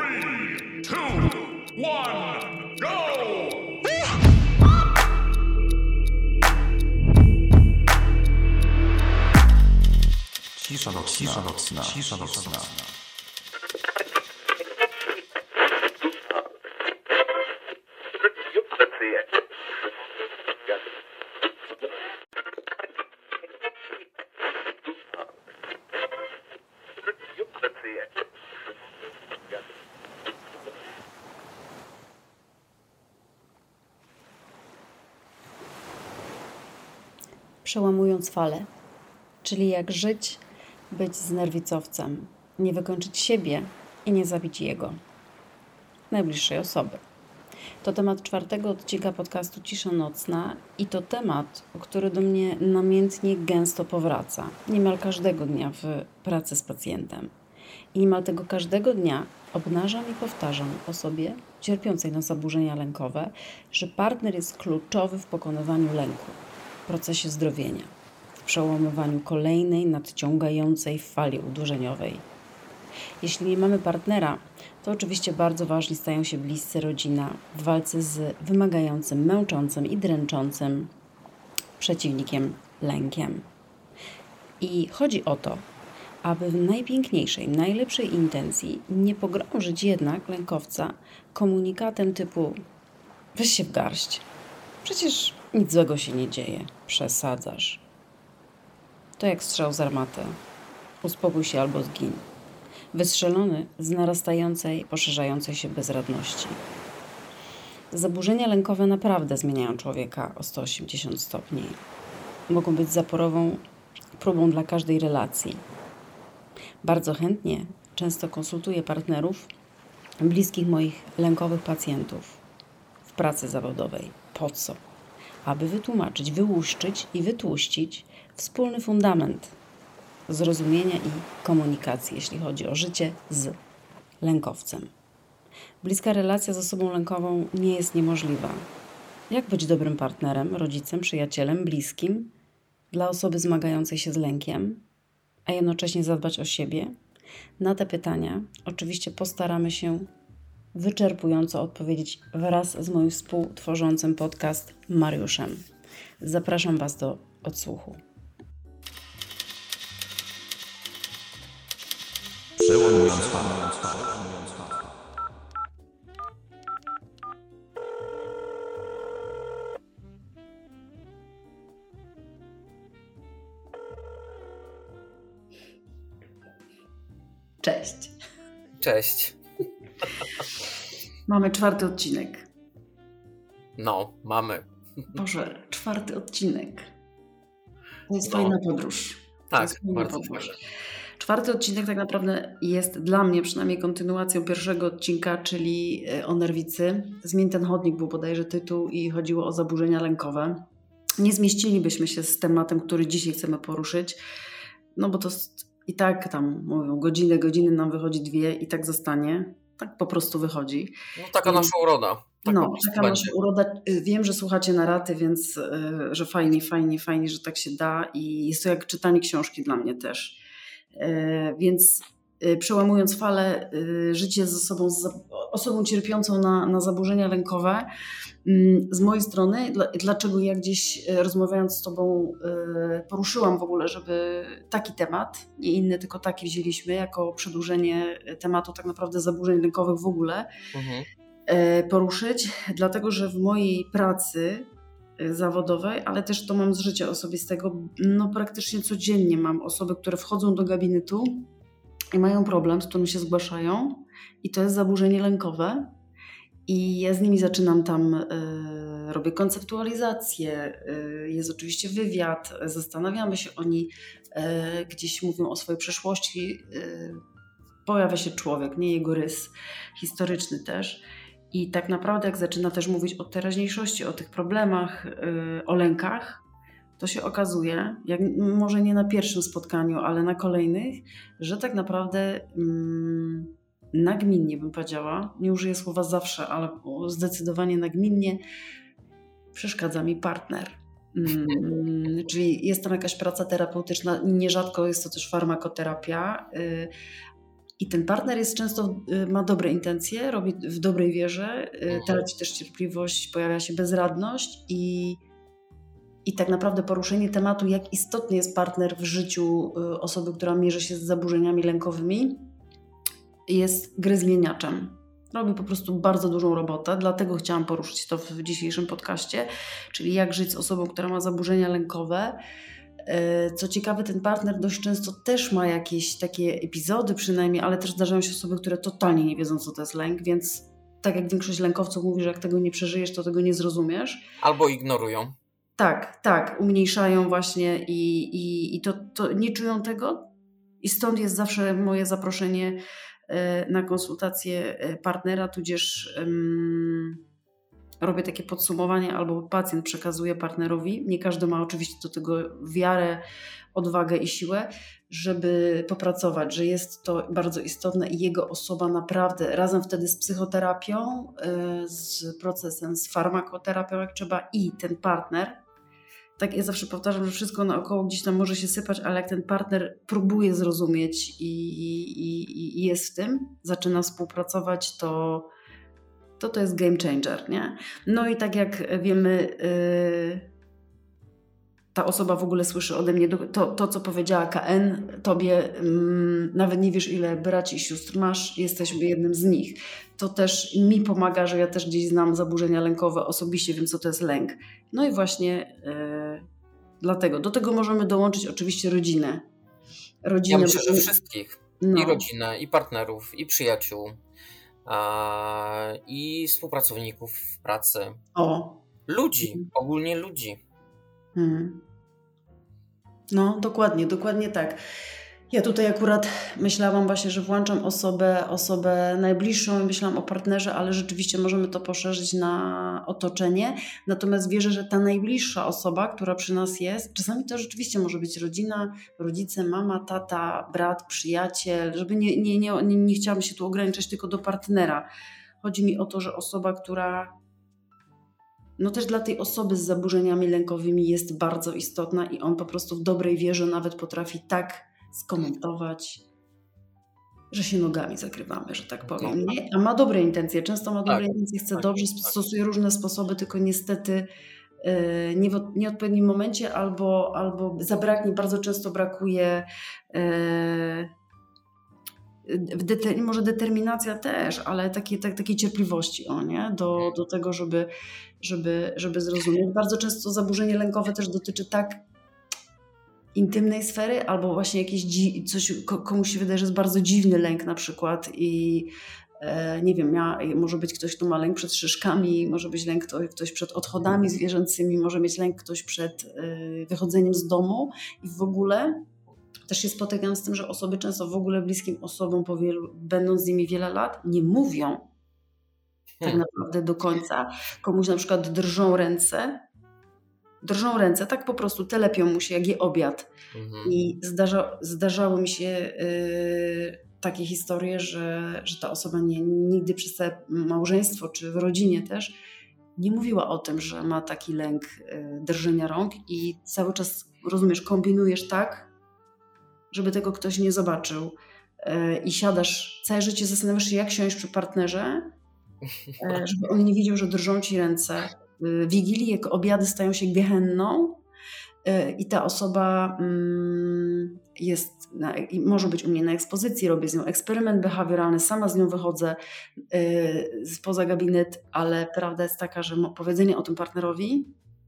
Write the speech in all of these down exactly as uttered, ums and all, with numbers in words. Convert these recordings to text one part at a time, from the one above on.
Three, two, one, go! Cisza nocna, cisza nocna, cisza nocna. Przełamując falę, czyli jak żyć, być z nerwicowcem, nie wykończyć siebie i nie zabić jego, najbliższej osoby. To temat czwartego odcinka podcastu Cisza Nocna i to temat, który do mnie namiętnie gęsto powraca, niemal każdego dnia w pracy z pacjentem. I niemal tego każdego dnia obnażam i powtarzam osobie cierpiącej na zaburzenia lękowe, że partner jest kluczowy w pokonywaniu lęku, w procesie zdrowienia, w przełamywaniu kolejnej nadciągającej fali uderzeniowej. Jeśli nie mamy partnera, to oczywiście bardzo ważni stają się bliscy, rodzina w walce z wymagającym, męczącym i dręczącym przeciwnikiem lękiem. I chodzi o to, aby w najpiękniejszej, najlepszej intencji nie pogrążyć jednak lękowca komunikatem typu weź się w garść, przecież nic złego się nie dzieje, przesadzasz. To jak strzał z armaty, uspokój się albo zgin. Wystrzelony z narastającej, poszerzającej się bezradności. Zaburzenia lękowe naprawdę zmieniają człowieka o sto osiemdziesiąt stopni. Mogą być zaporową próbą dla każdej relacji. Bardzo chętnie często konsultuję partnerów, bliskich moich lękowych pacjentów w pracy zawodowej. Po co? Aby wytłumaczyć, wyłuszczyć i wytłuścić wspólny fundament zrozumienia i komunikacji, jeśli chodzi o życie z lękowcem. Bliska relacja z osobą lękową nie jest niemożliwa. Jak być dobrym partnerem, rodzicem, przyjacielem, bliskim dla osoby zmagającej się z lękiem, a jednocześnie zadbać o siebie? Na te pytania oczywiście postaramy się wyczerpująco odpowiedzieć wraz z moim współtworzącym podcast Mariuszem. Zapraszam Was do odsłuchu. Przełamując falę. Cześć. Cześć. Mamy czwarty odcinek. No, mamy. Boże, czwarty odcinek. To jest No. fajna podróż. To Tak, jest fajna bardzo podróż. fajne. Czwarty odcinek tak naprawdę jest dla mnie przynajmniej kontynuacją pierwszego odcinka, czyli o nerwicy. Zmień ten chodnik był bodajże tytuł i chodziło o zaburzenia lękowe. Nie zmieścilibyśmy się z tematem, który dzisiaj chcemy poruszyć, no bo to i tak tam mówią godziny, godziny nam wychodzi dwie i tak zostanie. Tak po prostu wychodzi. No taka I, nasza uroda. Tak no, taka będzie. nasza uroda. Wiem, że słuchacie na raty, więc y, że fajnie, fajnie, fajnie, że tak się da i jest to jak czytanie książki dla mnie też. Y, więc y, przełamując falę, y, życie z osobą, z osobą cierpiącą na, na zaburzenia lękowe, y, z mojej strony, dla, dlaczego ja gdzieś y, rozmawiając z Tobą y, poruszyłam w ogóle, żeby taki temat, nie inny, tylko taki wzięliśmy jako przedłużenie tematu tak naprawdę zaburzeń lękowych w ogóle, Mhm. poruszyć, dlatego że w mojej pracy zawodowej, ale też to mam z życia osobistego, no praktycznie codziennie mam osoby, które wchodzą do gabinetu i mają problem, z którym się zgłaszają i to jest zaburzenie lękowe i ja z nimi zaczynam tam, y, robię konceptualizację, y, jest oczywiście wywiad, zastanawiamy się, oni y, gdzieś mówią o swojej przeszłości, y, pojawia się człowiek, nie jego rys historyczny też. I tak naprawdę jak zaczyna też mówić o teraźniejszości, o tych problemach, yy, o lękach, to się okazuje, jak, może nie na pierwszym spotkaniu, ale na kolejnych, że tak naprawdę yy, nagminnie bym powiedziała, nie użyję słowa zawsze, ale zdecydowanie nagminnie przeszkadza mi partner. Yy, czyli jest tam jakaś praca terapeutyczna, nierzadko jest to też farmakoterapia, yy, I ten partner jest często, y, ma dobre intencje, robi w dobrej wierze, y, Mhm. traci też cierpliwość, pojawia się bezradność i, i tak naprawdę poruszenie tematu, jak istotny jest partner w życiu y, osoby, która mierzy się z zaburzeniami lękowymi, jest gry zmieniaczem. Robi po prostu bardzo dużą robotę, dlatego chciałam poruszyć to w dzisiejszym podcaście, czyli jak żyć z osobą, która ma zaburzenia lękowe. Co ciekawe, ten partner dość często też ma jakieś takie epizody przynajmniej, ale też zdarzają się osoby, które totalnie nie wiedzą, co to jest lęk, więc tak jak większość lękowców mówi, że jak tego nie przeżyjesz, to tego nie zrozumiesz. Albo ignorują. Tak, tak, umniejszają właśnie i, i, i to, to nie czują tego i stąd jest zawsze moje zaproszenie e, na konsultację e, partnera, tudzież em, robię takie podsumowanie albo pacjent przekazuje partnerowi. Nie każdy ma oczywiście do tego wiarę, odwagę i siłę, żeby popracować, że jest to bardzo istotne i jego osoba naprawdę razem wtedy z psychoterapią, e, z procesem, z farmakoterapią jak trzeba i ten partner. Tak, ja zawsze powtarzam, że wszystko naokoło gdzieś tam może się sypać, ale jak ten partner próbuje zrozumieć i, i, i jest w tym, zaczyna współpracować, to to, to jest game changer, nie? No i tak jak wiemy, yy, ta osoba w ogóle słyszy ode mnie to, to co powiedziała K N, tobie yy, nawet nie wiesz, ile braci i sióstr masz, jesteś jednym z nich. To też mi pomaga, że ja też gdzieś znam zaburzenia lękowe, osobiście wiem, co to jest lęk. No i właśnie yy, dlatego. Do tego możemy dołączyć oczywiście rodzinę. rodzinę Ja myślę, bo- że wszystkich. no. I rodzinę, i partnerów, i przyjaciół, a, i współpracowników w pracy. O. Ludzi, Mhm. ogólnie ludzi. Hmm. No, dokładnie, dokładnie tak. Ja tutaj akurat myślałam właśnie, że włączam osobę, osobę najbliższą i myślałam o partnerze, ale rzeczywiście możemy to poszerzyć na otoczenie. Natomiast wierzę, że ta najbliższa osoba, która przy nas jest, czasami to rzeczywiście może być rodzina, rodzice, mama, tata, brat, przyjaciel, żeby nie, nie, nie, nie, nie chciałam się tu ograniczać tylko do partnera. Chodzi mi o to, że osoba, która no też dla tej osoby z zaburzeniami lękowymi jest bardzo istotna i on po prostu w dobrej wierze nawet potrafi tak skomentować, że się nogami zakrywamy, że tak powiem. No, Nie, a ma dobre intencje, często ma dobre Tak, intencje, chce tak, dobrze, tak. stosuje różne sposoby, tylko niestety e, nie w nieodpowiednim momencie albo, albo zabraknie, bardzo często brakuje e, w deter, może determinacja też, ale takie, tak, takiej cierpliwości o, nie? Do, do tego, żeby, żeby, żeby zrozumieć. Bardzo często zaburzenie lękowe też dotyczy tak intymnej sfery, albo właśnie jakieś dzi- coś, komuś się wydaje, że jest bardzo dziwny lęk na przykład i e, nie wiem, ja, może być ktoś, kto ma lęk przed szyszkami, może być lęk ktoś, ktoś przed odchodami zwierzęcymi, może mieć lęk ktoś przed e, wychodzeniem z domu i w ogóle też się spotykam z tym, że osoby często w ogóle bliskim osobom, po wielu, będąc z nimi wiele lat, nie mówią tak Hmm. naprawdę do końca. Komuś na przykład drżą ręce, drżą ręce, tak po prostu telepią mu się, jak je obiad. Mhm. I zdarza, zdarzały mi się yy, takie historie, że, że ta osoba nie, nigdy przez całe małżeństwo, czy w rodzinie też, nie mówiła o tym, że ma taki lęk yy, drżenia rąk i cały czas, rozumiesz, kombinujesz tak, żeby tego ktoś nie zobaczył. Yy, I siadasz, całe życie zastanawiasz się, jak siąść przy partnerze, yy, żeby on nie widział, że drżą ci ręce. Yy, Wigilii, jak obiady stają się gehenną, i ta osoba jest, na, może być u mnie na ekspozycji, robię z nią eksperyment behawioralny, sama z nią wychodzę spoza gabinet, ale prawda jest taka, że powiedzenie o tym partnerowi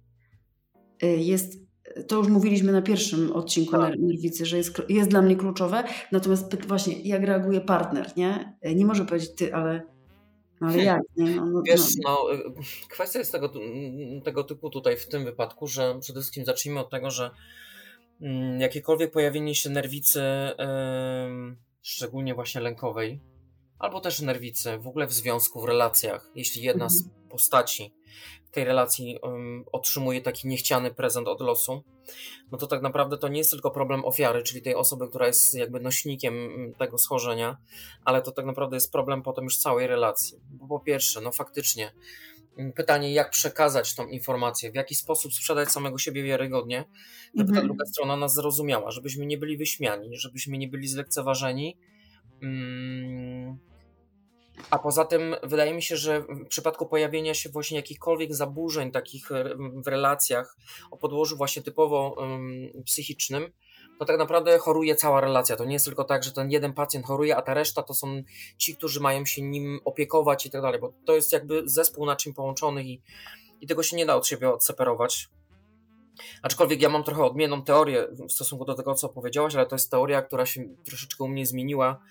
jest, to już mówiliśmy na pierwszym odcinku Tak. Nerwicy, że jest, jest dla mnie kluczowe, natomiast właśnie jak reaguje partner, nie? Nie może powiedzieć ty, ale No ale jak? Nie? No, no, Wiesz, no. no, kwestia jest tego, tego typu tutaj w tym wypadku, że przede wszystkim zacznijmy od tego, że jakiekolwiek pojawienie się nerwicy, yy, szczególnie właśnie lękowej, albo też nerwicy w ogóle w związku, w relacjach, jeśli jedna Mhm. z postaci w tej relacji yy, otrzymuje taki niechciany prezent od losu, no to tak naprawdę to nie jest tylko problem ofiary, czyli tej osoby, która jest jakby nośnikiem tego schorzenia, ale to tak naprawdę jest problem potem już całej relacji. Bo po pierwsze, no faktycznie pytanie, jak przekazać tą informację, w jaki sposób sprzedać samego siebie wiarygodnie, żeby ta Mhm. druga strona nas zrozumiała, żebyśmy nie byli wyśmiani, żebyśmy nie byli zlekceważeni, Mm, A poza tym wydaje mi się, że w przypadku pojawienia się właśnie jakichkolwiek zaburzeń takich re- w relacjach o podłożu właśnie typowo ym, psychicznym, to tak naprawdę choruje cała relacja. To nie jest tylko tak, że ten jeden pacjent choruje, a ta reszta to są ci, którzy mają się nim opiekować i tak dalej, bo to jest jakby zespół naczyń połączonych i, i tego się nie da od siebie odseparować. Aczkolwiek ja mam trochę odmienną teorię w stosunku do tego, co powiedziałaś, ale to jest teoria, która się troszeczkę u mnie zmieniła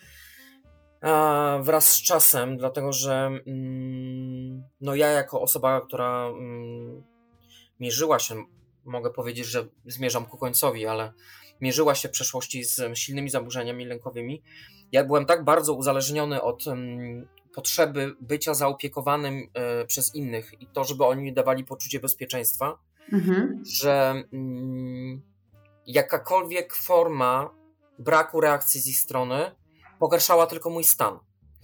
a, wraz z czasem, dlatego że mm, no ja jako osoba, która mm, mierzyła się, mogę powiedzieć, że zmierzam ku końcowi, ale mierzyła się w przeszłości z silnymi zaburzeniami lękowymi, ja byłem tak bardzo uzależniony od mm, potrzeby bycia zaopiekowanym y, przez innych i to, żeby oni mi dawali poczucie bezpieczeństwa, Mhm. że mm, jakakolwiek forma braku reakcji z ich strony pogarszała tylko mój stan.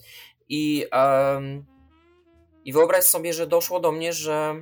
I, um, i wyobraź sobie, że doszło do mnie, że,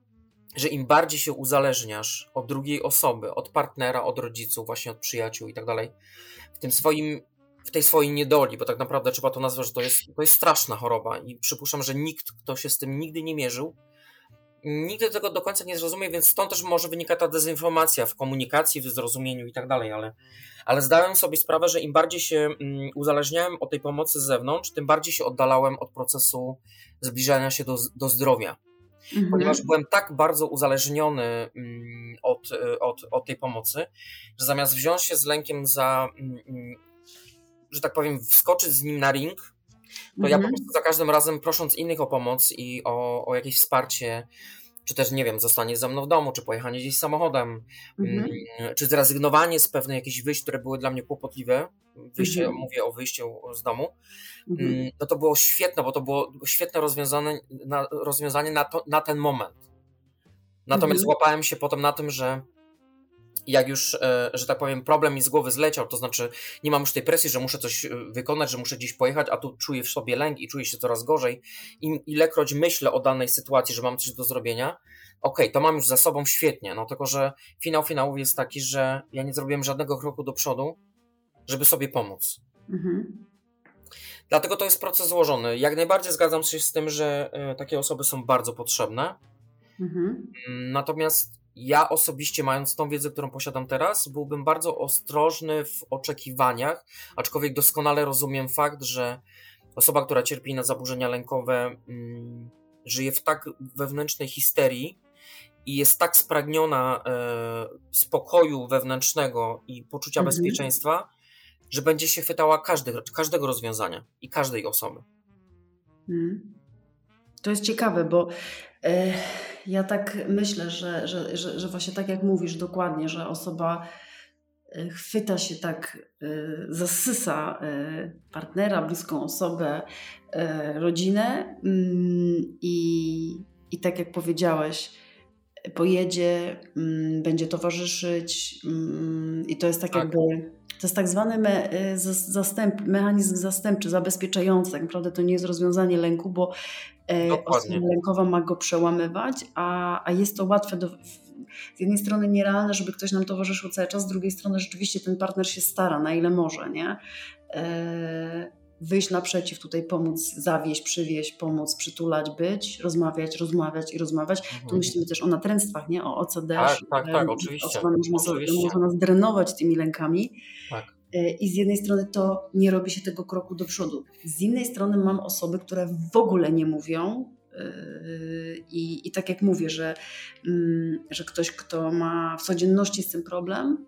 że im bardziej się uzależniasz od drugiej osoby, od partnera, od rodziców, właśnie od przyjaciół i tak dalej, w tym swoim, w tej swojej niedoli, bo tak naprawdę trzeba to nazwać, że to jest, to jest straszna choroba i przypuszczam, że nikt, kto się z tym nigdy nie mierzył, nigdy tego do końca nie zrozumie, więc stąd też może wynika ta dezinformacja w komunikacji, w zrozumieniu i tak dalej, ale, ale zdałem sobie sprawę, że im bardziej się mm, uzależniałem od tej pomocy z zewnątrz, tym bardziej się oddalałem od procesu zbliżania się do, do zdrowia. Mhm. Ponieważ byłem tak bardzo uzależniony mm, od, od, od tej pomocy, że zamiast wziąć się z lękiem za, mm, że tak powiem, wskoczyć z nim na ring, to ja po Mhm. prostu za każdym razem prosząc innych o pomoc i o, o jakieś wsparcie, czy też, nie wiem, zostanie ze mną w domu, czy pojechanie gdzieś samochodem, Mhm. mm, czy zrezygnowanie z pewnych jakichś wyjść, które były dla mnie kłopotliwe, wyjście, Mhm. mówię o wyjściu z domu, Mhm. mm, no to było świetne, bo to było świetne rozwiązanie na, rozwiązanie na, to, na ten moment. Natomiast Mhm. złapałem się potem na tym, że jak już, e, że tak powiem, problem mi z głowy zleciał, to znaczy nie mam już tej presji, że muszę coś e, wykonać, że muszę gdzieś pojechać, a tu czuję w sobie lęk i czuję się coraz gorzej. I ilekroć myślę o danej sytuacji, że mam coś do zrobienia, okej, to mam już za sobą, świetnie, no tylko, że finał finałów jest taki, że ja nie zrobiłem żadnego kroku do przodu, żeby sobie pomóc. Mhm. Dlatego to jest proces złożony. Jak najbardziej zgadzam się z tym, że e, takie osoby są bardzo potrzebne. Mhm. Natomiast ja osobiście, mając tą wiedzę, którą posiadam teraz, byłbym bardzo ostrożny w oczekiwaniach, aczkolwiek doskonale rozumiem fakt, że osoba, która cierpi na zaburzenia lękowe, mm, żyje w tak wewnętrznej histerii i jest tak spragniona e, spokoju wewnętrznego i poczucia Mhm. bezpieczeństwa, że będzie się chwytała każdy, każdego rozwiązania i każdej osoby. Mhm. To jest ciekawe, bo e, ja tak myślę, że, że, że, że właśnie tak jak mówisz dokładnie, że osoba e, chwyta się tak, e, zasysa e, partnera, bliską osobę, e, rodzinę mm, i, i tak jak powiedziałeś, pojedzie, mm, będzie towarzyszyć mm, i to jest tak, Tak. jakby, to jest tak zwany me, y, zas- zastęp, mechanizm zastępczy, zabezpieczający. Tak naprawdę to nie jest rozwiązanie lęku, bo e, Dokładnie. osoba lękowa ma go przełamywać, a, a jest to łatwe do, z jednej strony nierealne, żeby ktoś nam towarzyszył cały czas, z drugiej strony rzeczywiście ten partner się stara, na ile może, nie? E, wyjść naprzeciw, tutaj pomóc, zawieźć, przywieźć, pomóc, przytulać, być, rozmawiać, rozmawiać i rozmawiać. Tu Mhm. myślimy też o natręctwach, nie? O O C D, Tak, że tak, tak, oczywiście. osoba może, Oczywiście. może nas drenować tymi lękami. Tak. E, I z jednej strony to nie robi się tego kroku do przodu. Z innej strony mam osoby, które w ogóle nie mówią. Yy, I, I tak jak mówię, że, mm, że ktoś, kto ma w codzienności z tym problem,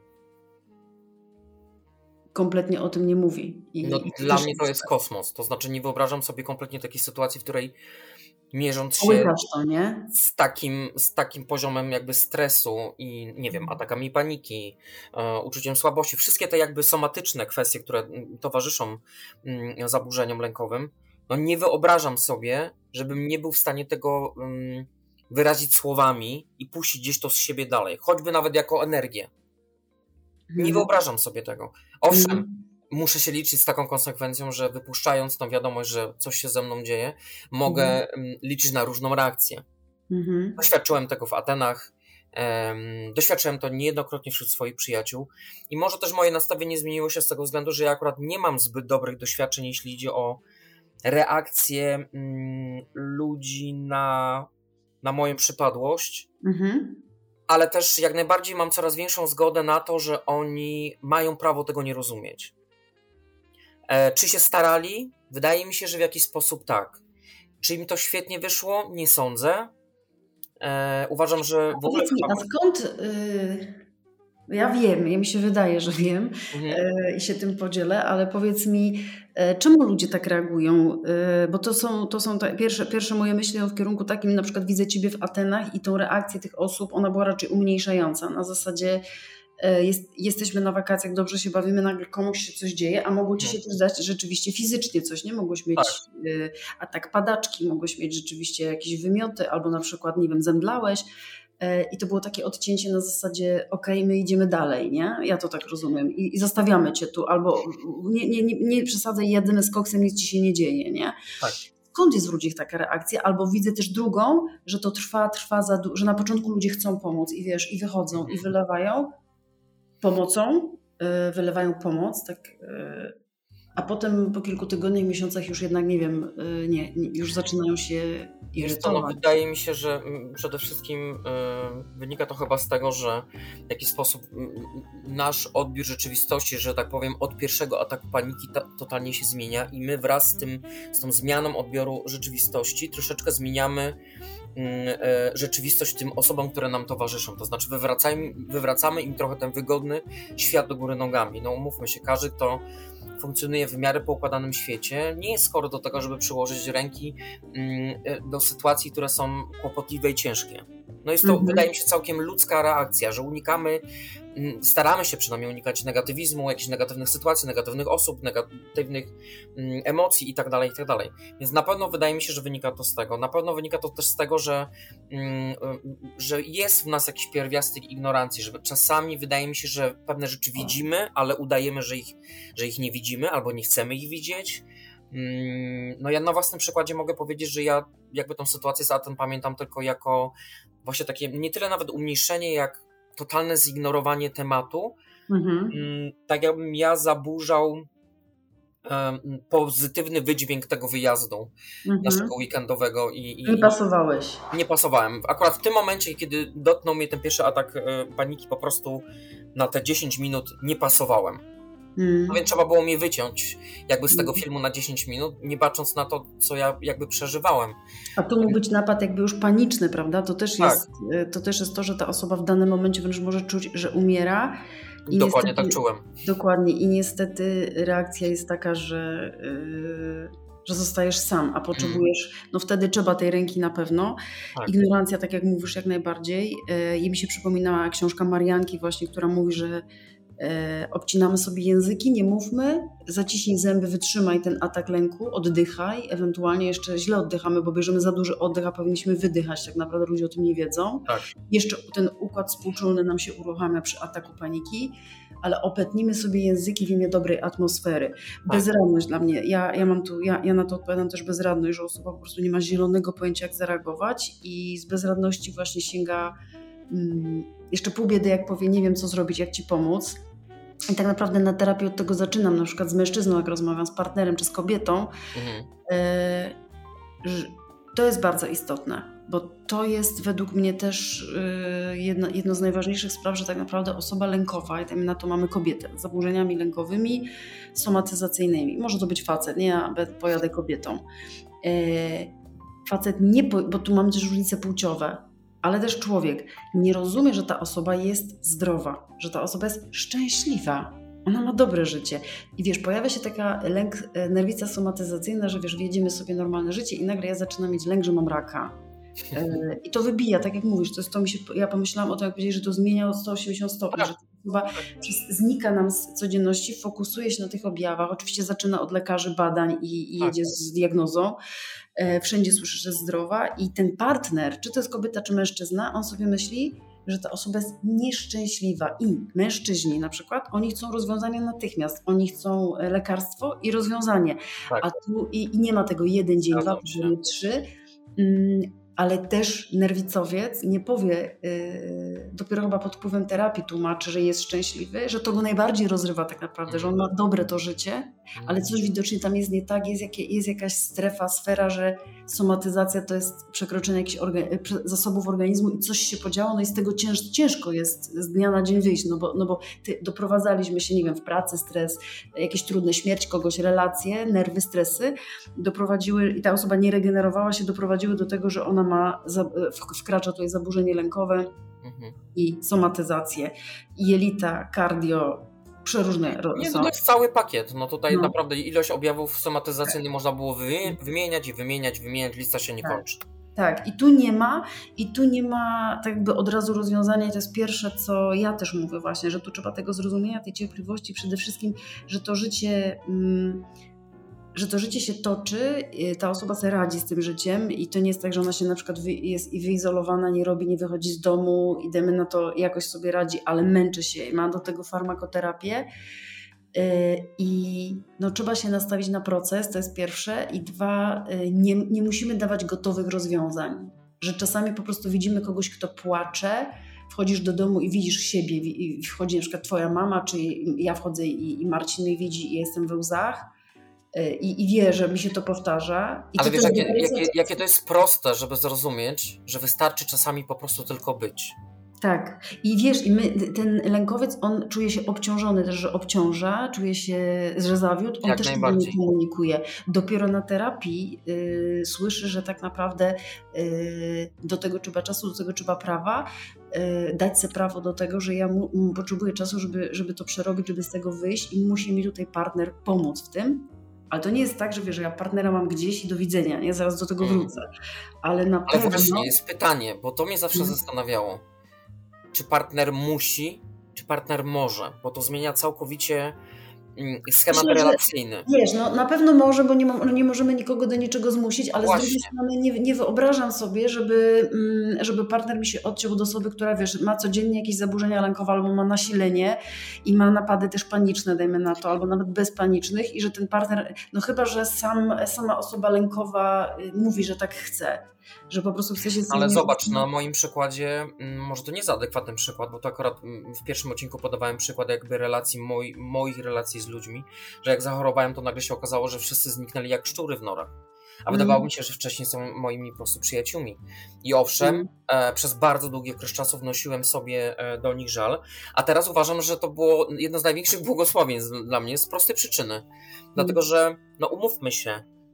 kompletnie o tym nie mówi. I, No, i dla też mnie to jest kosmos. To znaczy nie wyobrażam sobie kompletnie takiej sytuacji, w której mierząc się Połykasz to, nie? z takim, z takim poziomem jakby stresu i nie wiem, atakami paniki, e, uczuciem słabości, wszystkie te jakby somatyczne kwestie, które mm, towarzyszą mm, zaburzeniom lękowym, no nie wyobrażam sobie, żebym nie był w stanie tego mm, wyrazić słowami i puścić gdzieś to z siebie dalej, choćby nawet jako energię. Nie wyobrażam sobie tego. Owszem, Mhm. muszę się liczyć z taką konsekwencją, że wypuszczając tą wiadomość, że coś się ze mną dzieje, mogę mm, liczyć na różną reakcję. Mhm. Doświadczyłem tego w Atenach, Doświadczyłem to niejednokrotnie wśród swoich przyjaciół i może też moje nastawienie zmieniło się z tego względu, że ja akurat nie mam zbyt dobrych doświadczeń, jeśli idzie o reakcję ludzi na, na moją przypadłość, mhm. ale też jak najbardziej mam coraz większą zgodę na to, że oni mają prawo tego nie rozumieć. E, czy się starali? Wydaje mi się, że w jakiś sposób tak. Czy im to świetnie wyszło? Nie sądzę. E, uważam, że w ogóle... Mi, a skąd... Y... Ja wiem, ja mi się wydaje, że wiem mhm. e, i się tym podzielę, ale powiedz mi, e, czemu ludzie tak reagują? E, bo to są, to są te pierwsze, pierwsze moje myśli w kierunku takim, na przykład widzę Ciebie w Atenach i tą reakcję tych osób, ona była raczej umniejszająca. Na zasadzie e, jest, jesteśmy na wakacjach, dobrze się bawimy, nagle komuś się coś dzieje, a mogło Ci się też dać rzeczywiście fizycznie coś, nie? Mogłeś mieć tak. e, atak padaczki, mogłeś mieć rzeczywiście jakieś wymioty, albo na przykład, nie wiem, zemdlałeś. I to było takie odcięcie na zasadzie okej, okay, my idziemy dalej, nie? Ja to tak rozumiem. I, i zostawiamy Cię tu, albo nie, nie, nie, nie przesadzaj, jedymy z koksem, nic Ci się nie dzieje, nie? Tak. Skąd jest w ludziach taka reakcja? Albo widzę też drugą, że to trwa, trwa za długo, że na początku ludzie chcą pomóc i wiesz, i wychodzą, mhm. i wylewają pomocą, yy, wylewają pomoc, tak... Yy, a potem po kilku tygodniach, miesiącach już jednak, nie wiem, nie, nie już zaczynają się irytować. No, wydaje mi się, że przede wszystkim wynika to chyba z tego, że w jakiś sposób nasz odbiór rzeczywistości, że tak powiem, od pierwszego ataku paniki ta, totalnie się zmienia i my wraz z tym, z tą zmianą odbioru rzeczywistości troszeczkę zmieniamy rzeczywistość tym osobom, które nam towarzyszą. To znaczy wywracamy, wywracamy im trochę ten wygodny świat do góry nogami. No umówmy się, każdy, kto funkcjonuje w miarę poukładanym świecie, nie jest skory do tego, żeby przyłożyć ręki do sytuacji, które są kłopotliwe i ciężkie. No jest to, mhm. wydaje mi się, całkiem ludzka reakcja, że unikamy, staramy się przynajmniej unikać negatywizmu, jakichś negatywnych sytuacji, negatywnych osób, negatywnych emocji itd., itd. Więc na pewno wydaje mi się, że wynika to z tego. Na pewno wynika to też z tego, że, że jest w nas jakiś pierwiastek ignorancji, że czasami wydaje mi się, że pewne rzeczy widzimy, ale udajemy, że ich, że ich nie widzimy albo nie chcemy ich widzieć. No ja na własnym przykładzie mogę powiedzieć, że ja jakby tą sytuację z Aten pamiętam tylko jako właśnie takie nie tyle nawet umniejszenie, jak totalne zignorowanie tematu. Mhm. Tak jakbym ja zaburzał um, pozytywny wydźwięk tego wyjazdu mhm. naszego weekendowego. I, i nie pasowałeś. Nie pasowałem. Akurat w tym momencie, kiedy dotknął mnie ten pierwszy atak e, paniki, po prostu na te dziesięć minut nie pasowałem. Hmm. No więc trzeba było mnie wyciąć jakby z tego hmm. filmu na dziesięć minut, nie bacząc na to, co ja jakby przeżywałem. A tu mógł być napad jakby już paniczny, prawda? To też, tak. jest, to też jest to, że ta osoba w danym momencie wręcz może czuć, że umiera. I dokładnie niestety, tak czułem. Dokładnie i niestety reakcja jest taka, że, yy, że zostajesz sam, a potrzebujesz, hmm. no wtedy trzeba tej ręki na pewno. Tak. Ignorancja, tak jak mówisz, jak najbardziej. Yy, mi się przypominała książka Marianki właśnie, która mówi, że E, obcinamy sobie języki, nie mówmy, zaciśnij zęby, wytrzymaj ten atak lęku, oddychaj, ewentualnie jeszcze źle oddychamy, bo bierzemy za duży oddech, a powinniśmy wydychać, tak naprawdę ludzie o tym nie wiedzą. Tak. Jeszcze ten układ współczulny nam się uruchamia przy ataku paniki, ale opetnijmy sobie języki w imię dobrej atmosfery. Bezradność dla mnie, ja, ja mam tu, ja, ja na to odpowiadam też bezradność, że osoba po prostu nie ma zielonego pojęcia, jak zareagować i z bezradności właśnie sięga hmm, jeszcze pół biedy, jak powie, nie wiem co zrobić, jak Ci pomóc. I tak naprawdę na terapii od tego zaczynam, na przykład z mężczyzną, jak rozmawiam z partnerem czy z kobietą. Mhm. E, to jest bardzo istotne, bo to jest według mnie też e, jedno, jedno z najważniejszych spraw, że tak naprawdę osoba lękowa, i tam na to mamy kobietę z zaburzeniami lękowymi, somatyzacyjnymi. Może to być facet, nie, ja pojadę kobietą. E, facet nie, bo tu mamy też różnice płciowe, ale też człowiek nie rozumie, że ta osoba jest zdrowa, że ta osoba jest szczęśliwa, ona ma dobre życie. I wiesz, pojawia się taka lęk, nerwica somatyzacyjna, że wiesz, wiedziemy sobie normalne życie i nagle ja zaczynam mieć lęk, że mam raka. I to wybija, tak jak mówisz, to jest to mi się, ja pomyślałam o tym, jak powiedzieć, że to zmienia o sto osiemdziesiąt stopni, że ta osoba znika nam z codzienności, fokusuje się na tych objawach, oczywiście zaczyna od lekarzy badań i, i jedzie z diagnozą, wszędzie słyszy, że jest zdrowa i ten partner, czy to jest kobieta, czy mężczyzna, on sobie myśli, że ta osoba jest nieszczęśliwa i mężczyźni na przykład, oni chcą rozwiązania natychmiast, oni chcą lekarstwo i rozwiązanie, tak. a tu i, i nie ma tego jeden dzień, dwa, trzy, trzy. ale też nerwicowiec nie powie, yy, dopiero chyba pod wpływem terapii tłumaczy, że jest szczęśliwy, że to go najbardziej rozrywa tak naprawdę, że on ma dobre to życie, ale coś widocznie tam jest nie tak, jest, jakie, jest jakaś strefa, sfera, że somatyzacja to jest przekroczenie jakichś orga- zasobów organizmu i coś się podziało, no i z tego cięż, ciężko jest z dnia na dzień wyjść, no bo, no bo ty, doprowadzaliśmy się, nie wiem, w pracy stres, jakieś trudne, śmierć kogoś, relacje, nerwy, stresy, doprowadziły i ta osoba nie regenerowała się, doprowadziły do tego, że ona ma, wkracza tutaj zaburzenie lękowe mhm. i somatyzację, i jelita, cardio, przeróżne. Nie, to jest cały pakiet. No tutaj no. naprawdę ilość objawów somatyzacyjnych można było wymieniać i wymieniać, wymieniać, lista się nie tak. kończy. Tak, i tu nie ma, i tu nie ma tak jakby od razu rozwiązania i to jest pierwsze, co ja też mówię właśnie, że tu trzeba tego zrozumienia, tej cierpliwości, przede wszystkim, że to życie... Mm, że to życie się toczy, ta osoba sobie radzi z tym życiem i to nie jest tak, że ona się na przykład wy, jest wyizolowana, nie robi, nie wychodzi z domu, idziemy na to, jakoś sobie radzi, ale męczy się i ma do tego farmakoterapię yy, i no, trzeba się nastawić na proces, to jest pierwsze i dwa, yy, nie, nie musimy dawać gotowych rozwiązań, że czasami po prostu widzimy kogoś, kto płacze, wchodzisz do domu i widzisz siebie i wchodzi na przykład twoja mama, czy ja wchodzę i, i Marcin mnie widzi i jestem we łzach, I, i wie, że mi się to powtarza. I Ale to wiesz, to jakie, jakie, jakie to jest proste, żeby zrozumieć, że wystarczy czasami po prostu tylko być. Tak. I wiesz, i my, ten lękowiec, on czuje się obciążony też, że obciąża, czuje się, że zawiódł, on Jak też tego nie komunikuje. Dopiero na terapii y, słyszy, że tak naprawdę y, do tego trzeba czasu, do tego trzeba prawa, y, dać sobie prawo do tego, że ja mu, mu potrzebuję czasu, żeby, żeby to przerobić, żeby z tego wyjść i musi mi tutaj partner pomóc w tym. Ale to nie jest tak, że wiesz, że ja partnera mam gdzieś i do widzenia, ja zaraz do tego wrócę. Ale na Ale pewno... właśnie jest pytanie, bo to mnie zawsze hmm. zastanawiało. Czy partner musi, czy partner może? Bo to zmienia całkowicie schemat Myślę, relacyjny. Wiesz, no na pewno może, bo nie, no nie możemy nikogo do niczego zmusić, ale Właśnie. z drugiej strony nie, nie wyobrażam sobie, żeby, żeby partner mi się odciął od osoby, która wiesz, ma codziennie jakieś zaburzenia lękowe albo ma nasilenie i ma napady też paniczne, dajmy na to, albo nawet bezpanicznych i że ten partner, no chyba, że sam, sama osoba lękowa mówi, że tak chce. Że po prostu chce się... Ale zobacz, na moim przykładzie, może to nie jest adekwatny przykład, bo to akurat w pierwszym odcinku podawałem przykład jakby relacji, moi, moich relacji z ludźmi, że jak zachorowałem, to nagle się okazało, że wszyscy zniknęli jak szczury w norach. A wydawało mm. mi się, że wcześniej są moimi po prostu przyjaciółmi. I owszem, mm. e, przez bardzo długi okres czasu wnosiłem sobie e, do nich żal, a teraz uważam, że to było jedno z największych błogosławieństw dla mnie z prostej przyczyny. Mm. Dlatego, że, no umówmy się,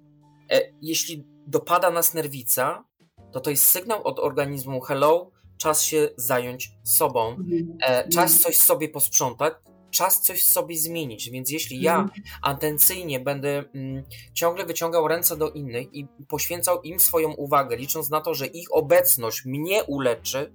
e, jeśli dopada nas nerwica, to to jest sygnał od organizmu hello, czas się zająć sobą, e, czas coś sobie posprzątać, czas coś sobie zmienić, więc jeśli ja atencyjnie będę mm, ciągle wyciągał ręce do innych i poświęcał im swoją uwagę, licząc na to, że ich obecność mnie uleczy,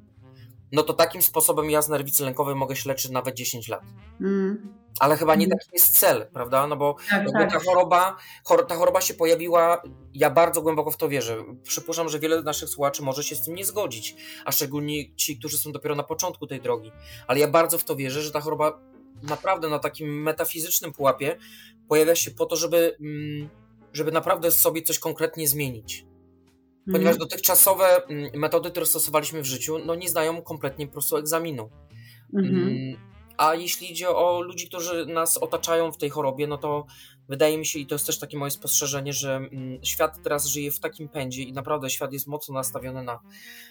no to takim sposobem ja z nerwicy lękowej mogę się leczyć nawet dziesięć lat. Mm. Ale chyba nie taki jest cel, prawda? No bo, tak, no bo tak. ta, choroba, chor, ta choroba się pojawiła, ja bardzo głęboko w to wierzę. Przypuszczam, że wiele naszych słuchaczy może się z tym nie zgodzić, a szczególnie ci, którzy są dopiero na początku tej drogi. Ale ja bardzo w to wierzę, że ta choroba naprawdę na takim metafizycznym pułapie pojawia się po to, żeby, żeby naprawdę sobie coś konkretnie zmienić. Ponieważ mm. dotychczasowe metody, które stosowaliśmy w życiu, no nie zdają kompletnie po prostu egzaminu. Mm-hmm. A jeśli idzie o ludzi, którzy nas otaczają w tej chorobie, no to wydaje mi się, i to jest też takie moje spostrzeżenie, że mm, świat teraz żyje w takim pędzie i naprawdę świat jest mocno nastawiony na,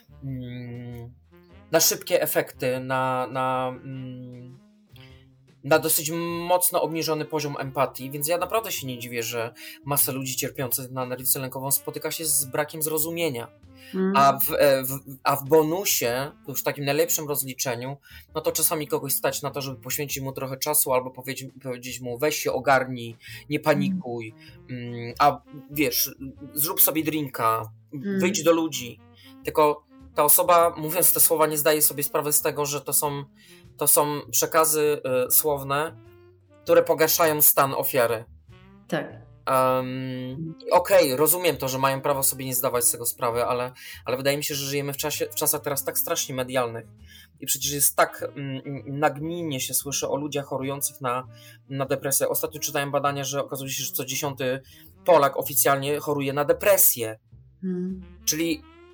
mm, na szybkie efekty, na, na, mm, na dosyć mocno obniżony poziom empatii, więc ja naprawdę się nie dziwię, że masa ludzi cierpiących na nerwicę lękową spotyka się z brakiem zrozumienia. Mm. A, w, w, a w bonusie, już w takim najlepszym rozliczeniu, no to czasami kogoś stać na to, żeby poświęcić mu trochę czasu albo powiedzieć, powiedzieć mu weź się ogarnij, nie panikuj, mm. a wiesz, zrób sobie drinka, mm. wyjdź do ludzi. Tylko ta osoba, mówiąc te słowa, nie zdaje sobie sprawy z tego, że to są, to są przekazy y, słowne, które pogarszają stan ofiary. Tak. Um, Okej, okay, rozumiem to, że mają prawo sobie nie zdawać z tego sprawy, ale, ale wydaje mi się, że żyjemy w, czasie, w czasach teraz tak strasznie medialnych i przecież jest tak mm, nagminnie się słyszy o ludziach chorujących na, na depresję. Ostatnio czytałem badania, że okazuje się, że co dziesiąty Polak oficjalnie choruje na depresję. Hmm. Czyli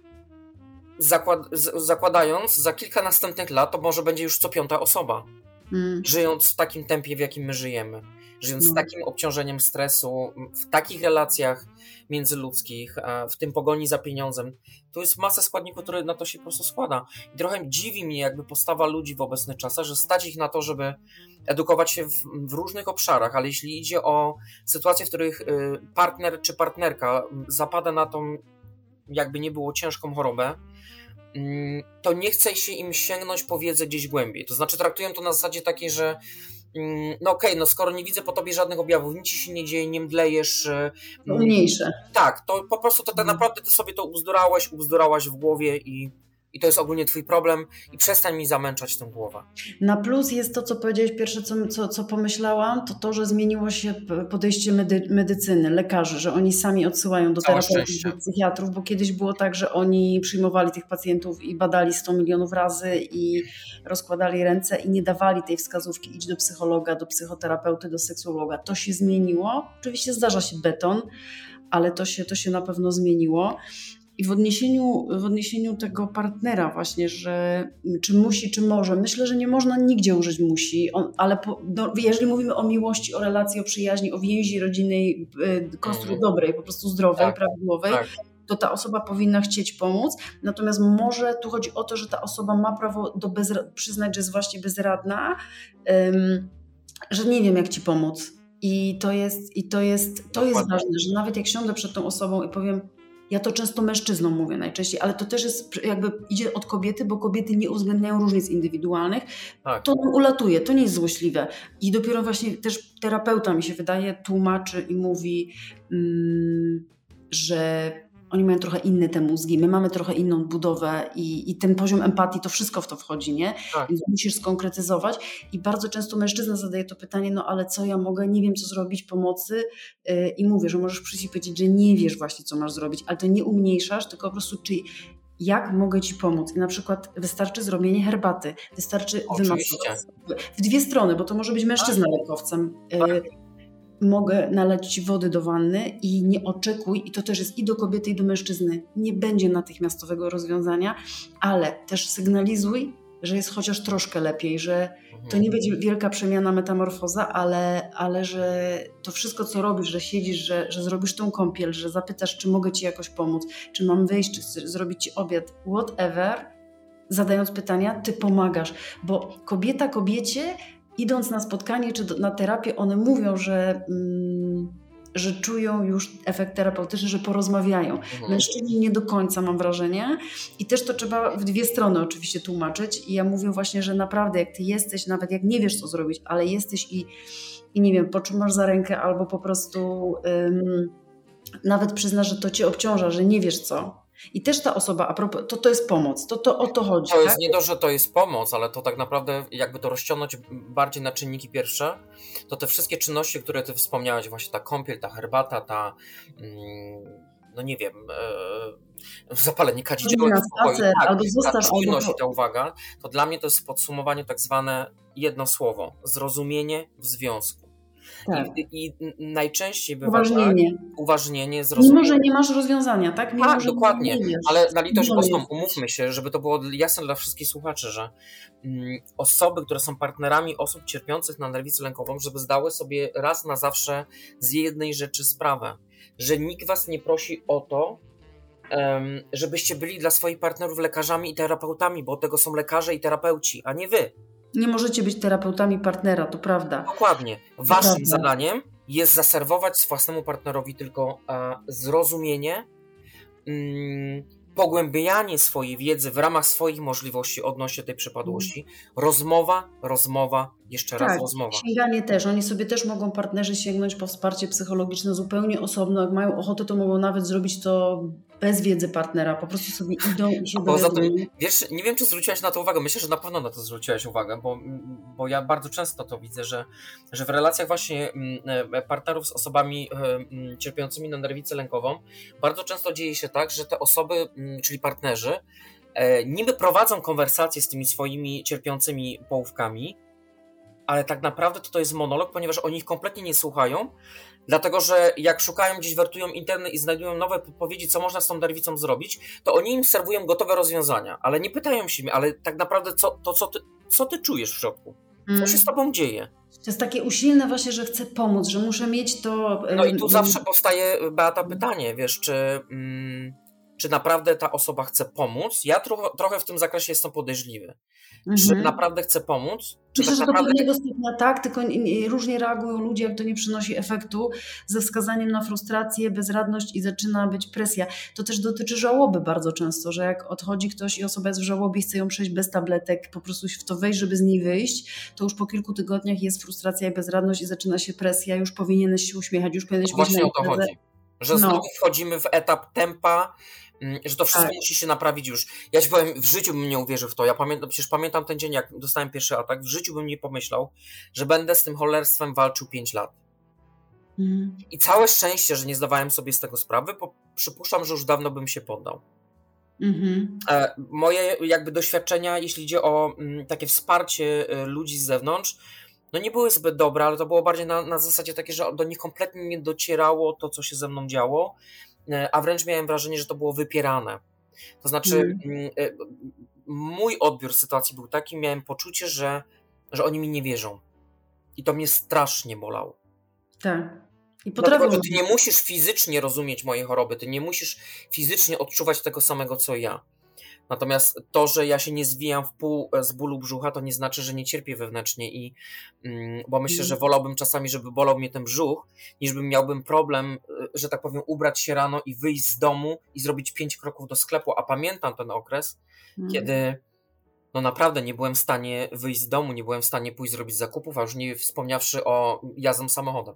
zakład, z, zakładając, za kilka następnych lat to może będzie już co piąta osoba, Mm. żyjąc w takim tempie, w jakim my żyjemy, żyjąc No. z takim obciążeniem stresu, w takich relacjach międzyludzkich, e, w tym pogoni za pieniądzem. To jest masa składników, które na to się po prostu składa. I trochę dziwi mnie jakby postawa ludzi w obecnych czasach, że stać ich na to, żeby edukować się w, w różnych obszarach, ale jeśli idzie o sytuacje, w których y, partner czy partnerka zapada na tą, jakby nie było, ciężką chorobę, mm, to nie chce się im sięgnąć po wiedzę gdzieś głębiej. To znaczy traktują to na zasadzie takiej, że mm, no okej, okay, no skoro nie widzę po tobie żadnych objawów, nic ci się nie dzieje, nie mdlejesz. y, mm, Mniejsze. Tak, to po prostu to tak naprawdę ty sobie to ubzdurałeś, ubzdurałaś w głowie i, i to jest ogólnie twój problem i przestań mi zamęczać tę głowę. Na plus jest to, co powiedziałeś pierwsze, co, co, co pomyślałam, to to, że zmieniło się podejście medy, medycyny, lekarzy, że oni sami odsyłają do Całe terapeutów, szczęście. do psychiatrów, bo kiedyś było tak, że oni przyjmowali tych pacjentów i badali sto milionów razy i rozkładali ręce i nie dawali tej wskazówki, idź do psychologa, do psychoterapeuty, do seksuologa. To się zmieniło. Oczywiście zdarza się beton, ale to się, to się na pewno zmieniło. I w odniesieniu, w odniesieniu tego partnera właśnie, że czy musi, czy może, myślę, że nie można nigdzie użyć musi, on, ale po, no, jeżeli mówimy o miłości, o relacji, o przyjaźni, o więzi rodzinnej, y, konstru dobrej, po prostu zdrowej, Tak, prawidłowej, tak. to ta osoba powinna chcieć pomóc, natomiast może tu chodzi o to, że ta osoba ma prawo do bezra- przyznać, że jest właśnie bezradna, ym, że nie wiem, jak ci pomóc. I to jest, i to jest, to jest ważne, że nawet jak siądę przed tą osobą i powiem, ja to często mężczyznom mówię najczęściej, ale to też jest jakby idzie od kobiety, bo kobiety nie uwzględniają różnic indywidualnych. Tak. To nam ulatuje, to nie jest złośliwe. I dopiero właśnie też terapeuta, mi się wydaje, tłumaczy i mówi, mm, że oni mają trochę inne te mózgi, my mamy trochę inną budowę i, i ten poziom empatii, to wszystko w to wchodzi, nie? Tak. Więc musisz skonkretyzować i bardzo często mężczyzna zadaje to pytanie, no ale co ja mogę, nie wiem co zrobić, pomocy yy, i mówię, że możesz przyjść i powiedzieć, że nie wiesz właśnie co masz zrobić, ale to nie umniejszasz, tylko po prostu czy jak mogę ci pomóc i na przykład wystarczy zrobienie herbaty, wystarczy wymasować w dwie strony, bo to może być mężczyzna lekowcem. Yy, Mogę nalać ci wody do wanny i nie oczekuj, i to też jest i do kobiety, i do mężczyzny, nie będzie natychmiastowego rozwiązania, ale też sygnalizuj, że jest chociaż troszkę lepiej, że to nie będzie wielka przemiana, metamorfoza, ale, ale że to wszystko, co robisz, że siedzisz, że, że zrobisz tą kąpiel, że zapytasz, czy mogę ci jakoś pomóc, czy mam wyjść, czy chcę zrobić ci obiad, whatever, zadając pytania, ty pomagasz, bo kobieta kobiecie, idąc na spotkanie czy do, na terapię, one mówią, że, mm, że czują już efekt terapeutyczny, że porozmawiają. Mhm. Mężczyźni nie do końca, mam wrażenie. I też to trzeba w dwie strony oczywiście tłumaczyć. I ja mówię właśnie, że naprawdę jak ty jesteś, nawet jak nie wiesz co zrobić, ale jesteś i, i nie wiem, potrzymasz za rękę albo po prostu ym, nawet przyznasz, że to cię obciąża, że nie wiesz co. I też ta osoba, a propos, to to jest pomoc, to, to o to chodzi. To tak? jest nie to, że to jest pomoc, ale to tak naprawdę jakby to rozciągnąć bardziej na czynniki pierwsze, to te wszystkie czynności, które ty wspomniałeś, właśnie ta kąpiel, ta herbata, ta no nie wiem, e, zapalenie kadzidełek w pokoju, tak, albo ta zostasz, czujność albo... i ta uwaga, to dla mnie to jest podsumowanie tak zwane jedno słowo, zrozumienie w związku. Tak. I, I najczęściej bywa uważnienie. tak, uważnienie, zrozumienie. Mimo, że nie masz rozwiązania, tak? Mimo, tak, że dokładnie, nie wiesz, ale na litość boską jesteś. umówmy się, żeby to było jasne dla wszystkich słuchaczy, że mm, osoby, które są partnerami osób cierpiących na nerwicę lękową, żeby zdały sobie raz na zawsze z jednej rzeczy sprawę, że nikt was nie prosi o to, um, żebyście byli dla swoich partnerów lekarzami i terapeutami, bo od tego są lekarze i terapeuci, a nie wy. Nie możecie być terapeutami partnera, to prawda. Dokładnie. Waszym prawda. zadaniem jest zaserwować własnemu partnerowi tylko a, zrozumienie, mm, pogłębianie swojej wiedzy w ramach swoich możliwości odnośnie tej przypadłości. Rozmowa, rozmowa, jeszcze raz tak, rozmowa. Sięganie też. Oni sobie też mogą, partnerzy, sięgnąć po wsparcie psychologiczne zupełnie osobno. Jak mają ochotę, to mogą nawet zrobić to bez wiedzy partnera. Po prostu sobie idą i się Poza dowiadują. tym, wiesz, nie wiem, czy zwróciłaś na to uwagę. Myślę, że na pewno na to zwróciłaś uwagę, bo, bo ja bardzo często to widzę, że, że w relacjach właśnie partnerów z osobami cierpiącymi na nerwicę lękową bardzo często dzieje się tak, że te osoby, czyli partnerzy, niby prowadzą konwersacje z tymi swoimi cierpiącymi połówkami, ale tak naprawdę to, to jest monolog, ponieważ oni ich kompletnie nie słuchają, dlatego że jak szukają, gdzieś wertują internet i znajdują nowe podpowiedzi, co można z tą nerwicą zrobić, to oni im serwują gotowe rozwiązania, ale nie pytają się mnie, ale tak naprawdę co, to co ty, co ty czujesz w środku? Co się z tobą dzieje? To jest takie usilne właśnie, że chcę pomóc, że muszę mieć to... No i tu zawsze powstaje, Beata, pytanie, wiesz, czy, mm, czy naprawdę ta osoba chce pomóc? Ja trochę, trochę w tym zakresie jestem podejrzliwy. Mhm. Czy naprawdę chce pomóc? Czy Myślę, tak że naprawdę... do pewnego stopnia tak, tylko nie, nie, różnie reagują ludzie, jak to nie przynosi efektu, ze wskazaniem na frustrację, bezradność i zaczyna być presja. To też dotyczy żałoby bardzo często, że jak odchodzi ktoś i osoba jest w żałobie i chce ją przejść bez tabletek, po prostu w to wejść, żeby z niej wyjść, to już po kilku tygodniach jest frustracja i bezradność i zaczyna się presja, już powinieneś się uśmiechać, już powinieneś no właśnie o to chodzi, że no. znowu wchodzimy w etap tempa, że to wszystko tak. musi się naprawić już. Ja ci powiem, w życiu bym nie uwierzył w to. Ja pamiętam, przecież pamiętam ten dzień, jak dostałem pierwszy atak, w życiu bym nie pomyślał, że będę z tym cholerstwem walczył pięć lat. Mm. I całe szczęście, że nie zdawałem sobie z tego sprawy, bo przypuszczam, że już dawno bym się poddał. Mm-hmm. E, moje jakby doświadczenia, jeśli idzie o m, takie wsparcie e, ludzi z zewnątrz, no nie były zbyt dobre, ale to było bardziej na, na zasadzie takie, że do nich kompletnie nie docierało to, co się ze mną działo, a wręcz miałem wrażenie, że to było wypierane. To znaczy mm. mój odbiór sytuacji był taki, miałem poczucie, że, że oni mi nie wierzą. I to mnie strasznie bolało. Tak. I potrafią... Dlatego, że ty nie musisz fizycznie rozumieć mojej choroby, ty nie musisz fizycznie odczuwać tego samego, co ja. Natomiast to, że ja się nie zwijam w pół z bólu brzucha, to nie znaczy, że nie cierpię wewnętrznie i mm, bo myślę, że wolałbym czasami, żeby bolał mnie ten brzuch, niż bym miałbym problem, że tak powiem, ubrać się rano i wyjść z domu i zrobić pięć kroków do sklepu, a pamiętam ten okres, mm. kiedy no naprawdę nie byłem w stanie wyjść z domu, nie byłem w stanie pójść zrobić zakupów, a już nie wspomniawszy o jazdę samochodem.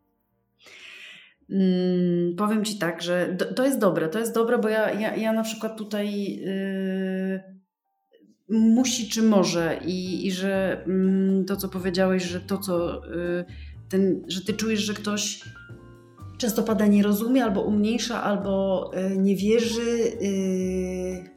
Hmm, powiem Ci tak, że do, to jest dobre, to jest dobre, bo ja, ja, ja na przykład tutaj yy, musi czy może i, i że yy, to, co powiedziałeś, że to, co yy, ten, że Ty czujesz, że ktoś często pada nie rozumie, albo umniejsza, albo yy, nie wierzy. Yy.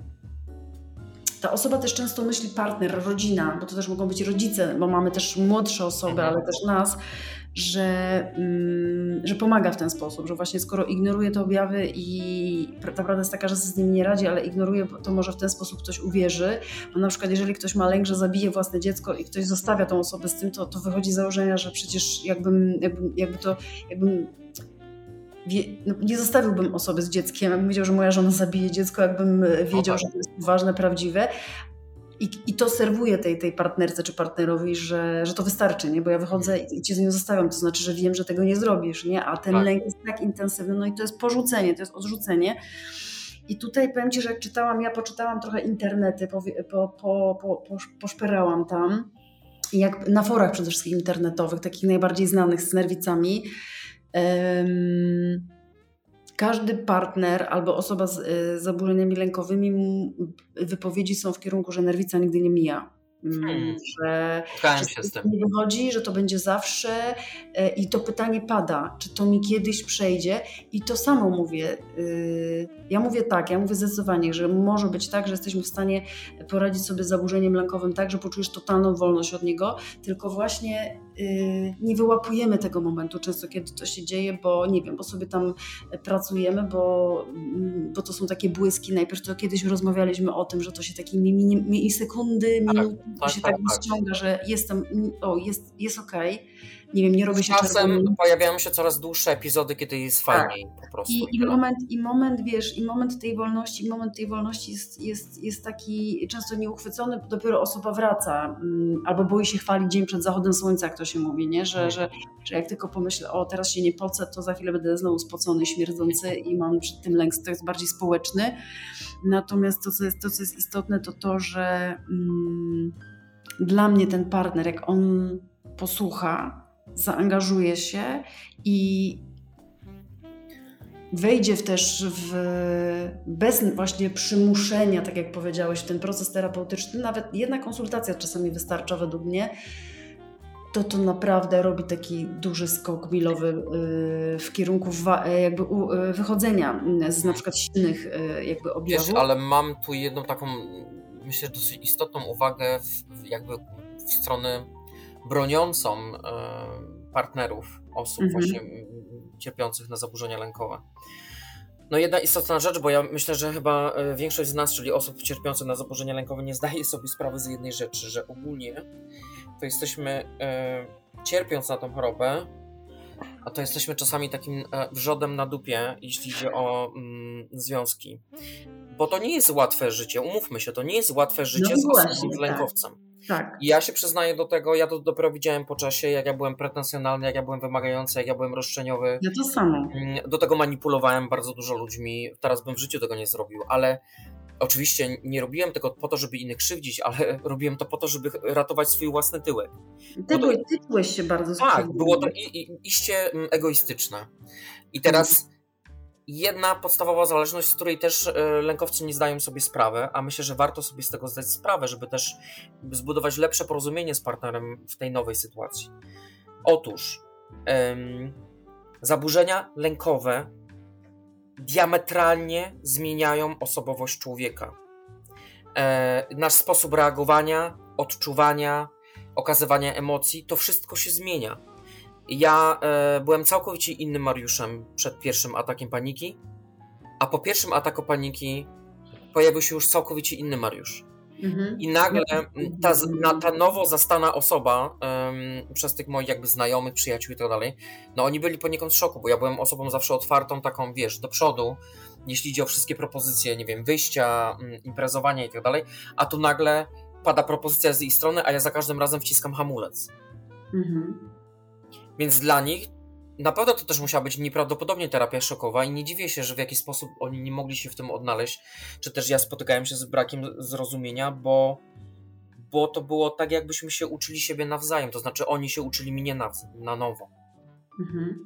Ta osoba też często myśli partner, rodzina, bo to też mogą być rodzice, bo mamy też młodsze osoby, ale też nas, że, mm, że pomaga w ten sposób, że właśnie skoro ignoruje te objawy i prawda jest taka, że sobie z nimi nie radzi, ale ignoruje, to może w ten sposób ktoś uwierzy. Bo na przykład jeżeli ktoś ma lęk, że zabije własne dziecko i ktoś zostawia tą osobę z tym, to, to wychodzi z założenia, że przecież jakbym, jakbym, jakby to jakbym Wie, no nie zostawiłbym osoby z dzieckiem, jakbym wiedział, że moja żona zabije dziecko, jakbym wiedział, że to jest ważne, prawdziwe. I, i to serwuję tej, tej partnerce czy partnerowi, że, że to wystarczy, nie? Bo ja wychodzę i cię z nią zostawiam, to znaczy, że wiem, że tego nie zrobisz, nie? A ten tak. lęk jest tak intensywny, no i to jest porzucenie, to jest odrzucenie. I tutaj powiem Ci, że jak czytałam, ja poczytałam trochę internety, po, po, po, po, po, poszperałam tam, i jak na forach przede wszystkim internetowych, takich najbardziej znanych z nerwicami, Um, każdy partner albo osoba z y, zaburzeniami lękowymi m, wypowiedzi są w kierunku, że nerwica nigdy nie mija. Hmm. Że, że to nie wychodzi, że to będzie zawsze y, i to pytanie pada, czy to mi kiedyś przejdzie i to samo mówię. Y, ja mówię tak, ja mówię zdecydowanie, że może być tak, że jesteśmy w stanie poradzić sobie z zaburzeniem lękowym tak, że poczujesz totalną wolność od niego, tylko właśnie y, nie wyłapujemy tego momentu często, kiedy to się dzieje, bo nie wiem, bo sobie tam pracujemy, bo, bo to są takie błyski. Najpierw to kiedyś rozmawialiśmy o tym, że to się takie milisekundy, minuty, to się tak, tak rozciąga, tak. że jestem, o, jest, jest okej. Okay. Nie wiem, nie robię się czasem czerwony. Pojawiają się coraz dłuższe epizody, kiedy jest fajniej tak. po prostu. I, i, moment, I moment, wiesz, i moment tej wolności, i moment tej wolności jest, jest, jest taki często nieuchwycony, bo dopiero osoba wraca, um, albo boi się chwalić dzień przed zachodem słońca, jak to się mówi, nie? Że, hmm. że, że jak tylko pomyślę, o teraz się nie pocę, to za chwilę będę znowu spocony, śmierdzący i mam przed tym lęk, to jest bardziej społeczny. Natomiast to, co jest, to, co jest istotne, to to, że um, dla mnie ten partner, jak on posłucha, zaangażuje się i wejdzie w też w, bez właśnie przymuszenia, tak jak powiedziałeś, w ten proces terapeutyczny, nawet jedna konsultacja czasami wystarcza według mnie, to to naprawdę robi taki duży skok milowy w kierunku jakby wychodzenia z na przykład silnych jakby objawów. Wiesz, ale mam tu jedną taką, myślę, dosyć istotną uwagę w, jakby w stronę broniącą e, partnerów osób Mhm. właśnie m, cierpiących na zaburzenia lękowe. No jedna istotna rzecz, bo ja myślę, że chyba e, większość z nas, czyli osób cierpiących na zaburzenia lękowe, nie zdaje sobie sprawy z jednej rzeczy, że ogólnie to jesteśmy, e, cierpiąc na tą chorobę, a to jesteśmy czasami takim e, wrzodem na dupie, jeśli idzie o mm, związki. Bo to nie jest łatwe życie, umówmy się, to nie jest łatwe życie No z właśnie, osobą z tak. lękowcem. Tak. I ja się przyznaję do tego, ja to dopiero widziałem po czasie, jak ja byłem pretensjonalny, jak ja byłem wymagający, jak ja byłem roszczeniowy. Ja to samo. Mm, Do tego manipulowałem bardzo dużo ludźmi, teraz bym w życiu tego nie zrobił, ale oczywiście nie robiłem tego po to, żeby innych krzywdzić, ale robiłem to po to, żeby ratować swój własny tyłek. Ty, Bo to- byłeś, ty czułeś się bardzo Tak, skrzywdzony. było to i, i, iście mm, egoistyczne. I teraz jedna podstawowa zależność, z której też e, lękowcy nie zdają sobie sprawy, a myślę, że warto sobie z tego zdać sprawę, żeby też zbudować lepsze porozumienie z partnerem w tej nowej sytuacji. Otóż em, zaburzenia lękowe diametralnie zmieniają osobowość człowieka. E, nasz sposób reagowania, odczuwania, okazywania emocji, to wszystko się zmienia. Ja e, byłem całkowicie innym Mariuszem przed pierwszym atakiem paniki, a po pierwszym ataku paniki pojawił się już całkowicie inny Mariusz. Mhm. I nagle m, ta, z- na, ta nowo zastana osoba, em, przez tych moich jakby znajomych, przyjaciół i tak dalej, no oni byli poniekąd w szoku, bo ja byłem osobą zawsze otwartą, taką, wiesz, do przodu, jeśli idzie o wszystkie propozycje, nie wiem, wyjścia, m, imprezowania i tak dalej, a tu nagle pada propozycja z ich strony, a ja za każdym razem wciskam hamulec. Mhm. Więc dla nich na pewno to też musiała być nieprawdopodobnie terapia szokowa i nie dziwię się, że w jakiś sposób oni nie mogli się w tym odnaleźć, czy też ja spotykałem się z brakiem zrozumienia, bo, bo to było tak, jakbyśmy się uczyli siebie nawzajem, to znaczy oni się uczyli mnie na, na nowo. Mhm.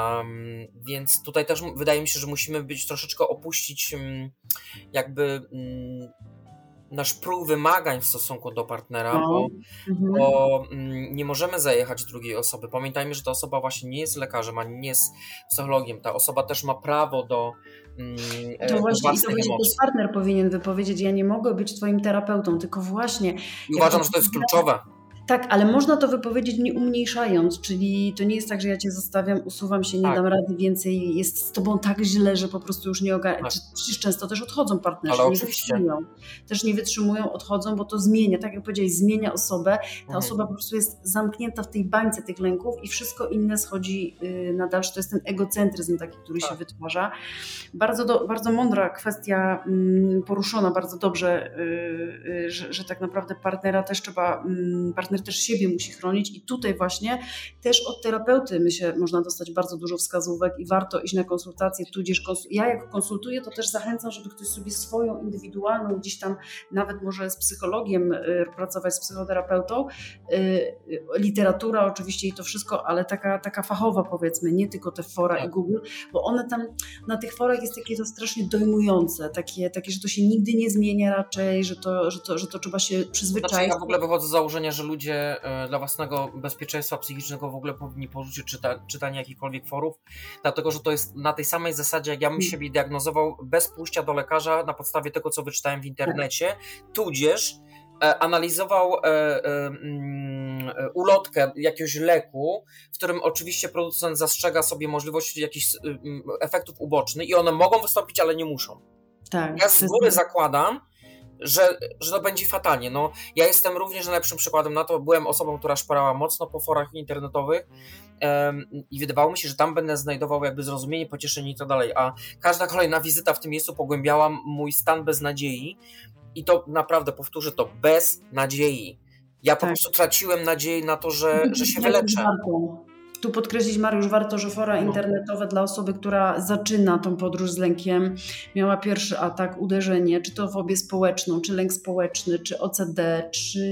Um, więc tutaj też m- wydaje mi się, że musimy być troszeczkę opuścić mm, jakby mm, nasz próg wymagań w stosunku do partnera, No. bo Mhm. bo mm, nie możemy zajechać drugiej osoby. Pamiętajmy, że ta osoba właśnie nie jest lekarzem, ani nie jest psychologiem. Ta osoba też ma prawo do, mm, e, To do właśnie, i to własnych właśnie emocji. też partner powinien wypowiedzieć, ja nie mogę być twoim terapeutą, tylko właśnie, I uważam, że to jest kluczowe. tak, ale można to wypowiedzieć nie umniejszając, czyli to nie jest tak, że ja cię zostawiam, usuwam się, nie Tak. dam rady więcej, jest z tobą tak źle, że po prostu już nie ogarniam. Tak. Przecież często też odchodzą partnerzy, Ale nie oczywiście. wytrzymują. Też nie wytrzymują, odchodzą, bo to zmienia, tak jak powiedziałeś, zmienia osobę. Ta Mhm. osoba po prostu jest zamknięta w tej bańce tych lęków i wszystko inne schodzi yy, na dalsze. To jest ten egocentryzm taki, który Tak. się wytwarza. Bardzo, do, bardzo mądra kwestia mm, poruszona, bardzo dobrze, yy, yy, że, że tak naprawdę partnera też trzeba, mm, partner też siebie musi chronić i tutaj właśnie też od terapeuty myślę, można dostać bardzo dużo wskazówek i warto iść na konsultacje, tudzież konsul- ja jak konsultuję, to też zachęcam, żeby ktoś sobie swoją indywidualną gdzieś tam, nawet może z psychologiem y, pracować, z psychoterapeutą, y, y, literatura oczywiście i to wszystko, ale taka, taka fachowa powiedzmy, nie tylko te fora Tak. i Google, bo one tam na tych forach jest takie to strasznie dojmujące, takie, takie, że to się nigdy nie zmienia raczej, że to, że to, że to trzeba się Znaczy, przyzwyczaić. ja w ogóle wychodzę z założenia, że ludzie e, dla własnego bezpieczeństwa psychicznego w ogóle powinni porzucić czyta, czytanie jakichkolwiek forów, dlatego że to jest na tej samej zasadzie, jak ja bym Mm. siebie diagnozował bez pójścia do lekarza na podstawie tego, co wyczytałem w internecie, tudzież e, analizował e, e, mm, e, ulotkę jakiegoś leku, w którym oczywiście producent zastrzega sobie możliwość jakichś e, m, efektów ubocznych i one mogą wystąpić, ale nie muszą. Tak, Ja to z jest- góry zakładam, że, że to będzie fatalnie. No, ja jestem również najlepszym przykładem na to. Byłem osobą, która szperała mocno po forach internetowych em, i wydawało mi się, że tam będę znajdował jakby zrozumienie, pocieszenie i tak dalej, a każda kolejna wizyta w tym miejscu pogłębiała mój stan beznadziei i to naprawdę, powtórzę to, bez nadziei. Ja po Tak. prostu traciłem nadzieję na to, że, że się Mariusz, wyleczę. warto. Tu podkreślić, Mariusz, warto, że fora No. internetowe dla osoby, która zaczyna tą podróż z lękiem, miała pierwszy atak, uderzenie, czy to fobię społeczną, czy lęk społeczny, czy O C D,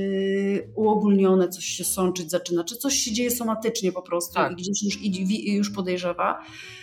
czy uogólnione coś się sączyć zaczyna, czy coś się dzieje somatycznie po prostu Tak. i gdzieś już, i już podejrzewa.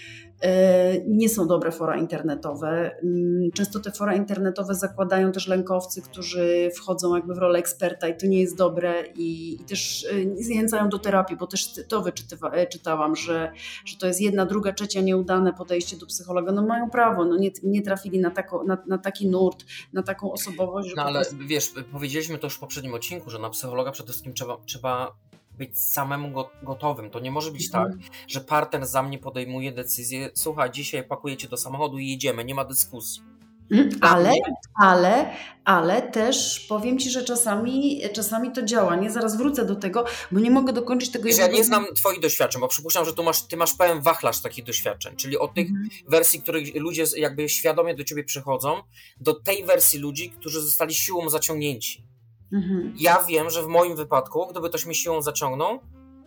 E, Nie są dobre fora internetowe. Mm, Często te fora internetowe zakładają też lękowcy, którzy wchodzą jakby w rolę eksperta i to nie jest dobre i, i też e, zachęcają do terapii, bo też to wyczytywa, e, czytałam, że, że to jest jedna, druga, trzecia nieudane podejście do psychologa. No mają prawo, no nie, nie trafili na, tako, na, na taki nurt, na taką osobowość, że No po ale prostu... wiesz, powiedzieliśmy to już w poprzednim odcinku, że na psychologa przede wszystkim trzeba, trzeba być samemu go, gotowym. To nie może być Mhm. tak, że partner za mnie podejmuje decyzję, słuchaj, dzisiaj pakuję cię do samochodu i jedziemy, nie ma dyskusji. Mm, Dla Ale, mnie, ale, ale też powiem Ci, że czasami, czasami to działa. Nie, zaraz wrócę do tego, bo nie mogę dokończyć tego wiesz, ja jednego nie znam twoich doświadczeń, bo przypuszczam, że tu masz, ty masz pełen wachlarz takich doświadczeń, czyli od tych Mhm. wersji, których ludzie jakby świadomie do ciebie przychodzą, do tej wersji ludzi, którzy zostali siłą zaciągnięci. Mhm. Ja wiem, że w moim wypadku, gdyby ktoś mnie siłą zaciągnął,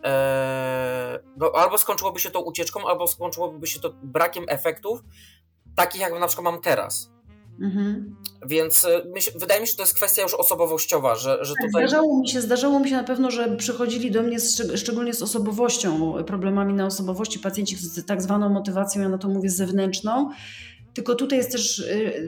e, no, albo skończyłoby się to ucieczką, albo skończyłoby się to brakiem efektów, takich jak na przykład mam teraz. Mhm. Więc e, myśl, wydaje mi się, że to jest kwestia już osobowościowa, że, że Tak, tutaj... zdarzało mi się, zdarzało mi się na pewno, że przychodzili do mnie z, szczeg- szczególnie z osobowością, problemami na osobowości, pacjenci z tak zwaną motywacją, ja na to mówię zewnętrzną. Tylko tutaj jest też, y,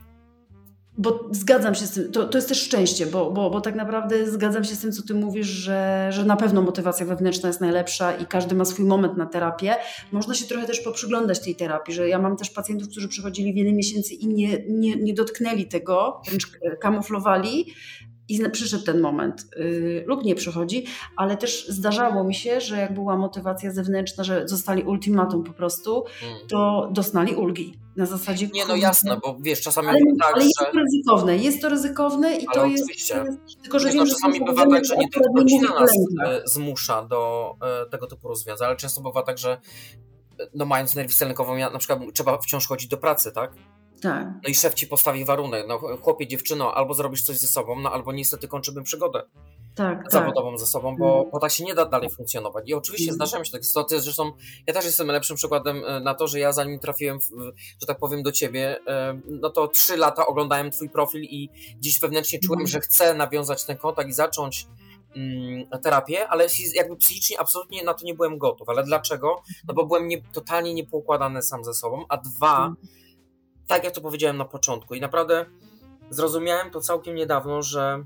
bo zgadzam się z tym, to, to jest też szczęście, bo, bo, bo tak naprawdę zgadzam się z tym, co ty mówisz, że, że na pewno motywacja wewnętrzna jest najlepsza i każdy ma swój moment na terapię. Można się trochę też poprzyglądać tej terapii, że ja mam też pacjentów, którzy przychodzili wiele miesięcy i nie, nie, nie dotknęli tego, wręcz kamuflowali. I zna- przyszedł ten moment, yy, lub nie przychodzi, ale też zdarzało mi się, że jak była motywacja zewnętrzna, że zostali ultimatum po prostu, Mm. to dostali ulgi. Na zasadzie Nie, no kurde, jasne, bo wiesz, czasami ale, bywa tak, ale jest że... to ryzykowne, jest to ryzykowne i Ale to jest, oczywiście. tylko że Wiesz, wiem, no, że czasami są bywa tak, że nie akurat tylko nie rodzina mówię o nas lękach. e, zmusza do e, tego typu rozwiązań, ale często bywa tak, że e, no mając nerwicę lękową, ja, na przykład trzeba wciąż chodzić do pracy, tak? Tak, No i szef ci postawi warunek, no chłopie, dziewczyno, albo zrobisz coś ze sobą, no albo niestety kończymy przygodę tak, tak. zawodową ze sobą, bo, bo tak się nie da dalej funkcjonować. I oczywiście Mhm. zdarzają się takie sytuacje, zresztą ja też jestem lepszym przykładem e, na to, że ja zanim trafiłem, w, że tak powiem, do ciebie, e, no to trzy lata oglądałem twój profil i gdzieś wewnętrznie czułem, Mhm. że chcę nawiązać ten kontakt i zacząć mm, terapię, ale jakby psychicznie absolutnie na to nie byłem gotów. Ale dlaczego? No bo byłem nie, totalnie niepoukładany sam ze sobą, a dwa, tak jak to powiedziałem na początku i naprawdę zrozumiałem to całkiem niedawno, że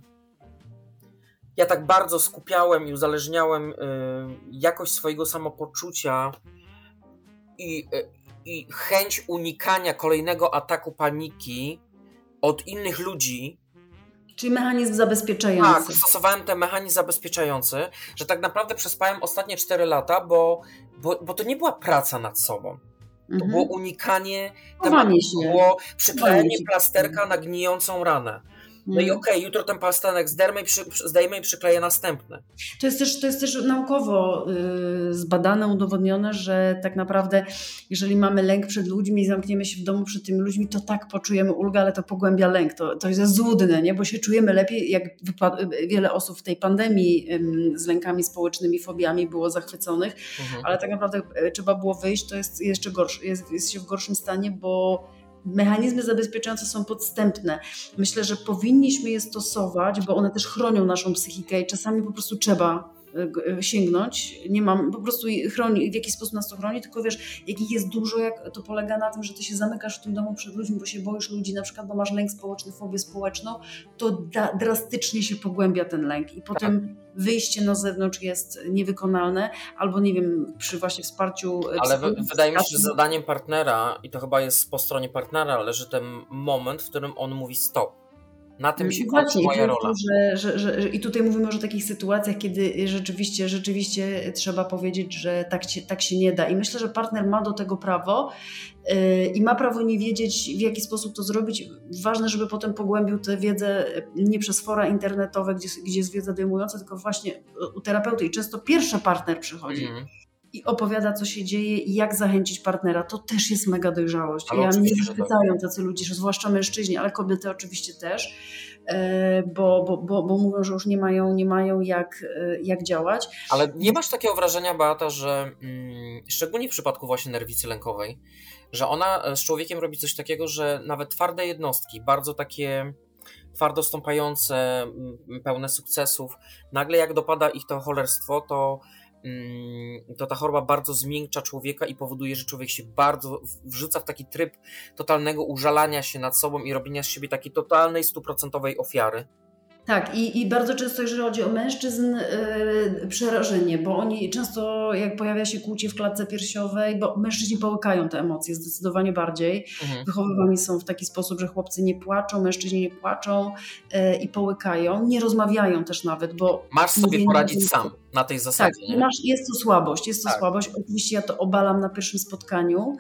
ja tak bardzo skupiałem i uzależniałem y, jakość swojego samopoczucia i, y, i chęć unikania kolejnego ataku paniki od innych ludzi. Czyli mechanizm Tak, zabezpieczający. stosowałem ten mechanizm zabezpieczający, że tak naprawdę przespałem ostatnie cztery lata, bo, bo, bo to nie była praca nad sobą. To Mhm. było unikanie Chowanie tematu, się. to było przyklejenie Chowanie się. plasterka na gnijącą ranę. No i Mhm. okej, jutro ten plasterek zdejmę i, przy, przy- zdejmę i przykleję następny. To jest też, to jest też naukowo y, zbadane, udowodnione, że tak naprawdę jeżeli mamy lęk przed ludźmi i zamkniemy się w domu przed tymi ludźmi, to tak poczujemy ulgę, ale to pogłębia lęk. To, to jest złudne, nie? Bo się czujemy lepiej, jak wypa- wiele osób w tej pandemii ym, z lękami społecznymi, fobiami było zachwyconych, Mhm. ale tak naprawdę y, trzeba było wyjść, to jest jeszcze gorsze, jest, jest się w gorszym stanie, bo mechanizmy zabezpieczające są podstępne. Myślę, że powinniśmy je stosować, bo one też chronią naszą psychikę i czasami po prostu trzeba y, sięgnąć. Nie mam, po prostu chroni, w jakiś sposób nas to chroni, tylko wiesz, jak ich jest dużo, jak to polega na tym, że ty się zamykasz w tym domu przed ludźmi, bo się boisz ludzi, na przykład, bo masz lęk społeczny, fobię społeczną, to da, drastycznie się pogłębia ten lęk i potem wyjście na zewnątrz jest niewykonalne, albo nie wiem, przy właśnie wsparciu Ale w, wydaje mi się, że psychicznym. zadaniem partnera, i to chyba jest po stronie partnera, leży ten moment, w którym on mówi stop. Na tym się kończy Właśnie, moja i, rola. że, że, że, że, i tutaj mówimy już o takich sytuacjach, kiedy rzeczywiście, rzeczywiście trzeba powiedzieć, że tak się, tak się nie da. I myślę, że partner ma do tego prawo yy, i ma prawo nie wiedzieć, w jaki sposób to zrobić. Ważne, żeby potem pogłębił tę wiedzę nie przez fora internetowe, gdzie, gdzie jest wiedza dojmująca, tylko właśnie u terapeuty. I często pierwszy partner przychodzi. Mhm. I opowiada, co się dzieje i jak zachęcić partnera. To też jest mega dojrzałość. Ale Ja mnie oczywiście, że tak. zachwycają tacy ludzie, że zwłaszcza mężczyźni, ale kobiety oczywiście też, e, bo, bo, bo, bo mówią, że już nie mają, nie mają jak, e, jak działać. Ale nie masz takiego wrażenia, Beata, że mm, szczególnie w przypadku właśnie nerwicy lękowej, że ona z człowiekiem robi coś takiego, że nawet twarde jednostki, bardzo takie twardo stąpające, mm, pełne sukcesów, nagle jak dopada ich to cholerstwo, to to ta choroba bardzo zmiękcza człowieka i powoduje, że człowiek się bardzo wrzuca w taki tryb totalnego użalania się nad sobą i robienia z siebie takiej totalnej, stuprocentowej ofiary. Tak, i, i bardzo często, jeżeli chodzi o mężczyzn, yy, przerażenie, bo oni często, jak pojawia się kłucie w klatce piersiowej, bo mężczyźni połykają te emocje zdecydowanie bardziej. Mhm. Wychowywani są w taki sposób, że chłopcy nie płaczą, mężczyźni nie płaczą yy, i połykają, nie rozmawiają też nawet, bo... Masz sobie poradzić nie... sam na tej zasadzie. Tak, nie? Masz, jest to słabość, jest to tak. słabość. Oczywiście ja to obalam na pierwszym spotkaniu.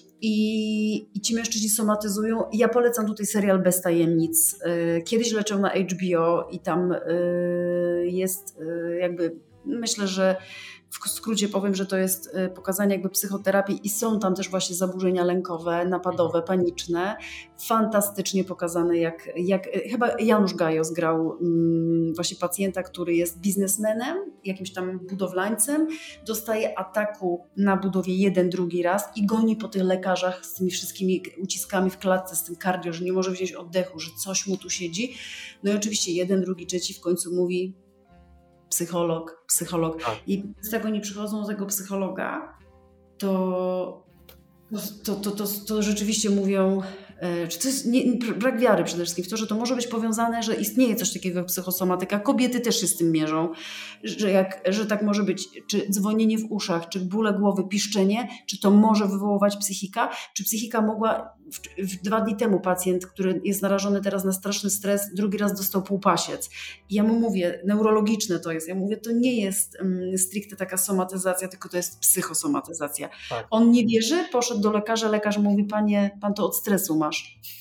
I, I ci mężczyźni somatyzują. Ja polecam tutaj serial Bez tajemnic. Kiedyś leciał na H B O i tam jest jakby, myślę, że w skrócie powiem, że to jest pokazanie jakby psychoterapii i są tam też właśnie zaburzenia lękowe, napadowe, paniczne. Fantastycznie pokazane, jak, jak chyba Janusz Gajos grał um, właśnie pacjenta, który jest biznesmenem, jakimś tam budowlańcem, dostaje ataku na budowie jeden, drugi raz i goni po tych lekarzach z tymi wszystkimi uciskami w klatce, z tym cardio, że nie może wziąć oddechu, że coś mu tu siedzi. No i oczywiście jeden, drugi, trzeci w końcu mówi psycholog, psycholog. A. I z tego nie przychodzą do tego psychologa, to, to, to, to, to rzeczywiście mówią, że to jest nie, brak wiary przede wszystkim w to, że to może być powiązane, że istnieje coś takiego jak psychosomatyka. Kobiety też się z tym mierzą, że, jak, że tak może być, czy dzwonienie w uszach, czy bóle głowy, piszczenie, czy to może wywoływać psychika, czy psychika mogła, w, w dwa dni temu pacjent, który jest narażony teraz na straszny stres, drugi raz dostał półpasiec. I ja mu mówię, neurologiczne to jest, ja mówię, to nie jest um, stricte taka somatyzacja, tylko to jest psychosomatyzacja. Tak. On nie wierzy, poszedł do lekarza, lekarz mówi, panie, pan to od stresu ma.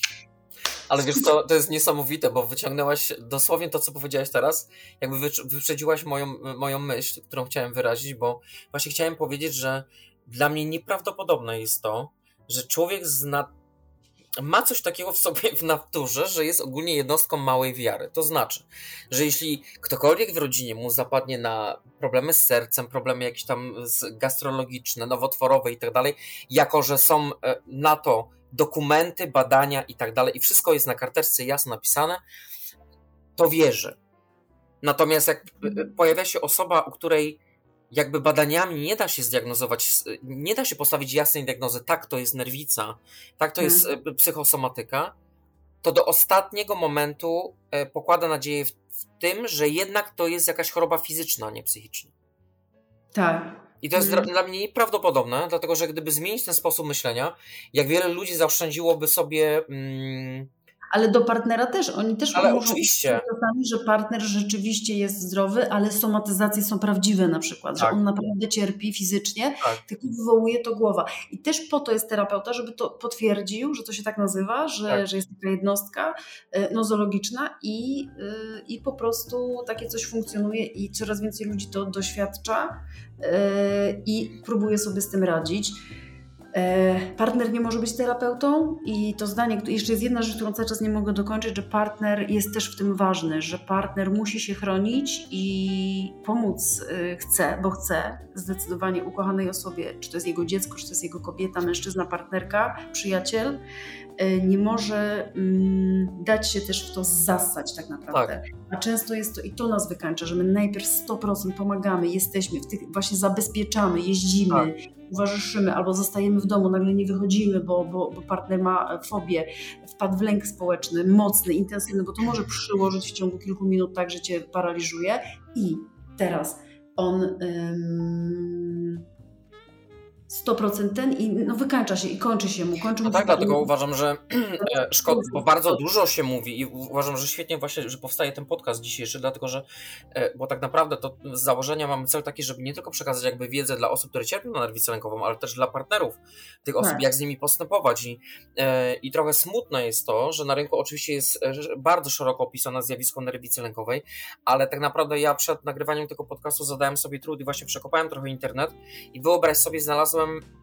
Ale wiesz co, to jest niesamowite, bo wyciągnęłaś dosłownie to, co powiedziałaś teraz, jakby wyprzedziłaś moją, moją myśl, którą chciałem wyrazić, bo właśnie chciałem powiedzieć, że dla mnie nieprawdopodobne jest to, że człowiek zna, ma coś takiego w sobie w naturze, że jest ogólnie jednostką małej wiary. To znaczy, że jeśli ktokolwiek w rodzinie mu zapadnie na problemy z sercem, problemy jakieś tam gastrologiczne, nowotworowe i tak dalej, jako że są na to dokumenty, badania i tak dalej i wszystko jest na karteczce jasno napisane, to wierzy. Natomiast jak pojawia się osoba, u której jakby badaniami nie da się zdiagnozować, nie da się postawić jasnej diagnozy, tak, to jest nerwica, tak, to jest hmm. psychosomatyka, to do ostatniego momentu pokłada nadzieję w, w tym, że jednak to jest jakaś choroba fizyczna, a nie psychiczna. Tak. I to jest hmm. dla mnie nieprawdopodobne, dlatego że gdyby zmienić ten sposób myślenia, jak wiele ludzi zaoszczędziłoby sobie... Mm, ale do partnera też, oni też ale oczywiście, czasami, że partner rzeczywiście jest zdrowy, ale somatyzacje są prawdziwe na przykład, tak. że on naprawdę cierpi fizycznie, tak. tylko wywołuje to głowa. I też po to jest terapeuta, żeby to potwierdził, że to się tak nazywa, że, tak. że jest taka jednostka nozologiczna i, i po prostu takie coś funkcjonuje i coraz więcej ludzi to doświadcza i próbuje sobie z tym radzić. Partner nie może być terapeutą i to zdanie, jeszcze jest jedna rzecz, którą cały czas nie mogę dokończyć, że partner jest też w tym ważny, że partner musi się chronić i pomóc chce, bo chce zdecydowanie ukochanej osobie, czy to jest jego dziecko, czy to jest jego kobieta, mężczyzna, partnerka, przyjaciel, nie może dać się też w to zassać tak naprawdę. Tak. A często jest to, i to nas wykańcza, że my najpierw sto procent pomagamy, jesteśmy, w tych właśnie zabezpieczamy, jeździmy, tak. towarzyszymy albo zostajemy w domu, nagle nie wychodzimy, bo, bo, bo partner ma fobię, wpadł w lęk społeczny, mocny, intensywny, bo to może przyłożyć w ciągu kilku minut tak, że cię paraliżuje i teraz on ym, sto procent ten i no, wykańcza się i kończy się mu. Kończy no mu tak, dlatego uważam, że szkoda, bo bardzo dużo się mówi i uważam, że świetnie właśnie, że powstaje ten podcast dzisiejszy, dlatego że, bo tak naprawdę to z założenia mamy cel taki, żeby nie tylko przekazać jakby wiedzę dla osób, które cierpią na nerwicę lękową, ale też dla partnerów tych osób, tak. jak z nimi postępować i, i trochę smutne jest to, że na rynku oczywiście jest bardzo szeroko opisane zjawisko nerwicy lękowej, ale tak naprawdę ja przed nagrywaniem tego podcastu zadałem sobie trud i właśnie przekopałem trochę internet i wyobraź sobie, znalazłem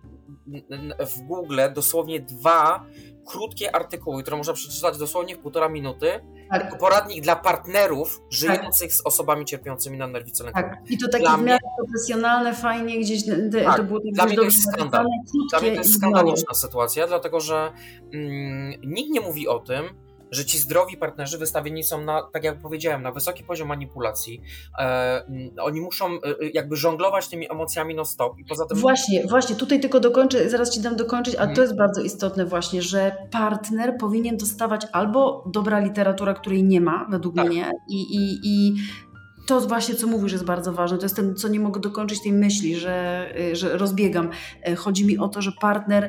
w Google dosłownie dwa krótkie artykuły, które można przeczytać dosłownie w półtora minuty. Tak. Jako poradnik dla partnerów żyjących tak. z osobami cierpiącymi na nerwicę lękową. Tak. I to takie w miarę profesjonalne, fajnie gdzieś te, tak. to było tak dla mnie to jest skandal. Dla mnie to jest skandaliczna sytuacja, dlatego że mm, nikt nie mówi o tym, że ci zdrowi partnerzy wystawieni są na, tak jak powiedziałem, na wysoki poziom manipulacji. E, oni muszą e, jakby żonglować tymi emocjami non stop i poza tym... Właśnie, właśnie, tutaj tylko dokończę, zaraz Ci dam dokończyć, ale Hmm. to jest bardzo istotne właśnie, że partner powinien dostawać albo dobra literatura, której nie ma, według Tak. mnie i, i, i to właśnie, co mówisz, jest bardzo ważne. To jest ten, co nie mogę dokończyć tej myśli, że, że rozbiegam. Chodzi mi o to, że partner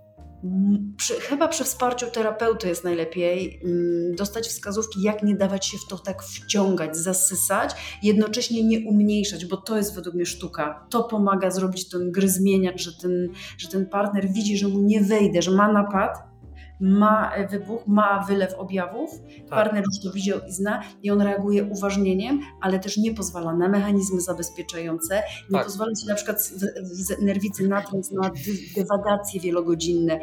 Przy, chyba przy wsparciu terapeuty jest najlepiej mm, dostać wskazówki, jak nie dawać się w to tak wciągać, zasysać, jednocześnie nie umniejszać, bo to jest według mnie sztuka. To pomaga zrobić ten gry zmieniacz, że ten, że ten partner widzi, że mu nie wejdę, że ma napad, ma wybuch, ma wylew objawów, Tak. partner już to widział i zna i on reaguje uważnieniem, ale też nie pozwala na mechanizmy zabezpieczające, nie Tak. pozwala się na przykład w, w nerwicy natrąc na dy, dywagacje wielogodzinne.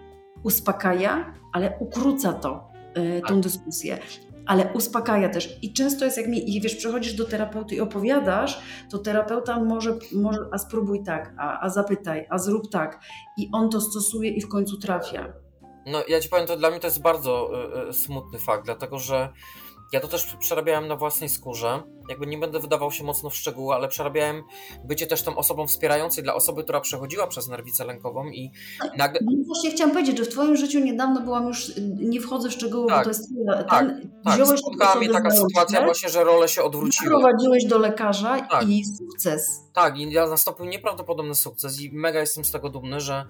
Uspokaja, ale ukróca to, y, tą Tak. dyskusję. Ale uspokaja też. I często jest jak mi, i wiesz, przychodzisz do terapeuty i opowiadasz, to terapeuta może, może a spróbuj tak, a, a zapytaj, a zrób tak. I on to stosuje i w końcu trafia. No ja ci powiem, to dla mnie to jest bardzo y, y, smutny fakt, dlatego że ja to też przerabiałem na własnej skórze. Jakby nie będę wydawał się mocno w szczegóły, ale przerabiałem bycie też tą osobą wspierającą dla osoby, która przechodziła przez nerwicę lękową i nagle... No właśnie chciałam powiedzieć, że w twoim życiu niedawno byłam już, nie wchodzę w szczegóły, Tak, bo to jest twoja, tak, ten, Tak, wziąłeś spotkała mnie osobę taka znającą, sytuacja właśnie, że role się odwróciły. prowadziłeś do lekarza Tak. i sukces. Tak, i ja nastąpił nieprawdopodobny sukces i mega jestem z tego dumny, że...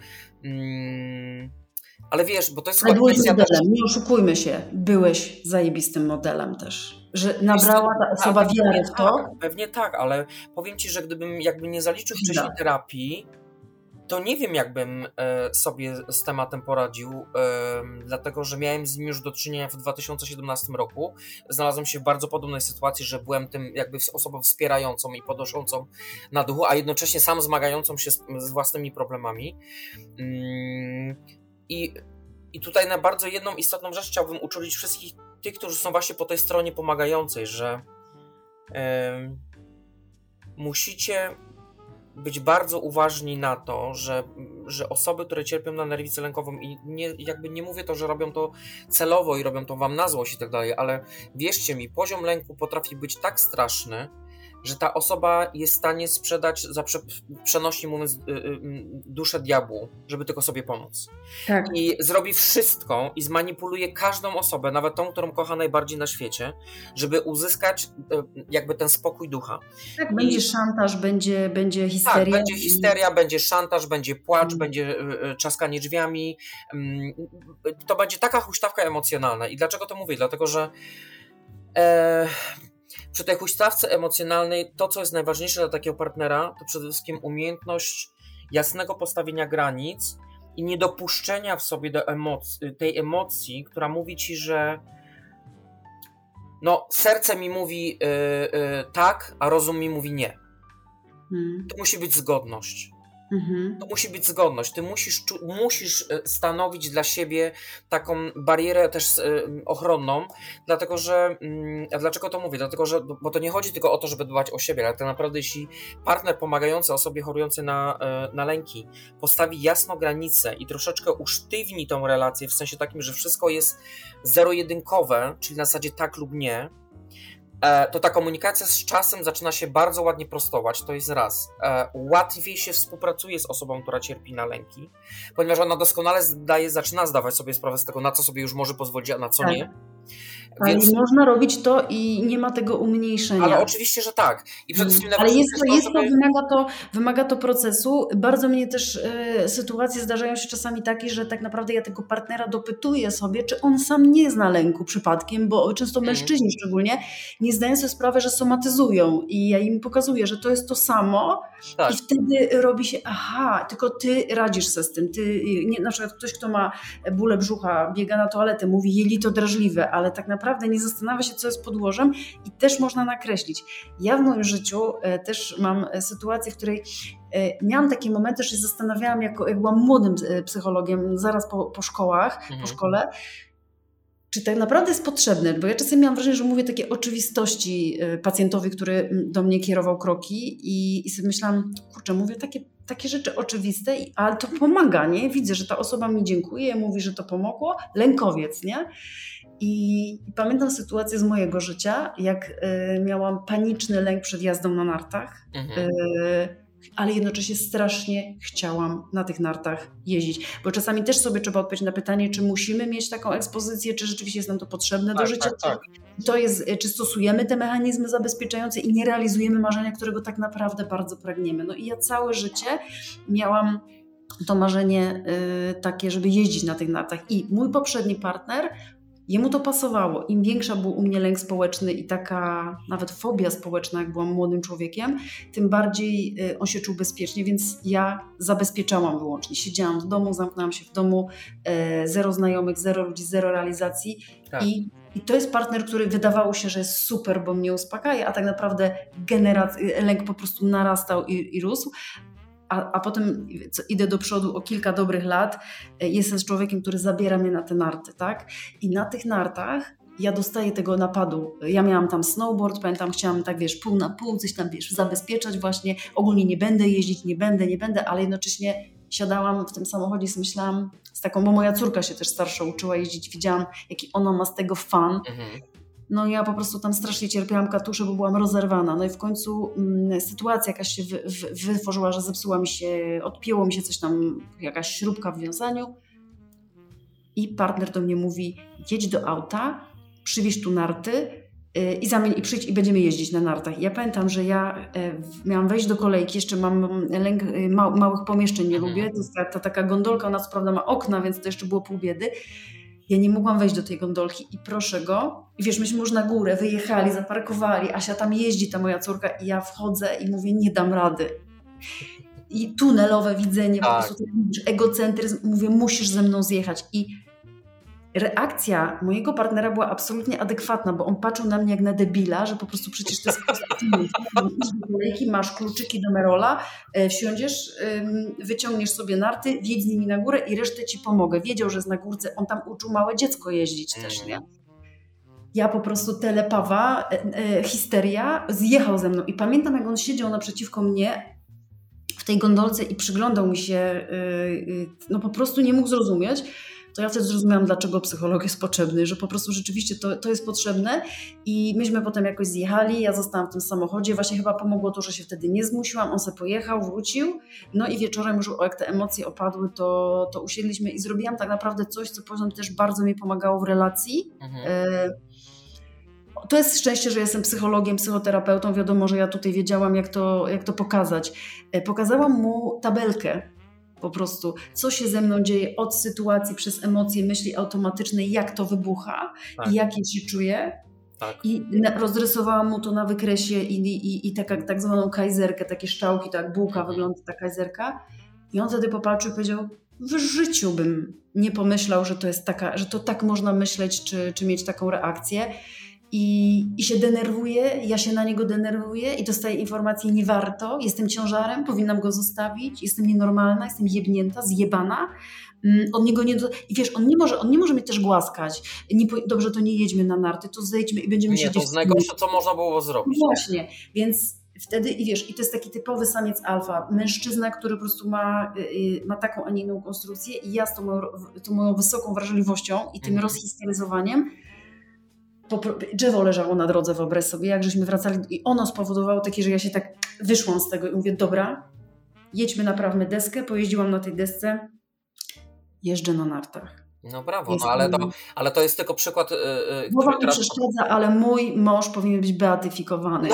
Mm, ale wiesz, bo to jest Ale chyba byłeś kwestia też... modelem, nie oszukujmy się, byłeś zajebistym modelem też. Że nabrała ta osoba Tak, wiary pewnie w to. Tak, pewnie tak, ale powiem ci, że gdybym jakby nie zaliczył wcześniej Da. terapii, to nie wiem, jakbym e, sobie z tematem poradził, e, dlatego że miałem z nim już do czynienia w dwa tysiące siedemnastym roku. Znalazłem się w bardzo podobnej sytuacji, że byłem tym jakby osobą wspierającą i podnoszącą na duchu, a jednocześnie sam zmagającą się z, z własnymi problemami. Mm, I I tutaj na bardzo jedną istotną rzecz chciałbym uczulić wszystkich tych, którzy są właśnie po tej stronie pomagającej, że yy, musicie być bardzo uważni na to, że, że osoby, które cierpią na nerwicę lękową i nie, jakby nie mówię to, że robią to celowo i robią to wam na złość i tak dalej, ale wierzcie mi, poziom lęku potrafi być tak straszny, że ta osoba jest w stanie sprzedać, za prze, przenośnie mówiąc, y, y, duszę diabłu, żeby tylko sobie pomóc. Tak. I zrobi wszystko i zmanipuluje każdą osobę, nawet tą, którą kocha najbardziej na świecie, żeby uzyskać y, jakby ten spokój ducha. Tak, I, będzie szantaż, będzie, będzie histeria. Tak, będzie histeria, będzie szantaż, będzie płacz, Mm. będzie y, y, trzaskanie drzwiami. Y, to będzie taka huśtawka emocjonalna. I dlaczego to mówię? Dlatego, że e, przy tej huśtawce emocjonalnej to, co jest najważniejsze dla takiego partnera, to przede wszystkim umiejętność jasnego postawienia granic i niedopuszczenia w sobie do emoc- tej emocji, która mówi ci, że no, serce mi mówi yy, yy, tak, a rozum mi mówi nie. Hmm. To musi być zgodność. Mhm. To musi być zgodność. Ty musisz, czu- musisz stanowić dla siebie taką barierę też y, ochronną, dlatego że, mm, a dlaczego to mówię? Dlatego, że, bo to nie chodzi tylko o to, żeby dbać o siebie, ale tak naprawdę jeśli partner pomagający osobie chorującej na, y, na lęki postawi jasno granicę i troszeczkę usztywni tą relację w sensie takim, że wszystko jest zero-jedynkowe, czyli na zasadzie tak lub nie, to ta komunikacja z czasem zaczyna się bardzo ładnie prostować, to jest raz. Łatwiej się współpracuje z osobą, która cierpi na lęki, ponieważ ona doskonale zdaje, zaczyna zdawać sobie sprawę z tego, na co sobie już może pozwolić, a na co tak. nie. Ale Więc... można robić to i nie ma tego umniejszenia. Ale oczywiście, że tak. I przede wszystkim Ale jest to, jest żeby... to, wymaga to, wymaga to procesu. Bardzo mnie też e, sytuacje zdarzają się czasami takie, że tak naprawdę ja tego partnera dopytuję sobie, czy on sam nie zna lęku przypadkiem, bo często mężczyźni szczególnie nie zdają sobie sprawy, że somatyzują i ja im pokazuję, że to jest to samo tak. i wtedy robi się, aha, tylko ty radzisz sobie z tym. Ty, nie, na przykład ktoś, kto ma bóle brzucha, biega na toaletę, mówi jelito drażliwe, ale tak naprawdę naprawdę nie zastanawia się, co jest podłożem i też można nakreślić. Ja w moim życiu e, też mam sytuację, w której e, miałam takie momenty, że się zastanawiałam, jak, jak byłam młodym psychologiem, zaraz po, po szkołach, mhm. po szkole, czy tak naprawdę jest potrzebne, bo ja czasem miałam wrażenie, że mówię takie oczywistości pacjentowi, który do mnie kierował kroki i, i sobie myślałam, kurczę, mówię takie, takie rzeczy oczywiste, ale to pomaga, nie? Widzę, że ta osoba mi dziękuje, mówi, że to pomogło, lękowiec, nie? I, i pamiętam sytuację z mojego życia, jak y, miałam paniczny lęk przed jazdą na nartach, Mhm. y, ale jednocześnie strasznie chciałam na tych nartach jeździć. Bo czasami też sobie trzeba odpowiedzieć na pytanie, czy musimy mieć taką ekspozycję, czy rzeczywiście jest nam to potrzebne do Tak, życia, tak, tak. Czy, to jest, czy stosujemy te mechanizmy zabezpieczające i nie realizujemy marzenia, którego tak naprawdę bardzo pragniemy. No i ja całe życie miałam to marzenie y, takie, żeby jeździć na tych nartach. I mój poprzedni partner, jemu to pasowało. Im większa był u mnie lęk społeczny i taka nawet fobia społeczna, jak byłam młodym człowiekiem, tym bardziej y, on się czuł bezpiecznie, więc ja zabezpieczałam wyłącznie. Siedziałam w domu, zamknęłam się w domu, y, zero znajomych, zero ludzi, zero realizacji. Tak. I, I to jest partner, który wydawało się, że jest super, bo mnie uspokaja, a tak naprawdę generac- lęk po prostu narastał i, i rósł. A, a potem co, idę do przodu o kilka dobrych lat, jestem z człowiekiem, który zabiera mnie na te narty, tak? I na tych nartach ja dostaję tego napadu. Ja miałam tam snowboard, pamiętam, chciałam tak, wiesz, pół na pół, coś tam, wiesz, zabezpieczać właśnie. Ogólnie nie będę jeździć, nie będę, nie będę, ale jednocześnie siadałam w tym samochodzie i myślałam z taką, bo moja córka się też starsza uczyła jeździć, widziałam, jaki ona ma z tego fan. Mhm. No ja po prostu tam strasznie cierpiałam katusze, bo byłam rozerwana. No i w końcu mm, sytuacja jakaś się wy, wy, wytworzyła, że zepsuła mi się, odpięło mi się coś tam, jakaś śrubka w wiązaniu. I partner do mnie mówi, jedź do auta, przywieź tu narty yy, i zamień i przyjdź i będziemy jeździć na nartach. I ja pamiętam, że ja yy, miałam wejść do kolejki, jeszcze mam lęk yy, ma, małych pomieszczeń, nie lubię. To jest ta, ta taka gondolka, ona co prawda ma okna, więc to jeszcze było pół biedy. Ja nie mogłam wejść do tej gondolki i proszę go. I wiesz, myśmy już na górę wyjechali, zaparkowali, Asia tam jeździ, ta moja córka, i ja wchodzę i mówię, nie dam rady. I tunelowe widzenie, Tak. po prostu ten egocentryzm, mówię, musisz ze mną zjechać. I reakcja mojego partnera była absolutnie adekwatna, bo on patrzył na mnie jak na debila, że po prostu przecież to jest iść do kolejki, masz kluczyki do Merola, e, wsiądziesz, ym, wyciągniesz sobie narty, wjedź z nimi na górę i resztę ci pomogę. Wiedział, że jest na górce, on tam uczył małe dziecko jeździć też, nie? Ja po prostu telepawa, e, e, histeria, zjechał ze mną i pamiętam, jak on siedział naprzeciwko mnie w tej gondolce i przyglądał mi się, y, y, no po prostu nie mógł zrozumieć. To ja wtedy zrozumiałam, dlaczego psycholog jest potrzebny, że po prostu rzeczywiście to, to jest potrzebne i myśmy potem jakoś zjechali, ja zostałam w tym samochodzie, właśnie chyba pomogło to, że się wtedy nie zmusiłam, on se pojechał, wrócił, no i wieczorem już jak te emocje opadły, to, to usiedliśmy i zrobiłam tak naprawdę coś, co potem też bardzo mi pomagało w relacji. Mhm. E, To jest szczęście, że jestem psychologiem, psychoterapeutą. Wiadomo, że ja tutaj wiedziałam, jak to, jak to pokazać. Pokazałam mu tabelkę po prostu, co się ze mną dzieje od sytuacji przez emocje, myśli automatyczne, jak to wybucha Tak. i jak ja się czuję. Tak. I na, rozrysowałam mu to na wykresie i, i, i taka, tak zwaną kajzerkę, takie szczałki, to jak bułka wygląda ta kajzerka. I on wtedy popatrzył i powiedział, w życiu bym nie pomyślał, że to jest taka, że to tak można myśleć, czy, czy mieć taką reakcję. I, I się denerwuje, ja się na niego denerwuję i dostaję informację, nie warto, jestem ciężarem, powinnam go zostawić, jestem nienormalna, jestem jebnięta, zjebana. On niego nie do... I wiesz, on nie może, on nie może mnie też głaskać. Nie po... Dobrze, to nie jedźmy na narty, to zejdźmy i będziemy Nie, siedzieć... to jest najgorsze, co można było zrobić. Właśnie, więc wtedy, i wiesz, i to jest taki typowy samiec alfa, mężczyzna, który po prostu ma, y, ma taką, a nie inną konstrukcję i ja z tą moją, tą moją wysoką wrażliwością i tym Mhm. rozhisteryzowaniem drzewo leżało na drodze, wyobraź sobie, jak żeśmy wracali i ono spowodowało takie, że ja się tak wyszłam z tego i mówię, dobra, jedźmy, naprawmy deskę, pojeździłam na tej desce, jeżdżę na nartach. No brawo, Jest no ale, to, to- ale to jest tylko przykład, yy, yy, Głowa który mi teraz... przeszkadza, ale mój mąż powinien być beatyfikowany.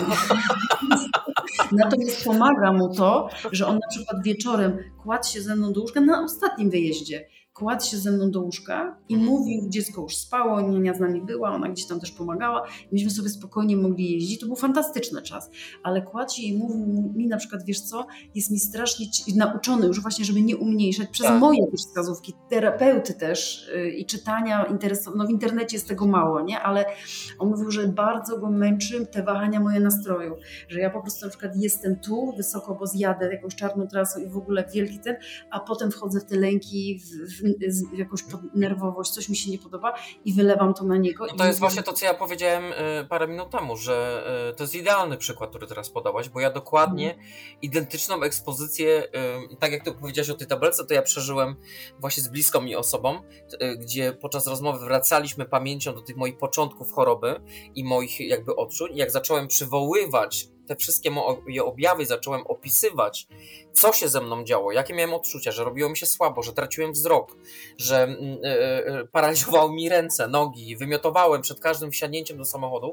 Natomiast pomaga mu to, że on na przykład wieczorem kładł się ze mną do łóżka na ostatnim wyjeździe. Kładł się ze mną do łóżka i mówił, dziecko już spało, niania z nami była, ona gdzieś tam też pomagała. Myśmy sobie spokojnie mogli jeździć, to był fantastyczny czas. Ale kładł się i mówił mi na przykład, wiesz co, jest mi strasznie ci- nauczony już właśnie, żeby nie umniejszać, przez Tak. moje też wskazówki, terapeuty też yy, i czytania, interesu- no w internecie jest tego mało, nie? Ale on mówił, że bardzo go męczy te wahania moje nastroju, że ja po prostu na przykład jestem tu wysoko, bo zjadę jakąś czarną trasą i w ogóle wielki ten, a potem wchodzę w te lęki, w, w, z, jakąś nerwowość, coś mi się nie podoba i wylewam to na niego. No to jest właśnie to, co ja powiedziałem y, parę minut temu, że y, to jest idealny przykład, który teraz podałaś, bo ja dokładnie hmm. identyczną ekspozycję, y, tak jak ty powiedziałaś o tej tabelce, to ja przeżyłem właśnie z bliską mi osobą, y, gdzie podczas rozmowy wracaliśmy pamięcią do tych moich początków choroby i moich jakby odczuć. Jak zacząłem przywoływać te wszystkie moje objawy, zacząłem opisywać, co się ze mną działo, jakie miałem odczucia, że robiło mi się słabo, że traciłem wzrok, że yy, paraliżowały mi ręce, nogi, wymiotowałem przed każdym wsiadnięciem do samochodu.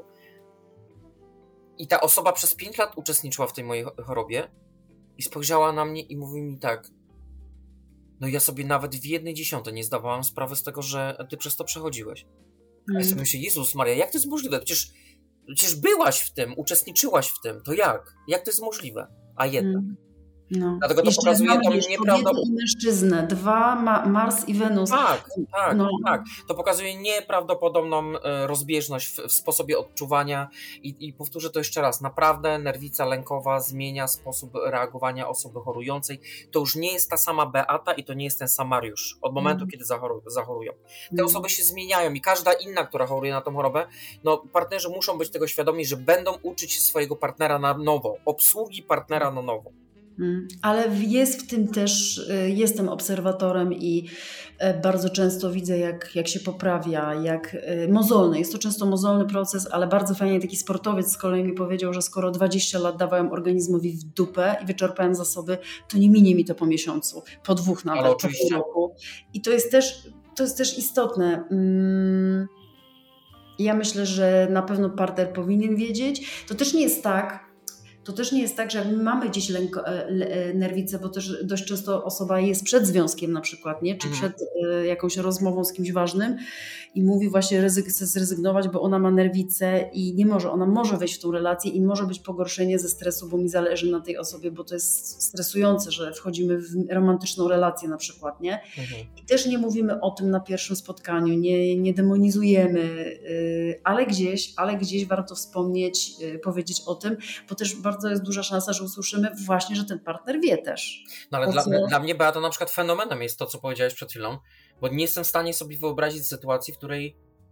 I ta osoba przez pięć lat uczestniczyła w tej mojej chorobie i spojrzała na mnie i mówi mi tak: no ja sobie nawet w jednej dziesiątej nie zdawałam sprawy z tego, że ty przez to przechodziłeś. Mm. A ja sobie myślę, Jezus Maria, jak to jest możliwe? Przecież, przecież byłaś w tym, uczestniczyłaś w tym, to jak? Jak to jest możliwe? A jednak. Mm. No. Dlatego to Jeszcze pokazuje mamy tą już nieprawdopodobną... kobietę i mężczyznę, dwa, Ma- Mars i Wenus. Tak, tak, no. tak. To pokazuje nieprawdopodobną rozbieżność w, w sposobie odczuwania i, i powtórzę to jeszcze raz, naprawdę nerwica lękowa zmienia sposób reagowania osoby chorującej. To już nie jest ta sama Beata i to nie jest ten sam Mariusz od momentu, mm. kiedy zachoru, zachorują. Te mm. osoby się zmieniają i każda inna, która choruje na tą chorobę, no partnerzy muszą być tego świadomi, że będą uczyć się swojego partnera na nowo, obsługi partnera na nowo. Ale jest w tym też, jestem obserwatorem i bardzo często widzę, jak, jak się poprawia, jak mozolny. Jest to często mozolny proces, ale bardzo fajnie taki sportowiec z kolei mi powiedział, że skoro dwadzieścia lat dawałem organizmowi w dupę i wyczerpałem zasoby, to nie minie mi to po miesiącu, po dwóch nawet, ale po oczywiście. pół roku. I to jest też, to jest też istotne. Hmm. Ja myślę, że na pewno partner powinien wiedzieć. To też nie jest tak, To też nie jest tak, że jak my mamy gdzieś lęko, nerwicę, bo też dość często osoba jest przed związkiem na przykład, nie? Czy przed y, jakąś rozmową z kimś ważnym i mówi właśnie, że chce zrezygnować, bo ona ma nerwicę i nie może, ona może wejść w tą relację i może być pogorszenie ze stresu, bo mi zależy na tej osobie, bo to jest stresujące, że wchodzimy w romantyczną relację na przykład, nie? Mhm. I też nie mówimy o tym na pierwszym spotkaniu, nie, nie demonizujemy, y, ale gdzieś, ale gdzieś warto wspomnieć, y, powiedzieć o tym, bo też bardzo bardzo jest duża szansa, że usłyszymy właśnie, że ten partner wie też. No ale dla, co... dla mnie, Beato, na przykład fenomenem jest to, co powiedziałeś przed chwilą, bo nie jestem w stanie sobie wyobrazić sytuacji, w której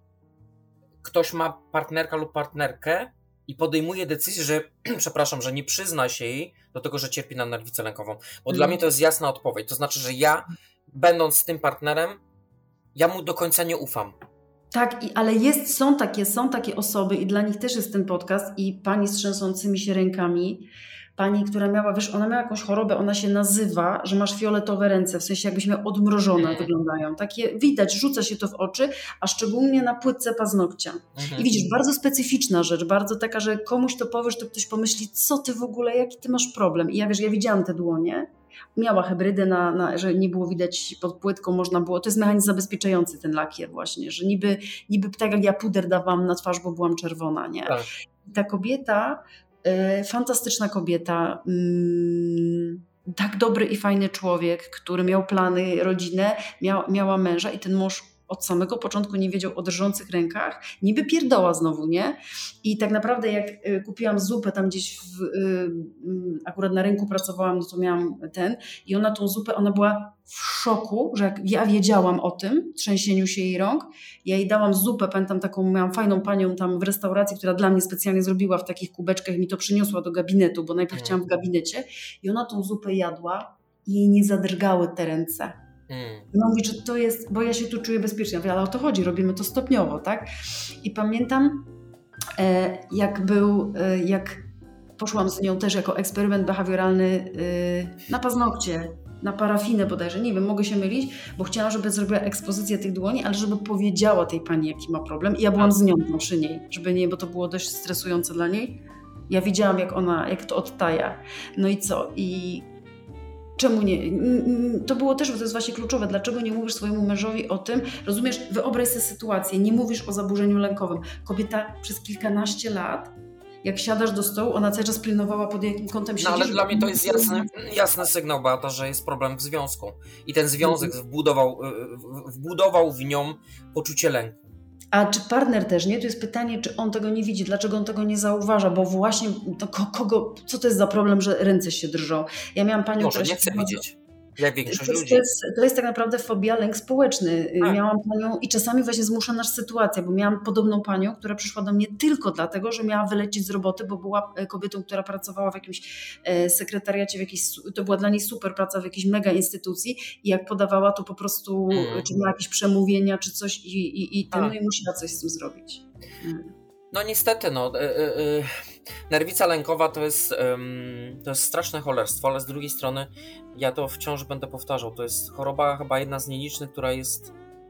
ktoś ma partnerka lub partnerkę i podejmuje decyzję, że przepraszam, że nie przyzna się jej do tego, że cierpi na nerwicę lękową. Bo mm. dla mnie to jest jasna odpowiedź. To znaczy, że ja, będąc z tym partnerem, ja mu do końca nie ufam. Tak, i, ale jest, są, takie, są takie osoby i dla nich też jest ten podcast i pani z trzęsącymi się rękami, pani, która miała, wiesz, ona miała jakąś chorobę, ona się nazywa, że masz fioletowe ręce, w sensie jakbyś miał odmrożone mm. wyglądają. Takie widać, rzuca się to w oczy, a szczególnie na płytce paznokcia. Mm-hmm. I widzisz, bardzo specyficzna rzecz, bardzo taka, że komuś to powiesz, to ktoś pomyśli, co ty w ogóle, jaki ty masz problem. I ja wiesz, ja widziałam te dłonie, miała hybrydę, na, na, że nie było widać pod płytką, można było, to jest mechanizm zabezpieczający ten lakier właśnie, że niby, niby tak jak ja puder dawałam na twarz, bo byłam czerwona, nie? Tak. I ta kobieta, y, fantastyczna kobieta, y, tak dobry i fajny człowiek, który miał plany, rodzinę, miał, miała męża i ten mąż od samego początku nie wiedział o drżących rękach, niby pierdoła znowu, nie? I tak naprawdę jak y, kupiłam zupę tam gdzieś, w, y, y, akurat na rynku pracowałam, no to miałam ten i ona tą zupę, ona była w szoku, że jak ja wiedziałam o tym trzęsieniu się jej rąk, ja jej dałam zupę, pamiętam taką, miałam fajną panią tam w restauracji, która dla mnie specjalnie zrobiła w takich kubeczkach i mi to przyniosła do gabinetu, bo najpierw chciałam w gabinecie i ona tą zupę jadła i jej nie zadrgały te ręce. Mm. I on mówi, że to jest, bo ja się tu czuję bezpiecznie. Ja mówię, ale o to chodzi, robimy to stopniowo, tak? I pamiętam, e, jak był, e, jak poszłam z nią też jako eksperyment behawioralny e, na paznokcie, na parafinę bodajże, nie wiem, mogę się mylić, bo chciałam, żeby zrobiła ekspozycję tych dłoni, ale żeby powiedziała tej pani, jaki ma problem i ja byłam z nią przy niej, żeby nie, bo to było dość stresujące dla niej. Ja widziałam, jak ona, jak to odtaja. No i co? I czemu nie? To było też, bo to jest właśnie kluczowe. Dlaczego nie mówisz swojemu mężowi o tym? Rozumiesz, wyobraź sobie sytuację, nie mówisz o zaburzeniu lękowym. Kobieta przez kilkanaście lat, jak siadasz do stołu, ona cały czas pilnowała, pod jakim kątem siedzisz. No ale dla mnie to jest jasny, jasny sygnał, Beata, że jest problem w związku. I ten związek mhm. wbudował, wbudował w nią poczucie lęku. A czy partner też, nie? To jest pytanie, czy on tego nie widzi, dlaczego on tego nie zauważa, bo właśnie to kogo, co to jest za problem, że ręce się drżą. Ja miałam panią, Może która nie chce się... widzieć. Jak większość To jest, ludzi. to, jest, to jest tak naprawdę fobia, lęk społeczny. Tak. Miałam panią i czasami właśnie zmusza nas sytuacja, bo miałam podobną panią, która przyszła do mnie tylko dlatego, że miała wylecieć z roboty, bo była kobietą, która pracowała w jakimś e, sekretariacie, w jakiejś, to była dla niej super praca w jakiejś mega instytucji i jak podawała to po prostu, Mm. czy miała jakieś przemówienia, czy coś i, i, i, ten, Tak. no i musiała coś z tym zrobić. Mm. No niestety, no, y, y, y, nerwica lękowa to jest, ym, to jest straszne cholerstwo, ale z drugiej strony ja to wciąż będę powtarzał, to jest choroba chyba jedna z nielicznych, która jest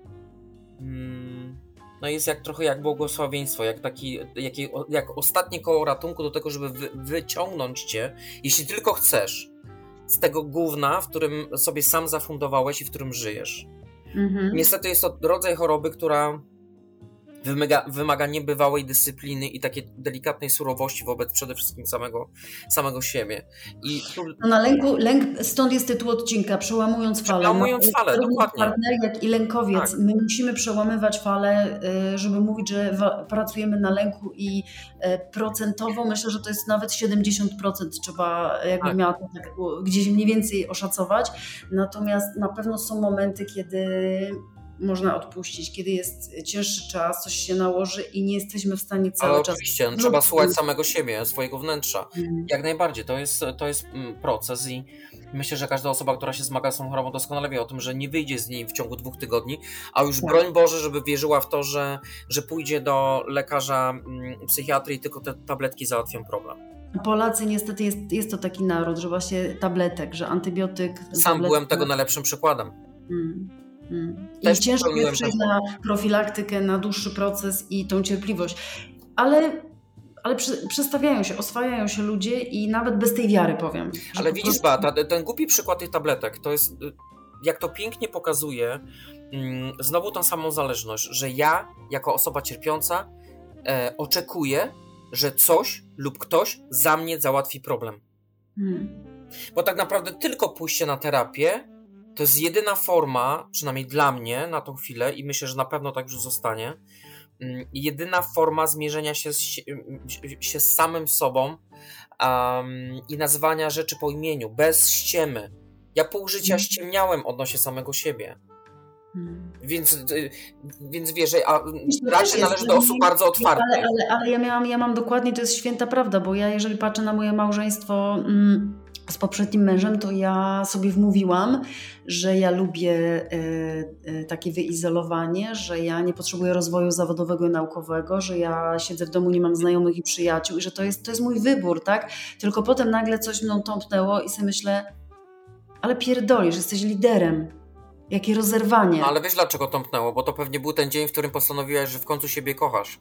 ym, no jest jak trochę jak błogosławieństwo, jak taki, jak, jak ostatnie koło ratunku do tego, żeby wy, wyciągnąć cię, jeśli tylko chcesz, z tego gówna, w którym sobie sam zafundowałeś i w którym żyjesz. Mhm. Niestety jest to rodzaj choroby, która Wymaga, wymaga niebywałej dyscypliny i takiej delikatnej surowości wobec przede wszystkim samego, samego siebie. I tu... No na lęku, lęk, stąd jest tytuł odcinka, przełamując falę. Przełamując No, falę, zarówno dokładnie. Partner, jak i lękowiec. Tak. My musimy przełamywać falę, y, żeby mówić, że wa- pracujemy na lęku i y, procentowo myślę, że to jest nawet siedemdziesiąt procent trzeba jakby Tak. miała to tak u- gdzieś mniej więcej oszacować. Natomiast na pewno są momenty, kiedy można odpuścić, kiedy jest cięższy czas, coś się nałoży i nie jesteśmy w stanie cały Ale czas... oczywiście, no, trzeba słuchać samego siebie, swojego wnętrza. Mm. Jak najbardziej, to jest, to jest mm, proces i myślę, że każda osoba, która się zmaga z tą chorobą, doskonale wie o tym, że nie wyjdzie z niej w ciągu dwóch tygodni, a już Tak. broń Boże, żeby wierzyła w to, że, że pójdzie do lekarza mm, psychiatry i tylko te tabletki załatwią problem. Polacy niestety jest, jest to taki naród, że właśnie tabletek, że antybiotyk... Sam tabletka. byłem tego najlepszym przykładem. Mm, mm. I Też ciężko popełniłem jest przejść ten na profilaktykę, na dłuższy proces i tą cierpliwość. Ale, ale przy, przestawiają się, oswajają się ludzie i nawet bez tej wiary powiem. że Ale po widzisz, prostu- Beata, ten głupi przykład tych tabletek, to jest, y, jak to pięknie pokazuje, mm, znowu tą samą zależność, że ja, jako osoba cierpiąca, e, oczekuję, że coś lub ktoś za mnie załatwi problem. Mm, Bo tak naprawdę tylko pójście na terapię to jest jedyna forma, przynajmniej dla mnie na tą chwilę i myślę, że na pewno tak już zostanie, mm, jedyna forma zmierzenia się z, się z samym sobą um, i nazywania rzeczy po imieniu, bez ściemy. Ja pół życia Mm. ściemniałem odnośnie samego siebie, mm. więc, y, więc wiesz, że a, Wiesz, to też raczej jest, należy do że osób nie- bardzo otwartych. Ale, ale, ale ja, miałam, ja mam dokładnie, to jest święta prawda, bo ja jeżeli patrzę na moje małżeństwo mm, z poprzednim mężem, to ja sobie wmówiłam, że ja lubię e, e, takie wyizolowanie, że ja nie potrzebuję rozwoju zawodowego i naukowego, że ja siedzę w domu, nie mam znajomych i przyjaciół i że to jest, to jest mój wybór, tak? Tylko potem nagle coś mną tąpnęło i sobie myślę, ale pierdolisz, jesteś liderem. Jakie rozerwanie. No, ale wiesz dlaczego tąpnęło? Bo to pewnie był ten dzień, w którym postanowiłaś, że w końcu siebie kochasz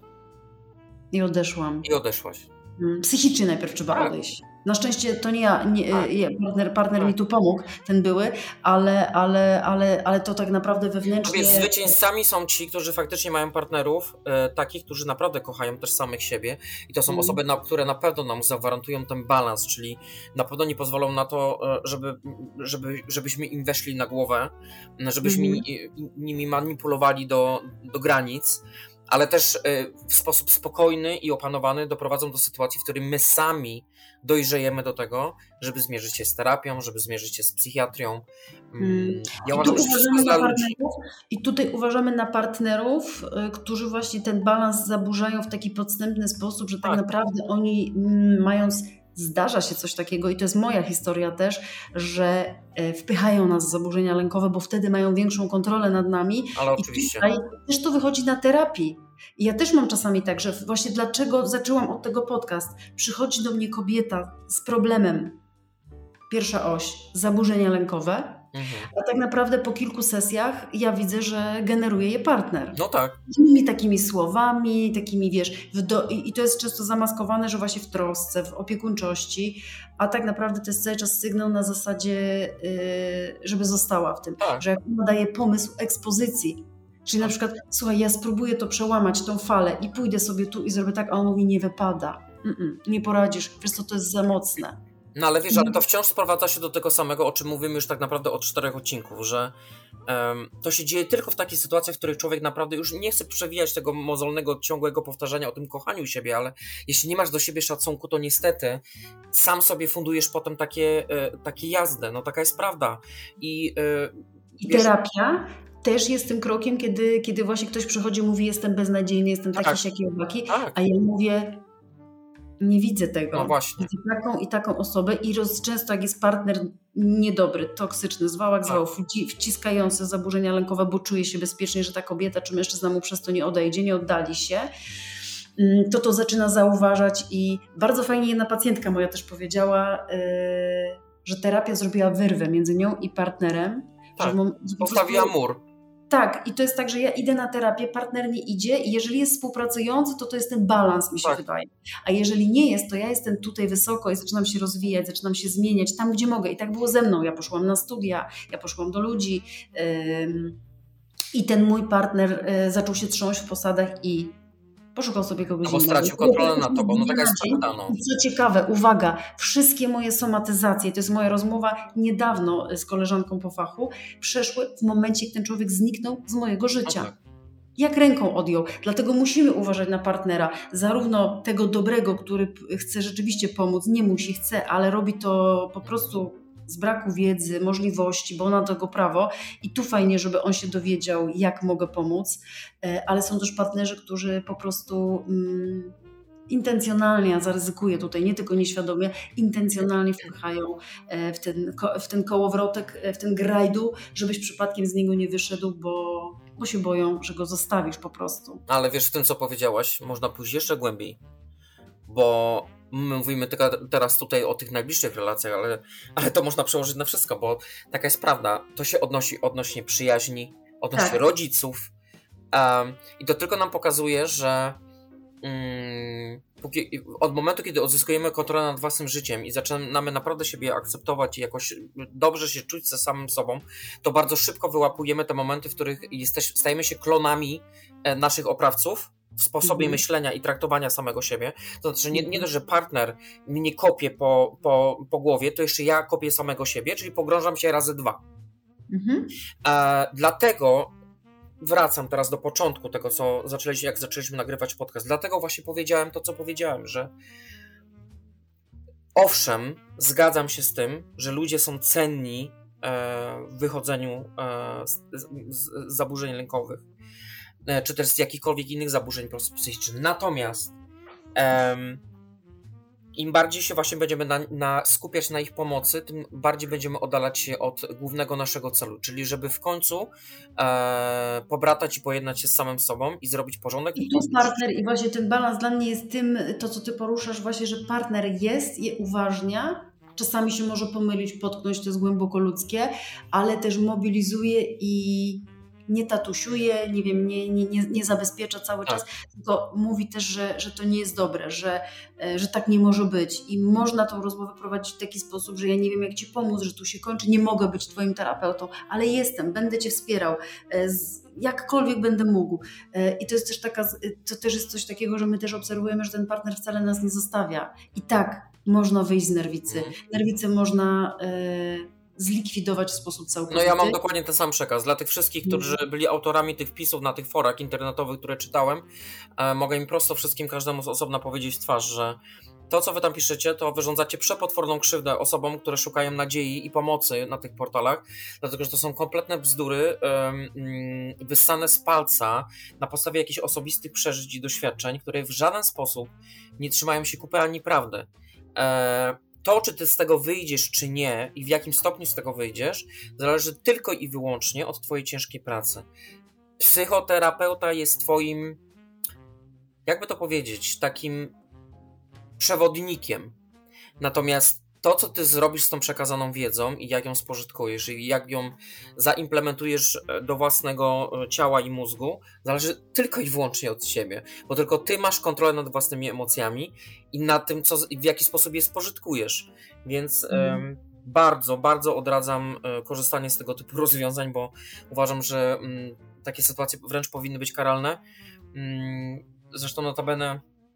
I odeszłam. i odeszłaś. Mm, Psychicznie najpierw trzeba Tak. odejść. Na szczęście to nie ja, nie, Tak. ja partner, partner Tak. mi tu pomógł, ten były, ale, ale, ale, ale to tak naprawdę No wewnętrznie... więc zwycięzcami są ci, którzy faktycznie mają partnerów, e, takich, którzy naprawdę kochają też samych siebie i to są Mm. osoby, na, które na pewno nam zagwarantują ten balans, czyli na pewno nie pozwolą na to, e, żeby, żeby, żebyśmy im weszli na głowę, żebyśmy Mhm. ni- nimi manipulowali do, do granic, ale też e, w sposób spokojny i opanowany doprowadzą do sytuacji, w której my sami dojrzejemy do tego, żeby zmierzyć się z terapią, żeby zmierzyć się z psychiatrią. Mm, Mm. Ja I, uważam, tu że wszystko uważamy jest na dla ludzi. partnerów, I tutaj uważamy na partnerów, y, którzy właśnie ten balans zaburzają w taki podstępny sposób, że tak, Tak. naprawdę oni mm, mając, zdarza się coś takiego i to jest moja historia też, że e, wpychają nas w zaburzenia lękowe, bo wtedy mają większą kontrolę nad nami. Ale I oczywiście. tutaj też to wychodzi na terapii. I ja też mam czasami tak, że właśnie dlaczego zaczęłam od tego podcast. Przychodzi do mnie kobieta z problemem, pierwsza oś, zaburzenia lękowe, Mhm. a tak naprawdę po kilku sesjach ja widzę, że generuje je partner. No tak. Innymi takimi słowami, takimi wiesz, w do, i, i to jest często zamaskowane, że właśnie w trosce, w opiekuńczości, a tak naprawdę to jest cały czas sygnał na zasadzie, yy, żeby została w tym. Tak. Że jak ona daje pomysł ekspozycji, czyli na przykład, słuchaj, ja spróbuję to przełamać, tą falę i pójdę sobie tu i zrobię tak, a on mówi, nie wypada. Mm-mm, nie poradzisz, wiesz co, to jest za mocne. No ale wiesz, ale to wciąż sprowadza się do tego samego, o czym mówimy już tak naprawdę od czterech odcinków, że um, to się dzieje tylko w takich sytuacjach, w których człowiek naprawdę już nie chce przewijać tego mozolnego, ciągłego powtarzania o tym kochaniu siebie, ale jeśli nie masz do siebie szacunku, to niestety sam sobie fundujesz potem takie, e, takie jazdy, no taka jest prawda. I, e, I wiesz, terapia też jest tym krokiem, kiedy, kiedy właśnie ktoś przychodzi i mówi, jestem beznadziejny, jestem taki, Tak. siaki, owaki, tak, a ja mówię, nie widzę tego. no właśnie. Widzę taką i taką osobę i roz, często jak jest partner niedobry, toksyczny, zwał jak Tak. zwał, wci- wciskający zaburzenia lękowe, bo czuje się bezpiecznie, że ta kobieta czy mężczyzna mu przez to nie odejdzie, nie oddali się, mm, to to zaczyna zauważać i bardzo fajnie jedna pacjentka moja też powiedziała, yy, że terapia zrobiła wyrwę między nią i partnerem. Tak. Że, mom- że po Postawiła prostu- mur. Tak, i to jest tak, że ja idę na terapię, partner nie idzie i jeżeli jest współpracujący, to to jest ten balans, mi się Tak. wydaje. A jeżeli nie jest, to ja jestem tutaj wysoko i zaczynam się rozwijać, zaczynam się zmieniać tam, gdzie mogę. I tak było ze mną. Ja poszłam na studia, ja poszłam do ludzi ym, i ten mój partner y, zaczął się trząść w posadach i poszukał sobie kogoś Bo innego. stracił kontrolę nad tobą, no taka jest prawda, no. I co ciekawe, uwaga, wszystkie moje somatyzacje, to jest moja rozmowa niedawno z koleżanką po fachu, przeszły w momencie, jak ten człowiek zniknął z mojego życia. No tak. Jak ręką odjął. Dlatego musimy uważać na partnera, zarówno tego dobrego, który p- chce rzeczywiście pomóc, nie musi, chce, ale robi to po prostu z braku wiedzy, możliwości, bo on ma do tego prawo i tu fajnie, żeby on się dowiedział, jak mogę pomóc, E, ale są też partnerzy, którzy po prostu mm, intencjonalnie, ja zaryzykuję tutaj, nie tylko nieświadomie, intencjonalnie wpychają e, w ten, ko- w ten kołowrotek, e, w ten grajdu, żebyś przypadkiem z niego nie wyszedł, bo, bo się boją, że go zostawisz po prostu. Ale wiesz, w tym co powiedziałaś, można pójść jeszcze głębiej, bo my mówimy tylko teraz tutaj o tych najbliższych relacjach, ale, ale to można przełożyć na wszystko, bo taka jest prawda, to się odnosi odnośnie przyjaźni, odnośnie Tak. rodziców um, i to tylko nam pokazuje, że um, póki, od momentu, kiedy odzyskujemy kontrolę nad własnym życiem i zaczynamy naprawdę siebie akceptować i jakoś dobrze się czuć ze samym sobą, to bardzo szybko wyłapujemy te momenty, w których jesteś, stajemy się klonami e, naszych oprawców w sposobie Mhm. myślenia i traktowania samego siebie. To znaczy nie, nie dość, że partner mnie kopie po, po, po głowie, to jeszcze ja kopię samego siebie, czyli pogrążam się razy dwa. Mhm. E, dlatego wracam teraz do początku tego, co zaczęliśmy, jak zaczęliśmy nagrywać podcast. Dlatego właśnie powiedziałem to, co powiedziałem, że owszem, zgadzam się z tym, że ludzie są cenni e, w wychodzeniu e, z, z, z zaburzeń lękowych, e, czy też z jakichkolwiek innych zaburzeń po prostu psychicznych. Natomiast em, im bardziej się właśnie będziemy na, na skupiać na ich pomocy, tym bardziej będziemy oddalać się od głównego naszego celu, czyli żeby w końcu e, pobratać i pojednać się z samym sobą i zrobić porządek. I tu partner, i właśnie ten balans dla mnie jest tym, to co ty poruszasz, właśnie, że partner jest, je uważnia, czasami się może pomylić, potknąć, to jest głęboko ludzkie, ale też mobilizuje i nie tatusiuje, nie wiem, nie, nie, nie, nie zabezpiecza cały Tak. czas, tylko mówi też, że, że to nie jest dobre, że, e, że tak nie może być i można tą rozmowę prowadzić w taki sposób, że ja nie wiem jak ci pomóc, że tu się kończy, nie mogę być twoim terapeutą, ale jestem, będę cię wspierał, e, z, jakkolwiek będę mógł. E, I to jest też taka, to też jest coś takiego, że my też obserwujemy, że ten partner wcale nas nie zostawia. I tak można wyjść z nerwicy. Mhm. Nerwicę można e, zlikwidować w sposób No całkowity. ja mam dokładnie ten sam przekaz. Dla tych wszystkich, którzy Mhm. byli autorami tych wpisów na tych forach internetowych, które czytałem, e, mogę im prosto wszystkim, każdemu z osobna powiedzieć w twarz, że to, co wy tam piszecie, to wyrządzacie przepotworną krzywdę osobom, które szukają nadziei i pomocy na tych portalach, dlatego że to są kompletne bzdury em, mm, wyssane z palca na podstawie jakichś osobistych przeżyć i doświadczeń, które w żaden sposób nie trzymają się kupy ani prawdy. E, To, czy ty z tego wyjdziesz, czy nie i w jakim stopniu z tego wyjdziesz, zależy tylko i wyłącznie od twojej ciężkiej pracy. Psychoterapeuta jest twoim, jakby to powiedzieć, takim przewodnikiem. Natomiast to, co ty zrobisz z tą przekazaną wiedzą i jak ją spożytkujesz i jak ją zaimplementujesz do własnego ciała i mózgu, zależy tylko i wyłącznie od ciebie, bo tylko ty masz kontrolę nad własnymi emocjami i nad tym, co, w jaki sposób je spożytkujesz. Więc Mhm. em, bardzo, bardzo odradzam e, korzystanie z tego typu rozwiązań, bo uważam, że mm, takie sytuacje wręcz powinny być karalne. Mm, zresztą notabene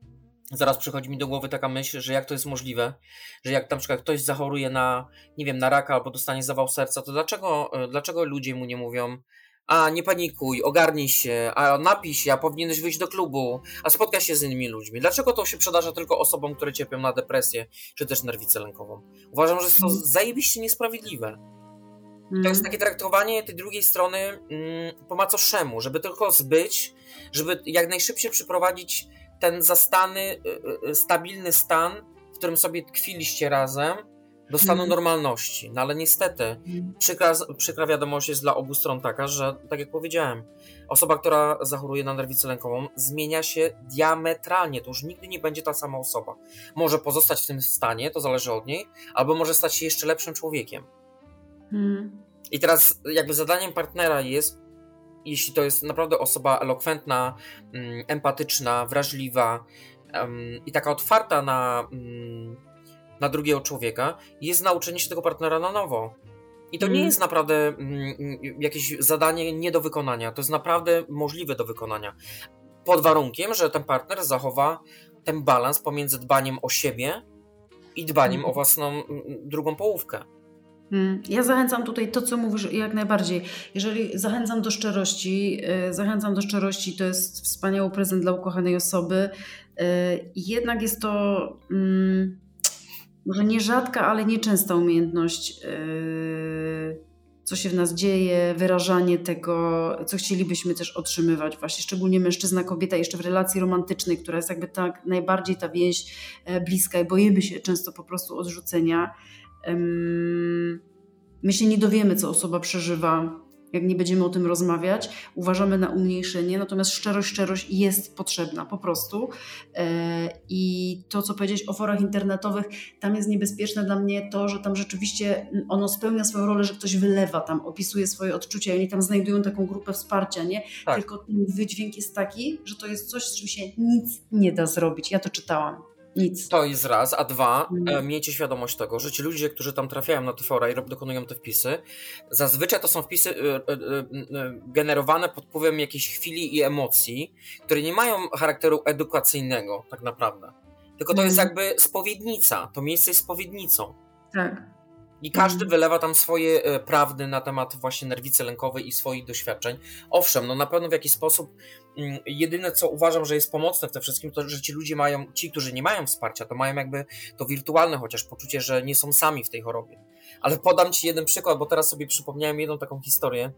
zaraz przychodzi mi do głowy taka myśl, że jak to jest możliwe, że jak na przykład ktoś zachoruje na, nie wiem, na raka albo dostanie zawał serca, to dlaczego, dlaczego ludzie mu nie mówią: a nie panikuj, ogarnij się, a napij się, a powinieneś wyjść do klubu, a spotkaj się z innymi ludźmi. Dlaczego to się przydarza tylko osobom, które cierpią na depresję, czy też nerwicę lękową? Uważam, że jest to zajebiście niesprawiedliwe. To jest takie traktowanie tej drugiej strony mm, po macoszemu, żeby tylko zbyć, żeby jak najszybciej przyprowadzić ten zastany, y, y, stabilny stan, w którym sobie tkwiliście razem, do stanu Mhm. normalności. No ale niestety Mhm. przykra, przykra wiadomość jest dla obu stron taka, że tak jak powiedziałem, osoba, która zachoruje na nerwicę lękową, zmienia się diametralnie. To już nigdy nie będzie ta sama osoba. Może pozostać w tym stanie, to zależy od niej, albo może stać się jeszcze lepszym człowiekiem. Mhm. I teraz jakby zadaniem partnera jest, jeśli to jest naprawdę osoba elokwentna, mm, empatyczna, wrażliwa em, i taka otwarta na, mm, na drugiego człowieka, jest nauczenie się tego partnera na nowo. I to nie Mhm. jest naprawdę mm, mm, jakieś zadanie nie do wykonania. To jest naprawdę możliwe do wykonania. Pod warunkiem, że ten partner zachowa ten balans pomiędzy dbaniem o siebie i dbaniem Mhm. o własną mm, drugą połówkę. Mm, Ja zachęcam tutaj to, co mówisz, jak najbardziej. Jeżeli zachęcam do szczerości, y, zachęcam do szczerości, to jest wspaniały prezent dla ukochanej osoby. y, I jednak jest to mm, może nie rzadka, ale nieczęsta umiejętność, y, co się w nas dzieje, wyrażanie tego, co chcielibyśmy też otrzymywać. Właśnie szczególnie mężczyzna, kobieta, jeszcze w relacji romantycznej, która jest jakby tak najbardziej ta więź e, bliska i boimy się często po prostu odrzucenia. Em, My się nie dowiemy, co osoba przeżywa, jak nie będziemy o tym rozmawiać. Uważamy na umniejszenie, natomiast szczerość, szczerość jest potrzebna po prostu. E, I to, co powiedziałeś o forach internetowych, tam jest niebezpieczne dla mnie to, że tam rzeczywiście ono spełnia swoją rolę, że ktoś wylewa tam, opisuje swoje odczucia i oni tam znajdują taką grupę wsparcia, nie? Tak. Tylko ten wydźwięk jest taki, że to jest coś, z czym się nic nie da zrobić. Ja to czytałam. Nic. To jest raz, a dwa, Mhm. e, miejcie świadomość tego, że ci ludzie, którzy tam trafiają na te fora i rob- dokonują te wpisy, zazwyczaj to są wpisy e, e, e, generowane pod wpływem jakiejś chwili i emocji, które nie mają charakteru edukacyjnego tak naprawdę. Tylko to Mhm. jest jakby spowiednica, to miejsce jest spowiednicą. Tak. I każdy Mhm. wylewa tam swoje e, prawdy na temat właśnie nerwicy lękowej i swoich doświadczeń. Owszem, no na pewno w jakiś sposób mm, jedyne, co uważam, że jest pomocne w tym wszystkim, to że ci ludzie mają, ci, którzy nie mają wsparcia, to mają jakby to wirtualne chociaż poczucie, że nie są sami w tej chorobie. Ale podam ci jeden przykład, bo teraz sobie przypomniałem jedną taką historię,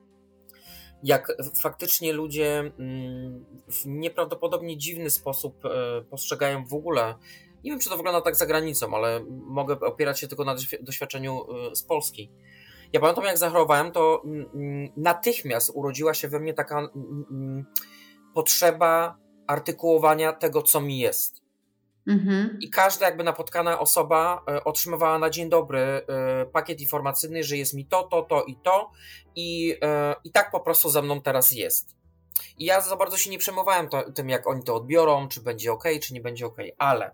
jak faktycznie ludzie mm, w nieprawdopodobnie dziwny sposób e, postrzegają w ogóle. Nie wiem, czy to wygląda tak za granicą, ale mogę opierać się tylko na doświ- doświadczeniu y, z Polski. Ja pamiętam, jak zachorowałem, to mm, natychmiast urodziła się we mnie taka mm, mm, potrzeba artykułowania tego, co mi jest. Mhm. I każda jakby napotkana osoba y, otrzymywała na dzień dobry y, pakiet informacyjny, że jest mi to, to, to i to i, y, i tak po prostu ze mną teraz jest. I ja za bardzo się nie przejmowałem to, tym, jak oni to odbiorą, czy będzie ok, czy nie będzie ok, ale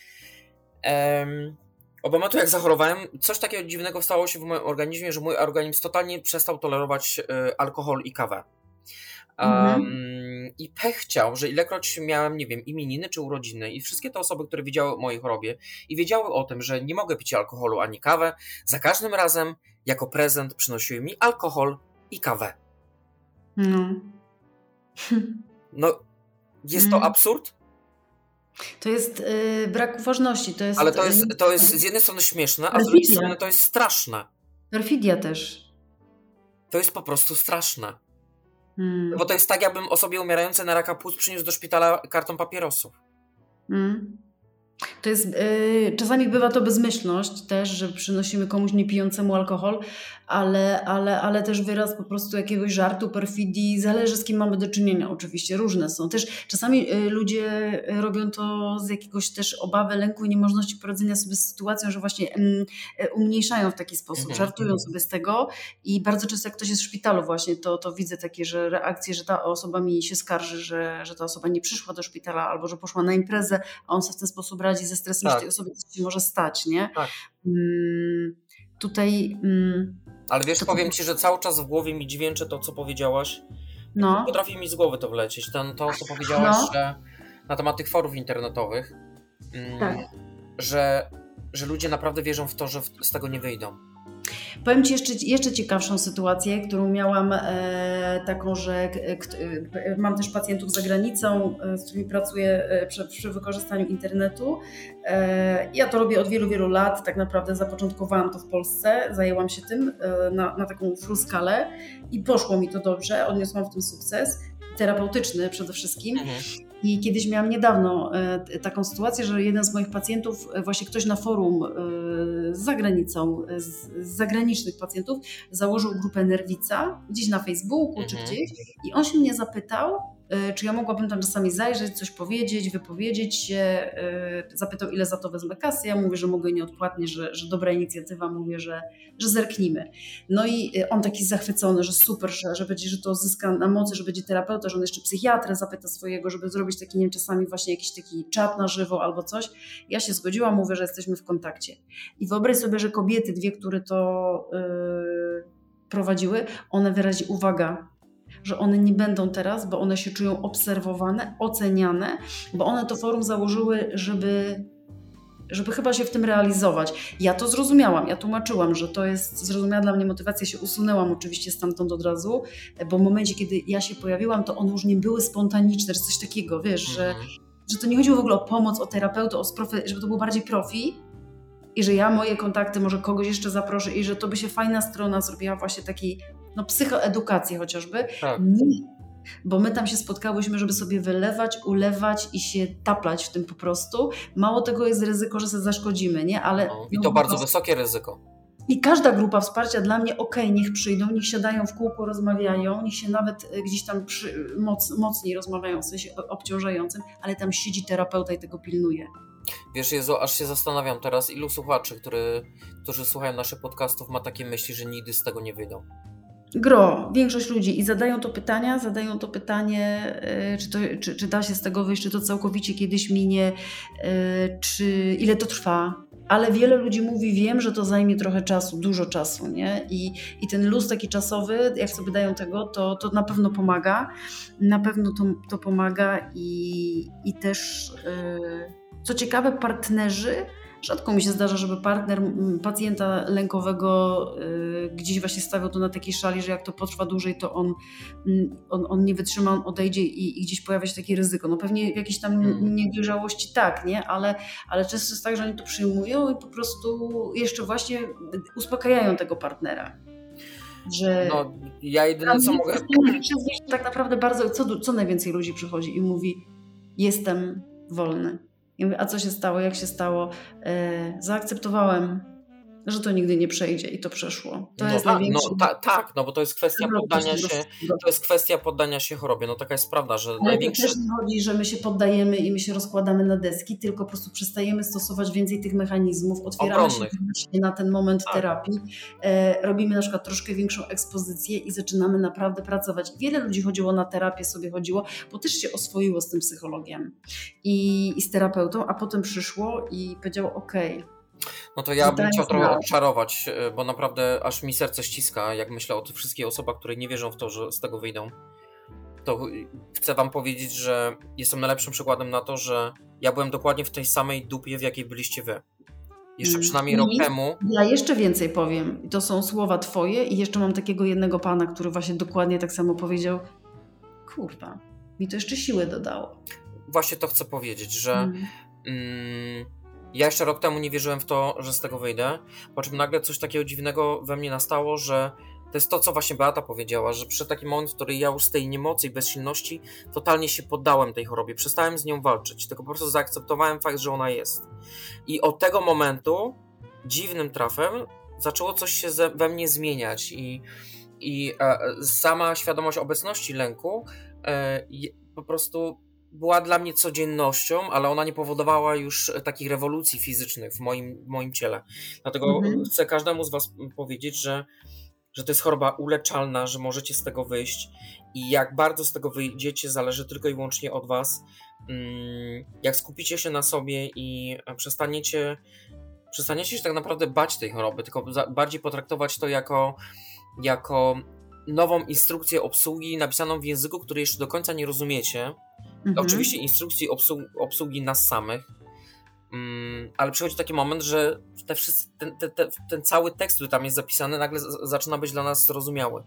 Um, od momentu jak zachorowałem, coś takiego dziwnego stało się w moim organizmie, że mój organizm totalnie przestał tolerować y, alkohol i kawę. Um, Mhm. I pech chciał, że ilekroć miałem, nie wiem, imieniny czy urodziny i wszystkie te osoby, które wiedziały o mojej chorobie i wiedziały o tym, że nie mogę pić alkoholu ani kawę, za każdym razem jako prezent przynosiły mi alkohol i kawę. No. No, jest to Mm. absurd, To jest y, brak uważności. To jest, ale to y, jest, to jest z jednej strony śmieszne, a z drugiej strony to jest straszne. perfidia też. To jest po prostu straszne. Mm. Bo to jest tak, jakbym osobie umierającej na raka płuc przyniósł do szpitala karton papierosów. Mm. To jest, y, czasami bywa to bezmyślność też, że przynosimy komuś niepijącemu alkohol, ale, ale, ale też wyraz po prostu jakiegoś żartu, perfidii, zależy z kim mamy do czynienia oczywiście, różne są. Też czasami y, ludzie robią to z jakiegoś też obawy, lęku i niemożności poradzenia sobie z sytuacją, że właśnie mm, y, umniejszają w taki sposób, Mhm. żartują sobie z tego i bardzo często jak ktoś jest w szpitalu właśnie, to, to widzę takie, że reakcje, że ta osoba mi się skarży, że, że ta osoba nie przyszła do szpitala albo że poszła na imprezę, a on sobie w ten sposób radzi ze stresem, Tak. że tej osobie coś się może stać, nie? Tak. Mm, tutaj, mm, Ale wiesz, To- powiem ci, że cały czas w głowie mi dźwięczy to, co powiedziałaś. no, Potrafi mi z głowy to wlecieć. Ten, to, co powiedziałaś, No. że, na temat tych forów internetowych, Tak. że, że ludzie naprawdę wierzą w to, że z tego nie wyjdą. Powiem Ci jeszcze, jeszcze ciekawszą sytuację, którą miałam e, taką, że e, k, e, mam też pacjentów za granicą, e, z którymi pracuję e, przy, przy wykorzystaniu internetu. E, ja to robię od wielu, wielu lat. Tak naprawdę zapoczątkowałam to w Polsce, zajęłam się tym e, na, na taką full skalę i poszło mi to dobrze, odniosłam w tym sukces, terapeutyczny przede wszystkim. Mhm. I kiedyś miałam niedawno e, taką sytuację, że jeden z moich pacjentów, e, właśnie ktoś na forum e, z zagranicą, e, z, z zagranicznych pacjentów, założył grupę Nerwica, gdzieś na Facebooku Mhm. czy gdzieś, i on się mnie zapytał, e, czy ja mogłabym tam czasami zajrzeć, coś powiedzieć, wypowiedzieć się, e, zapytał, ile za to wezmę kasy. Ja mówię, że mogę nieodpłatnie, że, że dobra inicjatywa, mówię, że, że zerknijmy. No i on taki zachwycony, że super, że, że będzie, że to zyska na mocy, że będzie terapeuta, że on jeszcze psychiatrę zapyta swojego, żeby zrobić taki, nie wiem, czasami właśnie jakiś taki czat na żywo albo coś. Ja się zgodziłam, mówię, że jesteśmy w kontakcie. I wyobraź sobie, że kobiety, dwie, które to yy, prowadziły, one wyraziły, uwaga, że one nie będą teraz, bo one się czują obserwowane, oceniane, bo one to forum założyły, żeby żeby chyba się w tym realizować. Ja to zrozumiałam, ja tłumaczyłam, że to jest zrozumiała dla mnie motywacja, się usunęłam oczywiście stamtąd od razu, bo w momencie, kiedy ja się pojawiłam, to one już nie były spontaniczne, czy coś takiego, wiesz, że, że to nie chodziło w ogóle o pomoc, o terapeutę, o profe, żeby to było bardziej profi i że ja moje kontakty może kogoś jeszcze zaproszę i że to by się fajna strona zrobiła właśnie takiej no, psychoedukacji chociażby. Tak. Nie. Bo my tam się spotkałyśmy, żeby sobie wylewać, ulewać i się taplać w tym po prostu. Mało tego, jest ryzyko, że sobie zaszkodzimy, nie? Ale No, I no, to bardzo prostu... wysokie ryzyko. I każda grupa wsparcia dla mnie, okej, okay, niech przyjdą, niech siadają w kółko, rozmawiają, niech się nawet gdzieś tam przy, moc, mocniej rozmawiają, w sensie obciążającym, ale tam siedzi terapeuta i tego pilnuje. Wiesz, Jezu, aż się zastanawiam teraz, ilu słuchaczy, który, którzy słuchają naszych podcastów, ma takie myśli, że nigdy z tego nie wyjdą. Gro, większość ludzi i zadają to pytania, zadają to pytanie, czy, to, czy, czy da się z tego wyjść, czy to całkowicie kiedyś minie, czy ile to trwa. Ale wiele ludzi mówi, wiem, że to zajmie trochę czasu, dużo czasu, nie? I, i ten luz taki czasowy, jak sobie dają tego, to, to na pewno pomaga. Na pewno to, to pomaga i, i też, co ciekawe, partnerzy, rzadko mi się zdarza, żeby partner pacjenta lękowego y, gdzieś właśnie stawiał to na takiej szali, że jak to potrwa dłużej, to on, on, on nie wytrzyma, on odejdzie i, i gdzieś pojawia się takie ryzyko. No pewnie w jakiejś tam niedojrzałości tak, nie? Ale, ale często jest tak, że oni to przyjmują i po prostu jeszcze właśnie uspokajają tego partnera. Że no, ja jedyne co mogę... Tak naprawdę bardzo, co, co najwięcej ludzi przychodzi i mówi, jestem wolny. I mówię, a co się stało, jak się stało? E, zaakceptowałem, że to nigdy nie przejdzie i to przeszło. To no jest tak, największy... no, ta, tak, no bo to jest kwestia poddania się, to jest kwestia poddania się chorobie, no taka jest prawda, że Ale największy... to też nie chodzi, że my się poddajemy i my się rozkładamy na deski, tylko po prostu przestajemy stosować więcej tych mechanizmów, otwieramy obronnych. się na ten moment tak. terapii, e, robimy na przykład troszkę większą ekspozycję i zaczynamy naprawdę pracować. Wiele ludzi chodziło na terapię, sobie chodziło, bo też się oswoiło z tym psychologiem i, i z terapeutą, a potem przyszło i powiedziało okej, okay, no to ja bym chciał trochę odczarować, bo naprawdę aż mi serce ściska, jak myślę o tych wszystkich osobach, które nie wierzą w to, że z tego wyjdą. To chcę wam powiedzieć, że jestem najlepszym przykładem na to, że ja byłem dokładnie w tej samej dupie, w jakiej byliście wy. Jeszcze przynajmniej I rok temu. Ja jeszcze więcej powiem. To są słowa twoje i jeszcze mam takiego jednego pana, który właśnie dokładnie tak samo powiedział. Kurwa, mi to jeszcze siły dodało. Właśnie to chcę powiedzieć, że... Mm. Mm, Ja jeszcze rok temu nie wierzyłem w to, że z tego wyjdę, po czym nagle coś takiego dziwnego we mnie nastało, że to jest to, co właśnie Beata powiedziała, że przy takim moment, w którym ja już z tej niemocy i bezsilności totalnie się poddałem tej chorobie, przestałem z nią walczyć, tylko po prostu zaakceptowałem fakt, że ona jest. I od tego momentu dziwnym trafem zaczęło coś się ze, we mnie zmieniać i, i e, sama świadomość obecności lęku e, po prostu była dla mnie codziennością, ale ona nie powodowała już takich rewolucji fizycznych w moim, w moim ciele. Dlatego mhm. chcę każdemu z was powiedzieć, że, że to jest choroba uleczalna, że możecie z tego wyjść i jak bardzo z tego wyjdziecie, zależy tylko i wyłącznie od was. Jak skupicie się na sobie i przestaniecie, przestaniecie się tak naprawdę bać tej choroby, tylko bardziej potraktować to jako, jako nową instrukcję obsługi napisaną w języku, który jeszcze do końca nie rozumiecie, Mhm. Oczywiście instrukcji obsługi, obsługi nas samych, um, ale przychodzi taki moment, że te wszyscy, ten, te, te, ten cały tekst, który tam jest zapisany, nagle z, zaczyna być dla nas zrozumiały.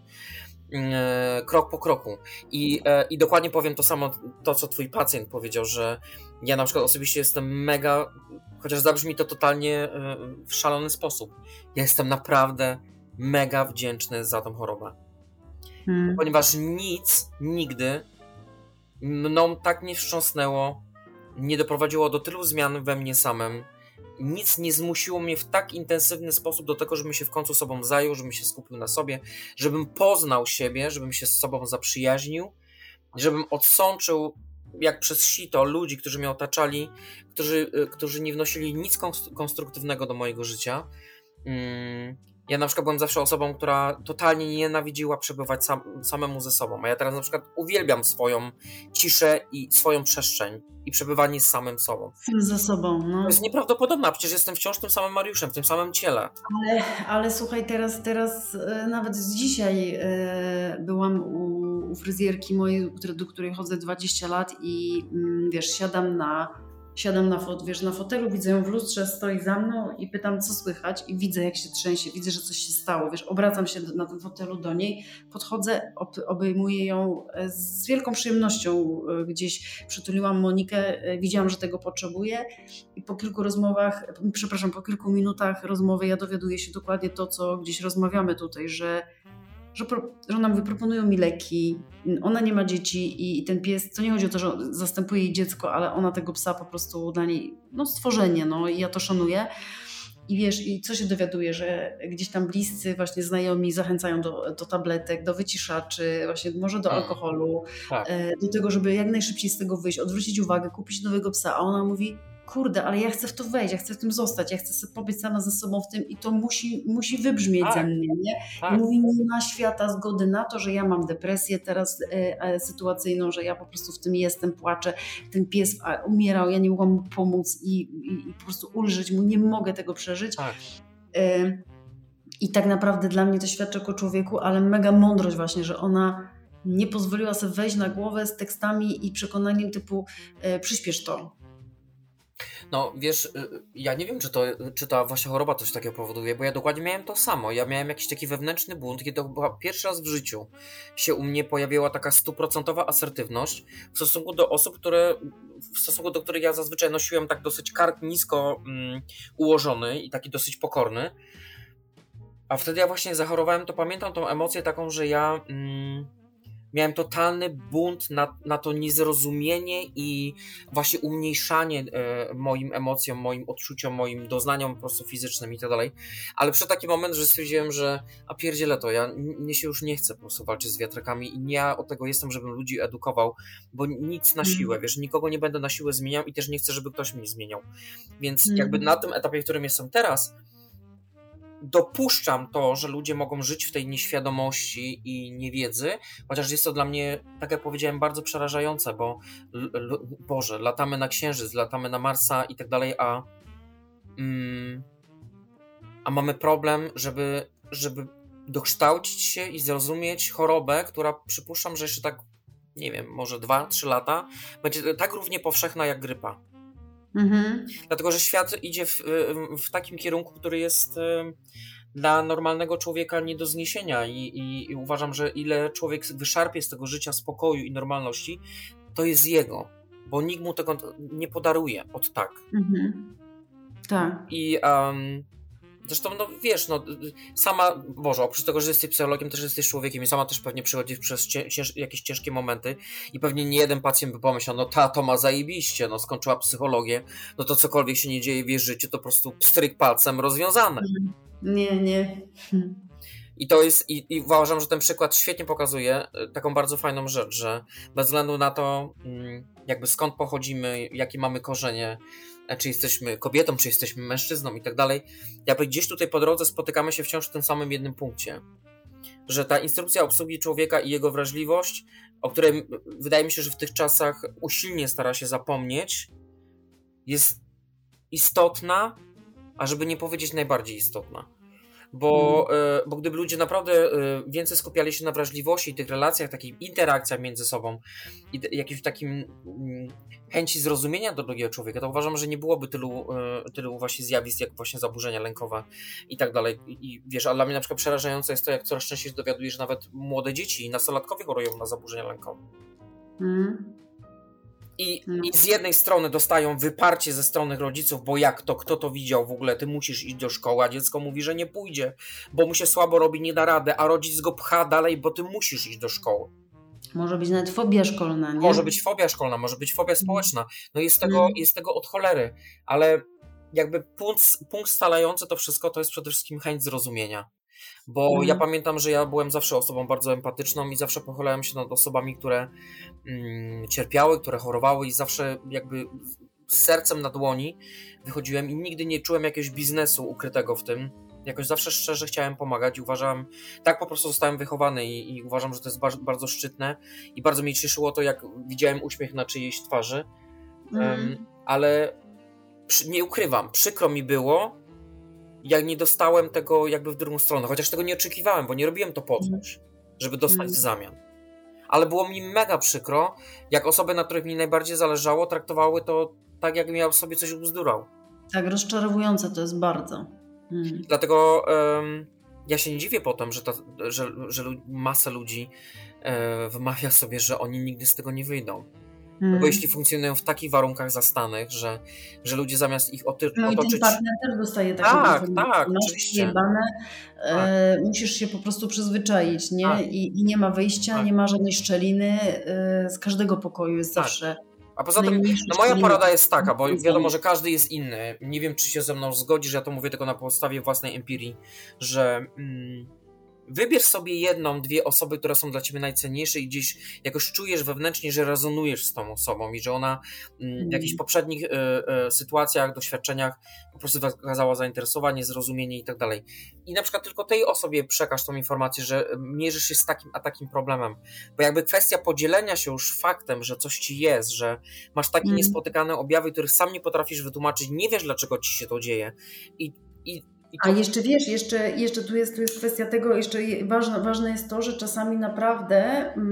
E, krok po kroku. I, e, I dokładnie powiem to samo, to co twój pacjent powiedział, że ja na przykład osobiście jestem mega, chociaż zabrzmi to totalnie e, w szalony sposób, ja jestem naprawdę mega wdzięczny za tą chorobę. Hmm. Ponieważ nic nigdy mną tak nie wstrząsnęło, nie doprowadziło do tylu zmian we mnie samym, nic nie zmusiło mnie w tak intensywny sposób do tego, żebym się w końcu sobą zajął, żebym się skupił na sobie, żebym poznał siebie, żebym się z sobą zaprzyjaźnił, żebym odsączył jak przez sito ludzi, którzy mnie otaczali, którzy, którzy nie wnosili nic konstruktywnego do mojego życia. Ja na przykład byłem zawsze osobą, która totalnie nienawidziła przebywać sam, samemu ze sobą, a ja teraz na przykład uwielbiam swoją ciszę i swoją przestrzeń i przebywanie z samym sobą. Ze sobą, no. To jest nieprawdopodobne, a przecież jestem wciąż tym samym Mariuszem, w tym samym ciele. Ale, ale słuchaj, teraz, teraz e, nawet dzisiaj e, byłam u, u fryzjerki mojej, do której chodzę dwadzieścia lat i mm, wiesz, siadam na Siadam na, fot, wiesz, na fotelu, widzę ją w lustrze, stoi za mną i pytam, co słychać, i widzę, jak się trzęsie, widzę, że coś się stało, wiesz, obracam się do, na tym fotelu do niej, podchodzę, ob, obejmuję ją z wielką przyjemnością, gdzieś przytuliłam Monikę, widziałam, że tego potrzebuje i po kilku rozmowach, przepraszam, po kilku minutach rozmowy ja dowiaduję się dokładnie to, co gdzieś rozmawiamy tutaj, że Że, pro, że nam wyproponują mi leki, ona nie ma dzieci i, i ten pies, to nie chodzi o to, że zastępuje jej dziecko, ale ona tego psa po prostu dla niej, no stworzenie, no i ja to szanuję. I wiesz, i co się dowiaduje, że gdzieś tam bliscy, właśnie znajomi zachęcają do, do tabletek, do wyciszaczy, właśnie może do alkoholu, Tak. do tego, żeby jak najszybciej z tego wyjść, odwrócić uwagę, kupić nowego psa, a ona mówi, kurde, ale ja chcę w to wejść, ja chcę w tym zostać, ja chcę sobie pobyć sama ze sobą w tym i to musi, musi wybrzmieć Tak. ze mnie, nie? Tak. I mówi, nie ma świata zgody na to, że ja mam depresję teraz e, sytuacyjną, że ja po prostu w tym jestem, płaczę, ten pies umierał, ja nie mogłam mu pomóc i, i, i po prostu ulżyć mu, nie mogę tego przeżyć. Tak. E, I tak naprawdę dla mnie to świadczy o człowieku, ale mega mądrość właśnie, że ona nie pozwoliła sobie wejść na głowę z tekstami i przekonaniem typu e, przyspiesz to. No wiesz, ja nie wiem, czy, to, czy ta właśnie choroba coś takiego powoduje, bo ja dokładnie miałem to samo. Ja miałem jakiś taki wewnętrzny bunt, kiedy to była pierwszy raz w życiu się u mnie pojawiła taka stuprocentowa asertywność w stosunku do osób, które, w stosunku do których ja zazwyczaj nosiłem tak dosyć kark nisko mm, ułożony i taki dosyć pokorny. A wtedy ja właśnie zachorowałem, to pamiętam tą emocję taką, że ja... Mm, miałem totalny bunt na, na to niezrozumienie i właśnie umniejszanie e, moim emocjom, moim odczuciom, moim doznaniom po prostu fizycznym i tak dalej. Ale przyszedł taki moment, że stwierdziłem, że a pierdzielę to, ja mnie się już nie chcę po prostu walczyć z wiatrakami i nie ja od tego jestem, żebym ludzi edukował, bo nic na siłę, wiesz, nikogo nie będę na siłę zmieniał i też nie chcę, żeby ktoś mnie zmieniał. Więc Mm. jakby na tym etapie, w którym jestem teraz, dopuszczam to, że ludzie mogą żyć w tej nieświadomości i niewiedzy, chociaż jest to dla mnie, tak jak powiedziałem, bardzo przerażające, bo l- l- Boże, latamy na Księżyc, latamy na Marsa i tak dalej, a mm, a mamy problem, żeby, żeby dokształcić się i zrozumieć chorobę, która przypuszczam, że jeszcze tak, nie wiem, może dwa, trzy lata będzie tak równie powszechna jak grypa. Mhm. Dlatego, że świat idzie w, w takim kierunku, który jest dla normalnego człowieka nie do zniesienia i, i, i uważam, że ile człowiek wyszarpie z tego życia spokoju i normalności, to jest jego, bo nikt mu tego nie podaruje od tak. Mhm. Tak. I um, zresztą, no wiesz, no sama, Boże, oprócz tego, że jesteś psychologiem, też jesteś człowiekiem i sama też pewnie przechodzisz przez cięż, jakieś ciężkie momenty i pewnie nie jeden pacjent by pomyślał, no ta to ma zajebiście, no skończyła psychologię, no to cokolwiek się nie dzieje w jej życiu, to po prostu pstryk palcem rozwiązane. Nie, nie. I to jest, i, i uważam, że ten przykład świetnie pokazuje taką bardzo fajną rzecz, że bez względu na to, jakby skąd pochodzimy, jakie mamy korzenie, czy jesteśmy kobietą, czy jesteśmy mężczyzną i tak dalej, jakby gdzieś tutaj po drodze spotykamy się wciąż w tym samym jednym punkcie. Że ta instrukcja obsługi człowieka i jego wrażliwość, o której wydaje mi się, że w tych czasach usilnie stara się zapomnieć, jest istotna, a żeby nie powiedzieć najbardziej istotna. bo, y, bo gdyby ludzie naprawdę y, więcej skupiali się na wrażliwości i tych relacjach, takich interakcjach między sobą i d- jakimś takim y, chęci zrozumienia do drugiego człowieka, to uważam, że nie byłoby tylu, y, tylu właśnie zjawisk, jak właśnie zaburzenia lękowe i tak dalej. I, i wiesz, a dla mnie na przykład przerażające jest to, jak coraz częściej się dowiaduję, że nawet młode dzieci i nastolatkowie chorują na zaburzenia lękowe. Mm. I, No. I z jednej strony dostają wyparcie ze strony rodziców, bo jak to, kto to widział w ogóle, ty musisz iść do szkoły, a dziecko mówi, że nie pójdzie, bo mu się słabo robi, nie da rady, a rodzic go pcha dalej, bo ty musisz iść do szkoły. Może być nawet fobia szkolna, nie? Może być fobia szkolna, może być fobia społeczna, no jest tego, Mm. jest tego od cholery, ale jakby punkt, punkt scalający to wszystko to jest przede wszystkim chęć zrozumienia. Bo Mhm. ja pamiętam, że ja byłem zawsze osobą bardzo empatyczną i zawsze pochylałem się nad osobami, które mm, cierpiały, które chorowały i zawsze jakby z sercem na dłoni wychodziłem i nigdy nie czułem jakiegoś biznesu ukrytego w tym. Jakoś zawsze szczerze chciałem pomagać i uważam, tak po prostu zostałem wychowany i, i uważam, że to jest bardzo, bardzo szczytne i bardzo mnie cieszyło to, jak widziałem uśmiech na czyjejś twarzy, Mhm. um, ale przy, nie ukrywam, przykro mi było, jak nie dostałem tego jakby w drugą stronę, chociaż tego nie oczekiwałem, bo nie robiłem to po coś, żeby dostać Mhm. w zamian. Ale było mi mega przykro, jak osoby, na których mi najbardziej zależało, traktowały to tak, jak miał sobie coś ubzdurał. Tak, rozczarowujące to jest bardzo. Mm. Dlatego um, ja się nie dziwię potem, że, ta, że, że lu- masa ludzi e, wymawia sobie, że oni nigdy z tego nie wyjdą. Mm. Bo jeśli funkcjonują w takich warunkach zastanych, że, że ludzie zamiast ich oty- No i ten otoczyć... partner też dostaje takie Tak, informacje. tak, Masz oczywiście. jebane, e, musisz się po prostu przyzwyczaić, nie? Tak. I, I nie ma wyjścia, Tak. nie ma żadnej szczeliny. E, z każdego pokoju jest Tak. zawsze A poza tym, najmniejsza no moja szczelina. porada jest taka, bo Jest wiadomo, tam. że każdy jest inny. Nie wiem, czy się ze mną zgodzisz, ja to mówię tylko na podstawie własnej empirii, że mm, wybierz sobie jedną, dwie osoby, które są dla ciebie najcenniejsze i gdzieś jakoś czujesz wewnętrznie, że rezonujesz z tą osobą i że ona mm, w jakichś poprzednich y, y, sytuacjach, doświadczeniach po prostu wykazała zainteresowanie, zrozumienie i tak dalej. I na przykład tylko tej osobie przekaż tą informację, że mierzysz się z takim a takim problemem. Bo jakby kwestia podzielenia się już faktem, że coś ci jest, że masz takie Mm. niespotykane objawy, których sam nie potrafisz wytłumaczyć, nie wiesz, dlaczego ci się to dzieje. I, i, i A to... jeszcze wiesz, jeszcze, jeszcze tu, jest, tu jest kwestia tego, jeszcze je- ważne, ważne jest to, że czasami naprawdę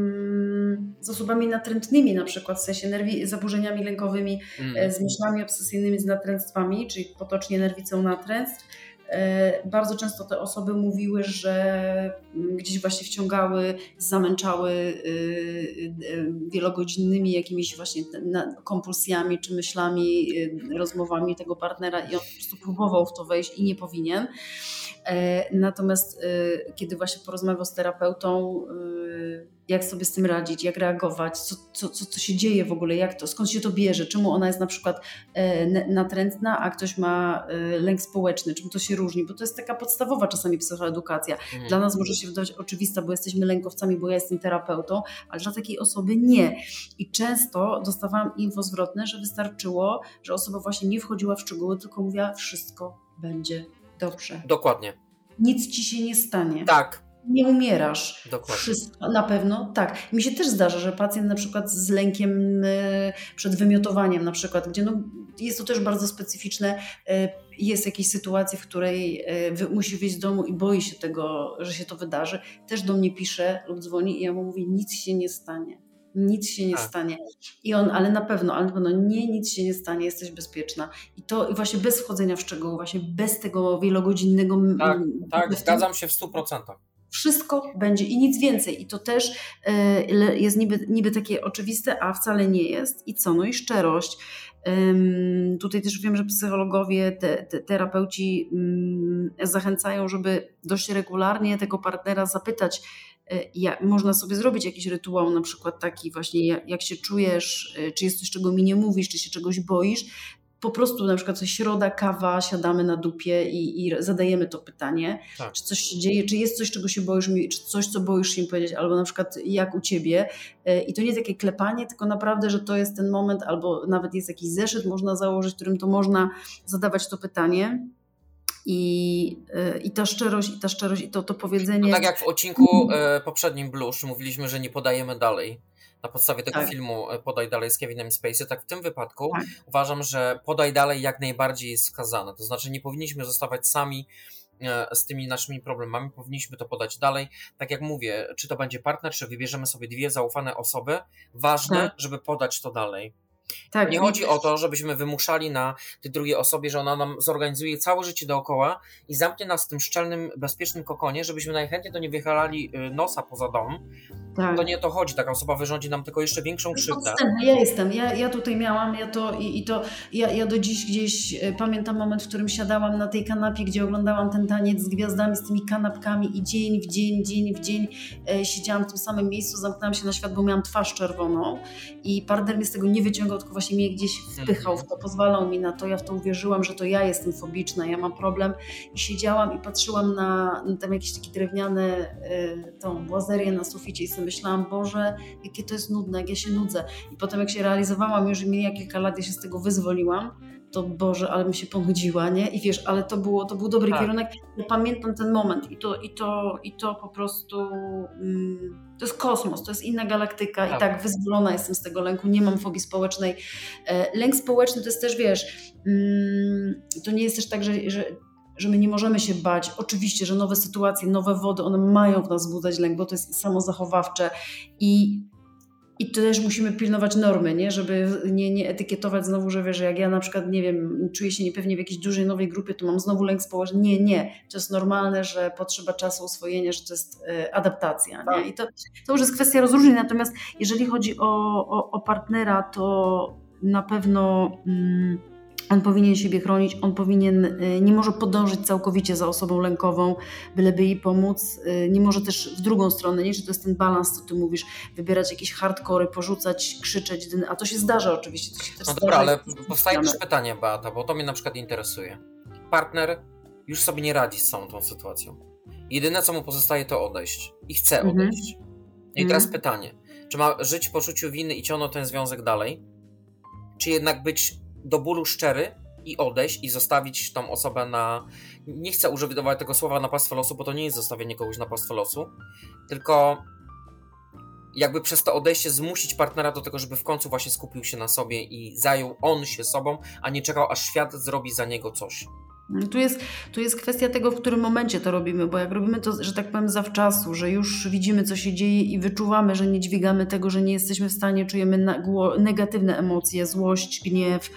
mm, z osobami natrętnymi, na przykład w sensie nerwi, zaburzeniami lękowymi, Mm. e, z myślami obsesyjnymi, z natręctwami, czyli potocznie nerwicą natręctw, e, bardzo często te osoby mówiły, że mm, gdzieś właśnie wciągały, zamęczały y, y, wielogodzinnymi jakimiś właśnie na- kompulsjami czy myślami, y, rozmowami tego partnera i on po prostu próbował w to wejść i nie powinien. E, Natomiast e, kiedy właśnie porozmawiał z terapeutą, e, jak sobie z tym radzić, jak reagować, co, co, co, co się dzieje w ogóle, jak to, skąd się to bierze, czemu ona jest na przykład e, n- natrętna, a ktoś ma e, lęk społeczny, czym to się różni, bo to jest taka podstawowa czasami psychoedukacja. Mm. Dla nas może się wydawać oczywista, bo jesteśmy lękowcami, bo ja jestem terapeutą, ale dla takiej osoby nie. I często dostawałam info zwrotne, że wystarczyło, że osoba właśnie nie wchodziła w szczegóły, tylko mówiła, wszystko będzie dobrze. Dokładnie. Nic ci się nie stanie. Tak, Nie umierasz. dokładnie. Wszystko, na pewno, tak. Mi się też zdarza, że pacjent na przykład z lękiem e, przed wymiotowaniem na przykład, gdzie no, jest to też bardzo specyficzne, e, jest jakieś sytuacja, w której e, wy, musi wyjść z domu i boi się tego, że się to wydarzy, też do mnie pisze lub dzwoni i ja mu mówię, nic się nie stanie. Nic się nie Tak. stanie. I on, ale na pewno, ale na pewno nie, nic się nie stanie, jesteś bezpieczna. I to i właśnie bez wchodzenia w szczegóły, właśnie bez tego wielogodzinnego... Tak, m- tak, m- zgadzam się w stu procentach. Wszystko będzie i nic więcej. I to też e, le- jest niby, niby takie oczywiste, a wcale nie jest. I co? No i szczerość. Ym, tutaj też wiem, że psychologowie, te, te, terapeuci ym, zachęcają, żeby dość regularnie tego partnera zapytać, e, jak, można sobie zrobić jakiś rytuał, na przykład taki właśnie, jak, jak się czujesz, e, czy jest coś, czego mi nie mówisz, czy się czegoś boisz. Po prostu na przykład coś środa, kawa, siadamy na dupie i, i zadajemy to pytanie, Tak. czy coś się dzieje, czy jest coś, czego się boisz mi, czy coś, co boisz się mi powiedzieć, albo na przykład jak u ciebie. E, I to nie takie klepanie, tylko naprawdę, że to jest ten moment, albo nawet jest jakiś zeszyt, można założyć, w którym to można zadawać to pytanie. I, e, i ta szczerość, i ta szczerość, i to, to powiedzenie. No tak jak w odcinku e, poprzednim Blush mówiliśmy, że nie podajemy dalej. Na podstawie tego Tak. filmu e, Podaj dalej z Kevinem Spacey, tak w tym wypadku Tak. uważam, że podaj dalej jak najbardziej jest wskazane. To znaczy nie powinniśmy zostawać sami z tymi naszymi problemami, powinniśmy to podać dalej. Tak jak mówię, czy to będzie partner, czy wybierzemy sobie dwie zaufane osoby, ważne, Tak. żeby podać to dalej. Tak, Nie i- chodzi o to, żebyśmy wymuszali na tej drugiej osobie, że ona nam zorganizuje całe życie dookoła i zamknie nas w tym szczelnym, bezpiecznym kokonie, żebyśmy najchętniej to nie wychylali y, nosa poza dom. tak. To nie o to chodzi, taka osoba wyrządzi nam tylko jeszcze większą krzywdę. Podstępne. Ja jestem, ja, ja tutaj miałam, ja to i, i to, ja, ja do dziś gdzieś e, pamiętam moment, w którym siadałam na tej kanapie, gdzie oglądałam ten taniec z gwiazdami, z tymi kanapkami i dzień w dzień, dzień w dzień e, siedziałam w tym samym miejscu, zamknęłam się na świat, bo miałam twarz czerwoną i partner mnie z tego nie wyciągał, tylko właśnie mnie gdzieś wpychał w to, pozwalał mi na to, ja w to uwierzyłam, że to ja jestem fobiczna, ja mam problem i siedziałam i patrzyłam na, na tam jakieś takie drewniane e, tą błazerię na suficie i sobie myślałam, Boże, jakie to jest nudne, jak ja się nudzę. I potem jak się realizowałam, już mija kilka lat, ja się z tego wyzwoliłam, to Boże, ale bym się ponudziła, nie? I wiesz, ale to, było, to był dobry Tak. kierunek. Ja pamiętam ten moment i to, i to, i to po prostu mm, to jest kosmos, to jest inna galaktyka Tak. i tak wyzwolona jestem z tego lęku, nie mam fobii społecznej. E, lęk społeczny to jest też, wiesz, mm, to nie jest też tak, że, że że my nie możemy się bać. Oczywiście, że nowe sytuacje, nowe wody, one mają w nas wzbudzać lęk, bo to jest samozachowawcze i, i też musimy pilnować normy, nie? Żeby nie, nie etykietować znowu, że wiesz, że jak ja na przykład, nie wiem, czuję się niepewnie w jakiejś dużej nowej grupie, to mam znowu lęk społeczny. Nie, nie. To jest normalne, że potrzeba czasu oswojenia, że to jest e, adaptacja. Nie? I to, to już jest kwestia rozróżnień. Natomiast jeżeli chodzi o, o, o partnera, to na pewno... Mm, on powinien siebie chronić, on powinien, nie może podążyć całkowicie za osobą lękową, byleby jej pomóc. Nie może też w drugą stronę, nie? Czy to jest ten balans, co ty mówisz, wybierać jakieś hardkory, porzucać, krzyczeć, a to się zdarza oczywiście. To się też No zdarza. dobra, ale powstaje też pytanie, Beata, bo to mnie na przykład interesuje. Partner już sobie nie radzi z całą tą sytuacją. Jedyne, co mu pozostaje, to odejść. I chce Mhm. odejść. I teraz Mhm. pytanie, czy ma żyć w poczuciu winy i ciągnąć ten związek dalej? Czy jednak być do bólu szczery i odejść i zostawić tą osobę na... Nie chcę używać tego słowa na pastwę losu, bo to nie jest zostawienie kogoś na pastwę losu, tylko jakby przez to odejście zmusić partnera do tego, żeby w końcu właśnie skupił się na sobie i zajął on się sobą, a nie czekał, aż świat zrobi za niego coś. Tu jest, tu jest kwestia tego, w którym momencie to robimy, bo jak robimy to, że tak powiem, zawczasu, że już widzimy, co się dzieje i wyczuwamy, że nie dźwigamy tego, że nie jesteśmy w stanie, czujemy negatywne emocje, złość, gniew,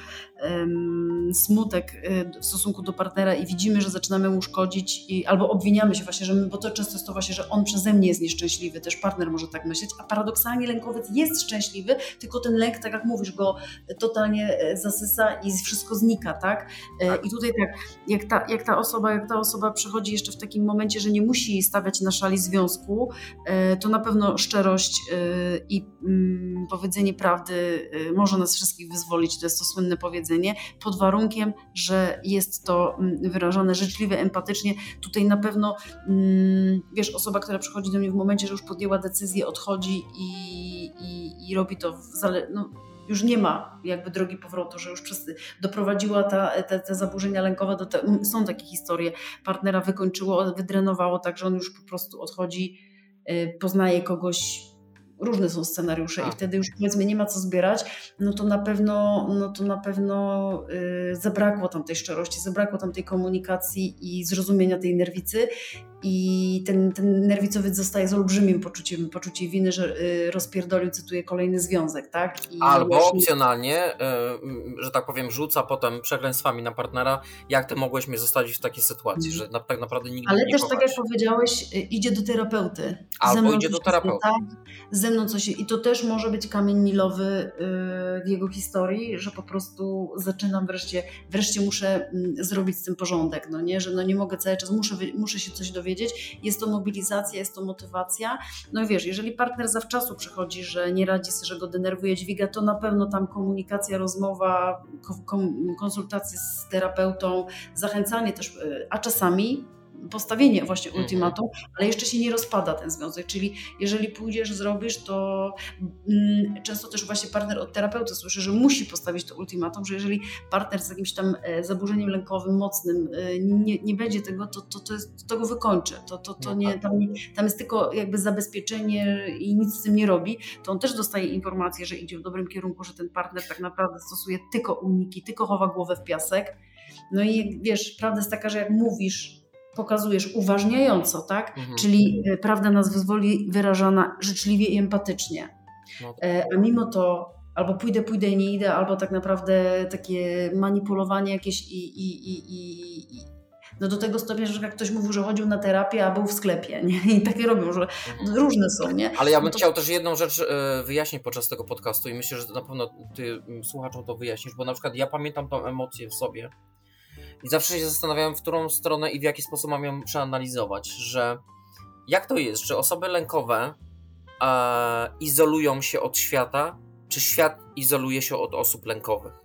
um, smutek y, w stosunku do partnera i widzimy, że zaczynamy mu szkodzić i, albo obwiniamy się właśnie, że my, bo to często jest to właśnie, że on przeze mnie jest nieszczęśliwy, też partner może tak myśleć, a paradoksalnie lękowiec jest szczęśliwy, tylko ten lęk, tak jak mówisz, go totalnie zasysa i wszystko znika, tak? I tutaj tak, jak ta, jak ta osoba, jak ta osoba przechodzi jeszcze w takim momencie, że nie musi stawiać na szali związku, to na pewno szczerość i powiedzenie prawdy może nas wszystkich wyzwolić, to jest to słynne powiedzenie, pod warunkiem, że jest to wyrażane życzliwie, empatycznie. Tutaj na pewno, wiesz, osoba, która przychodzi do mnie w momencie, że już podjęła decyzję, odchodzi i, i, i robi to w zale- no, już nie ma jakby drogi powrotu, że już przez, doprowadziła ta, te, te zaburzenia lękowe, do te, są takie historie, partnera wykończyło, wydrenowało, tak, że on już po prostu odchodzi, poznaje kogoś, różne są scenariusze. A. I wtedy już powiedzmy nie ma co zbierać, no to na pewno, no to na pewno yy, zabrakło tam tej szczerości, zabrakło tam tej komunikacji i zrozumienia tej nerwicy i ten, ten nerwicowiec zostaje z olbrzymim poczuciem, poczuciem winy, że yy, rozpierdolił, cytuję, kolejny związek, tak? I albo właśnie... opcjonalnie, yy, że tak powiem, rzuca potem przekleństwami na partnera, jak ty mogłeś mnie zostawić w takiej sytuacji, hmm. że na, tak naprawdę nigdy Ale nie też kochać. tak jak powiedziałeś, idzie do terapeuty. Albo idzie do terapeuty. Tak, ze mną coś, i to też może być kamień milowy w jego historii, że po prostu zaczynam wreszcie, wreszcie muszę zrobić z tym porządek, no nie, że no nie mogę cały czas, muszę, muszę się coś dowiedzieć, jest to mobilizacja, jest to motywacja, no i wiesz, jeżeli partner zawczasu przychodzi, że nie radzi sobie, że go denerwuje, dźwiga, to na pewno tam komunikacja, rozmowa, konsultacje z terapeutą, zachęcanie też, a czasami postawienie właśnie ultimatum, ale jeszcze się nie rozpada ten związek, czyli jeżeli pójdziesz, zrobisz, to mm, często też właśnie partner od terapeuty słyszy, że musi postawić to ultimatum, że jeżeli partner z jakimś tam e, zaburzeniem lękowym mocnym e, nie, nie będzie tego, to, to, to, jest, to go wykończy, to, to, to nie, tam, tam jest tylko jakby zabezpieczenie i nic z tym nie robi, to on też dostaje informację, że idzie w dobrym kierunku, że ten partner tak naprawdę stosuje tylko uniki, tylko chowa głowę w piasek, no i wiesz, prawda jest taka, że jak mówisz pokazujesz uważniająco, tak? Mhm. Czyli e, prawda nas wyzwoli wyrażana życzliwie i empatycznie. No, E, a mimo to albo pójdę, pójdę i nie idę, albo tak naprawdę takie manipulowanie jakieś i, i, i, i, i no do tego stopnia, że jak ktoś mówił, że chodził na terapię, a był w sklepie, nie? I takie robią, że Mhm. różne są, nie? Ale ja bym No to- chciał też jedną rzecz e, wyjaśnić podczas tego podcastu i myślę, że na pewno ty m, słuchaczom to wyjaśnisz, bo na przykład ja pamiętam tą emocję w sobie i zawsze się zastanawiałem, w którą stronę i w jaki sposób mam ją przeanalizować, że jak to jest, że osoby lękowe e, izolują się od świata, czy świat izoluje się od osób lękowych?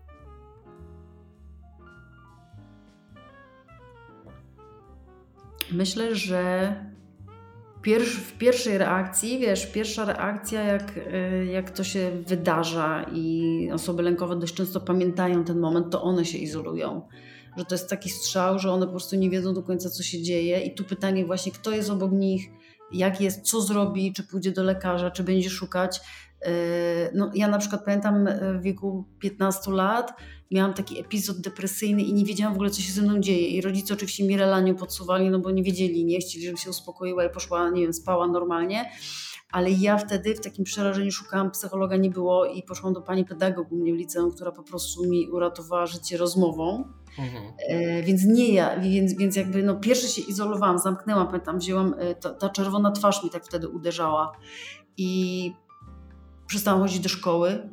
Myślę, że Pierwsz, w pierwszej reakcji, wiesz, pierwsza reakcja, jak, y, jak to się wydarza i osoby lękowe dość często pamiętają ten moment, to one się izolują. Że to jest taki strzał, że one po prostu nie wiedzą do końca, co się dzieje. I tu pytanie właśnie, kto jest obok nich, jak jest, co zrobi, czy pójdzie do lekarza, czy będzie szukać. Y, No, ja na przykład pamiętam w wieku piętnastu lat, miałam taki epizod depresyjny i nie wiedziałam w ogóle, co się ze mną dzieje. I rodzice oczywiście mi relanium podsuwali, no bo nie wiedzieli, nie chcieli, żebym się uspokoiła i poszła, nie wiem, spała normalnie. Ale ja wtedy w takim przerażeniu szukałam psychologa, nie było i poszłam do pani pedagog u mnie w liceum, która po prostu mi uratowała życie rozmową. Mhm. E, więc nie ja, więc, więc jakby no pierwsze się izolowałam, zamknęłam, pamiętam, wzięłam, e, ta, ta czerwona twarz mi tak wtedy uderzała i przestałam chodzić do szkoły.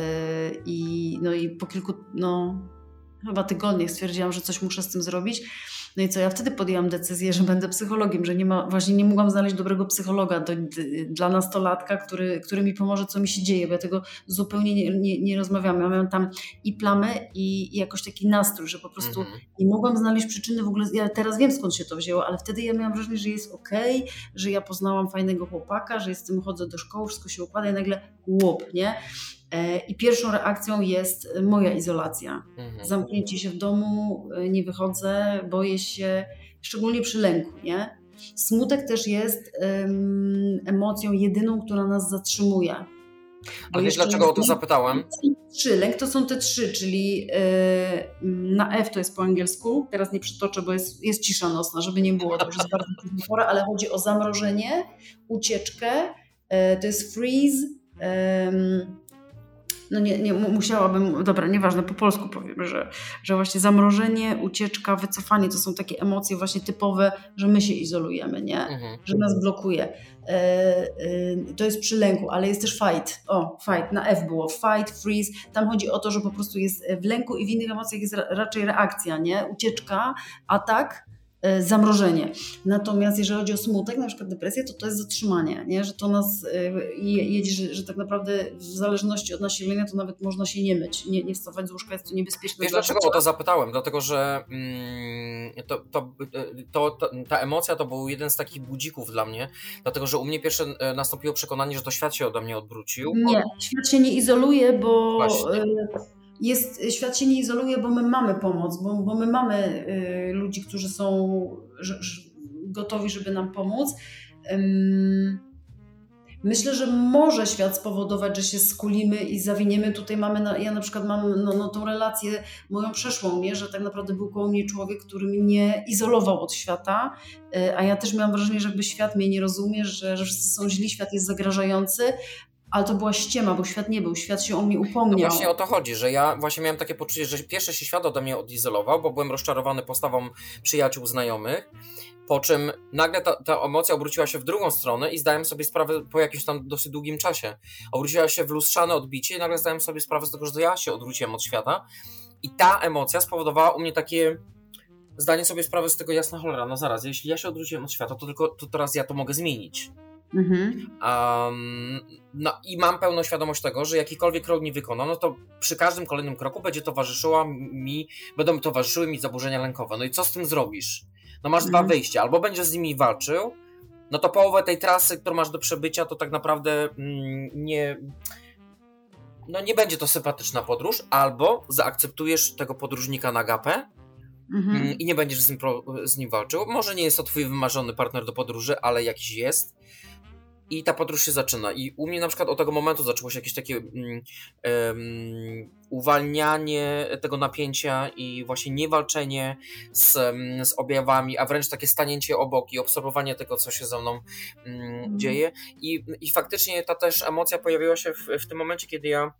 I, no i po kilku, no chyba tygodniach stwierdziłam, że coś muszę z tym zrobić. No i co, ja wtedy podjęłam decyzję, że będę psychologiem, że nie ma, właśnie nie mogłam znaleźć dobrego psychologa do, d, dla nastolatka, który, który mi pomoże, co mi się dzieje, bo ja tego zupełnie nie, nie, nie rozmawiam. Ja miałam tam i plamę i, i jakoś taki nastrój, że po prostu Mhm. nie mogłam znaleźć przyczyny w ogóle. Ja teraz wiem, skąd się to wzięło, ale wtedy ja miałam wrażenie, że jest okej, że ja poznałam fajnego chłopaka, że jestem, chodzę do szkoły, wszystko się układa i nagle łup, nie? I pierwszą reakcją jest moja izolacja. Mhm. Zamknięcie się w domu, nie wychodzę, boję się, szczególnie przy lęku, nie? Smutek też jest um, emocją jedyną, która nas zatrzymuje. Bo Ale wiesz, jeszcze dlaczego o to lęk- zapytałem? Trzy, lęk to są te trzy, czyli e, na F to jest po angielsku, teraz nie przytoczę, bo jest, jest cisza nocna, żeby nie było, to już jest bardzo trudna pora, ale chodzi o zamrożenie, ucieczkę, e, to jest freeze, em, no nie, nie, mu- musiałabym, dobra, nieważne, po polsku powiem, że, że właśnie zamrożenie, ucieczka, wycofanie to są takie emocje właśnie typowe, że my się izolujemy, nie? Mhm. Że nas blokuje. E, e, to jest przy lęku, ale jest też fight. O, fight, na F było. Fight, freeze. Tam chodzi o to, że po prostu jest w lęku i w innych emocjach jest ra- raczej reakcja, nie? Ucieczka, atak, e, zamrożenie. Natomiast jeżeli chodzi o smutek, na przykład depresję, to to jest zatrzymanie, nie? Że to nas e, je- jedzie, że, że tak naprawdę w zależności od nasilenia to nawet można się nie myć, nie, nie wstawać z łóżka, jest to niebezpieczne. Wiesz, dla dlaczego życia. o to zapytałem? Dlatego, że mm, to, to, to, to, ta emocja to był jeden z takich budzików dla mnie, dlatego, że u mnie pierwsze e, nastąpiło przekonanie, że to świat się ode mnie odwrócił. Nie, świat się nie izoluje, bo Właśnie. y, jest, świat się nie izoluje, bo my mamy pomoc, bo, bo my mamy y, ludzi, którzy są że, że gotowi, żeby nam pomóc. Ym, Myślę, że może świat spowodować, że się skulimy i zawiniemy. Tutaj mamy, na, ja na przykład mam no, no, tą relację moją przeszłą, nie? Że tak naprawdę był koło mnie człowiek, który mnie izolował od świata, y, a ja też miałam wrażenie, że jakby świat mnie nie rozumie, że, że wszyscy są źli, świat jest zagrażający, ale to była ściema, bo świat nie był, świat się o mnie No upomniał. właśnie o to chodzi, że ja właśnie miałem takie poczucie, że pierwsze się świat ode mnie odizolował, bo byłem rozczarowany postawą przyjaciół, znajomych, po czym nagle ta, ta emocja obróciła się w drugą stronę i zdałem sobie sprawę po jakimś tam dosyć długim czasie. Obróciła się w lustrzane odbicie i nagle zdałem sobie sprawę z tego, że to ja się odwróciłem od świata i ta emocja spowodowała u mnie takie zdanie sobie sprawy z tego, jasna cholera, no zaraz, jeśli ja się odwróciłem od świata, to tylko to teraz ja to mogę zmienić. Mhm. Um, no i mam pełną świadomość tego, że jakikolwiek krok nie wykonam, no to przy każdym kolejnym kroku będzie towarzyszyła mi, będą towarzyszyły mi zaburzenia lękowe. No i co z tym zrobisz? No masz dwa Mhm. wyjścia, albo będziesz z nimi walczył, no to połowę tej trasy, którą masz do przebycia, to tak naprawdę mm, nie, no nie będzie to sympatyczna podróż, albo zaakceptujesz tego podróżnika na gapę Mhm. mm, i nie będziesz z nim, pro, z nim walczył. Może nie jest to twój wymarzony partner do podróży, ale jakiś jest. i ta podróż się zaczyna. I u mnie na przykład od tego momentu zaczęło się jakieś takie um, um, uwalnianie tego napięcia i właśnie niewalczenie z, um, z objawami, a wręcz takie stanięcie obok i obserwowanie tego, co się ze mną um, mm. dzieje. I, I faktycznie ta też emocja pojawiła się w, w tym momencie, kiedy ja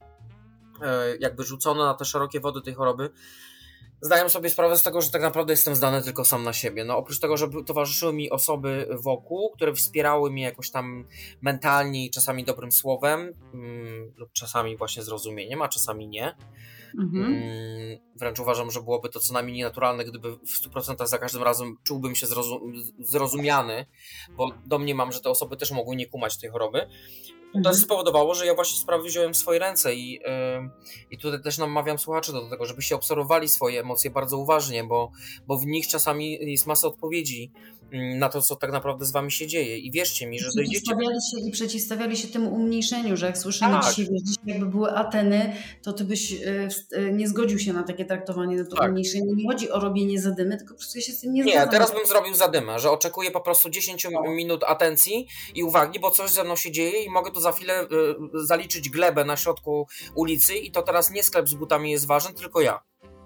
e, jakby rzucono na te szerokie wody tej choroby, zdałem sobie sprawę z tego, że tak naprawdę jestem zdany tylko sam na siebie. No oprócz tego, że towarzyszyły mi osoby wokół, które wspierały mnie jakoś tam mentalnie i czasami dobrym słowem, mm, lub czasami właśnie zrozumieniem, a czasami nie. Mhm. Mm, wręcz uważam, że byłoby to co najmniej nienaturalne, gdyby w stu procentach za każdym razem czułbym się zrozum- zrozumiany, bo domniemam, że te osoby też mogły nie kumać tej choroby. To spowodowało, że ja właśnie sprawę wziąłem w swoje ręce i, yy, i tutaj też namawiam słuchaczy do tego, żebyście obserwowali swoje emocje bardzo uważnie, bo, bo w nich czasami jest masa odpowiedzi yy, na to, co tak naprawdę z wami się dzieje. I wierzcie mi, że dojdziecie... Przeciwstawiali się, I przeciwstawiali się temu umniejszeniu, że jak słyszymy tak. dzisiaj, wiesz, dzisiaj jakby były Ateny, to ty byś yy, nie zgodził się na takie traktowanie, na to tak. umniejszenie. Nie chodzi o robienie zadymy, tylko po prostu ja się z tym nie zgadzam. Nie, teraz bym zrobił zadymę, że oczekuję po prostu dziesięć no. minut atencji i uwagi, bo coś ze mną się dzieje i mogę to za chwilę y, zaliczyć glebę na środku ulicy i to teraz nie sklep z butami jest ważny, tylko ja.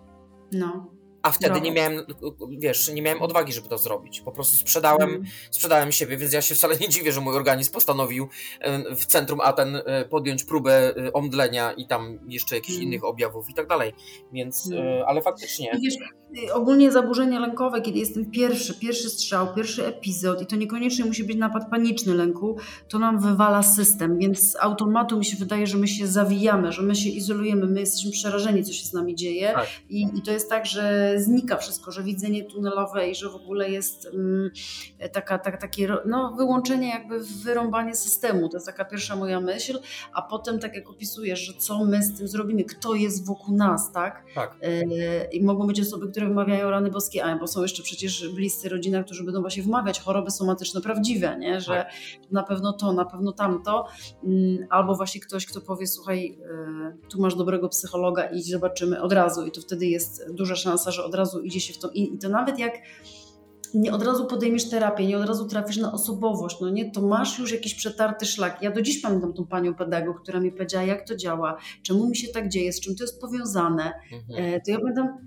No. A wtedy Brawo. nie miałem, wiesz, nie miałem odwagi, żeby to zrobić. Po prostu sprzedałem, mm. sprzedałem siebie, więc ja się wcale nie dziwię, że mój organizm postanowił w centrum Aten podjąć próbę omdlenia i tam jeszcze jakichś mm. innych objawów i tak dalej. Więc, mm. ale faktycznie... Wiesz, ogólnie zaburzenia lękowe, kiedy jest ten pierwszy, pierwszy strzał, pierwszy epizod i to niekoniecznie musi być napad paniczny lęku, to nam wywala system, więc z automatu mi się wydaje, że my się zawijamy, że my się izolujemy, my jesteśmy przerażeni, co się z nami dzieje tak. I, i to jest tak, że znika wszystko, że widzenie tunelowe i że w ogóle jest um, taka, tak, takie no, wyłączenie, jakby wyrąbanie systemu. To jest taka pierwsza moja myśl, a potem tak jak opisujesz, że co my z tym zrobimy, kto jest wokół nas, tak? tak. E, I mogą być osoby, które wymawiają rany boskie, a bo są jeszcze przecież bliscy rodzina, którzy będą właśnie wmawiać choroby somatyczne prawdziwe, nie? Że tak. na pewno to, na pewno tamto, albo właśnie ktoś, kto powie, słuchaj, tu masz dobrego psychologa, idź, zobaczymy od razu i to wtedy jest duża szansa, że od razu idzie się w to i to nawet jak nie od razu podejmiesz terapię, nie od razu trafisz na osobowość, no nie, to masz już jakiś przetarty szlak. Ja do dziś pamiętam tą panią pedagog, która mi powiedziała, jak to działa, czemu mi się tak dzieje, z czym to jest powiązane. Mhm. To ja pamiętam,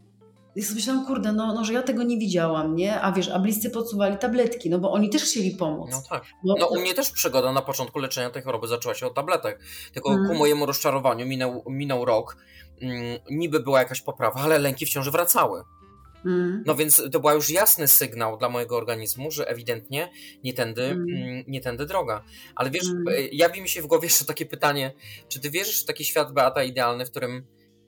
ja sobie myślałam, kurde, no, no, że ja tego nie widziałam, nie? A wiesz, a bliscy podsuwali tabletki, no bo oni też chcieli pomóc. No tak. No, no u mnie też przygoda na początku leczenia tej choroby zaczęła się od tabletek. Tylko hmm. ku mojemu rozczarowaniu minął, minął rok. Mm, niby była jakaś poprawa, ale lęki wciąż wracały. Hmm. No więc to był już jasny sygnał dla mojego organizmu, że ewidentnie nie tędy, hmm. mm, nie tędy droga. Ale wiesz, hmm. jawi mi się w głowie jeszcze takie pytanie, czy ty wierzysz w taki świat, Beata, idealny, w którym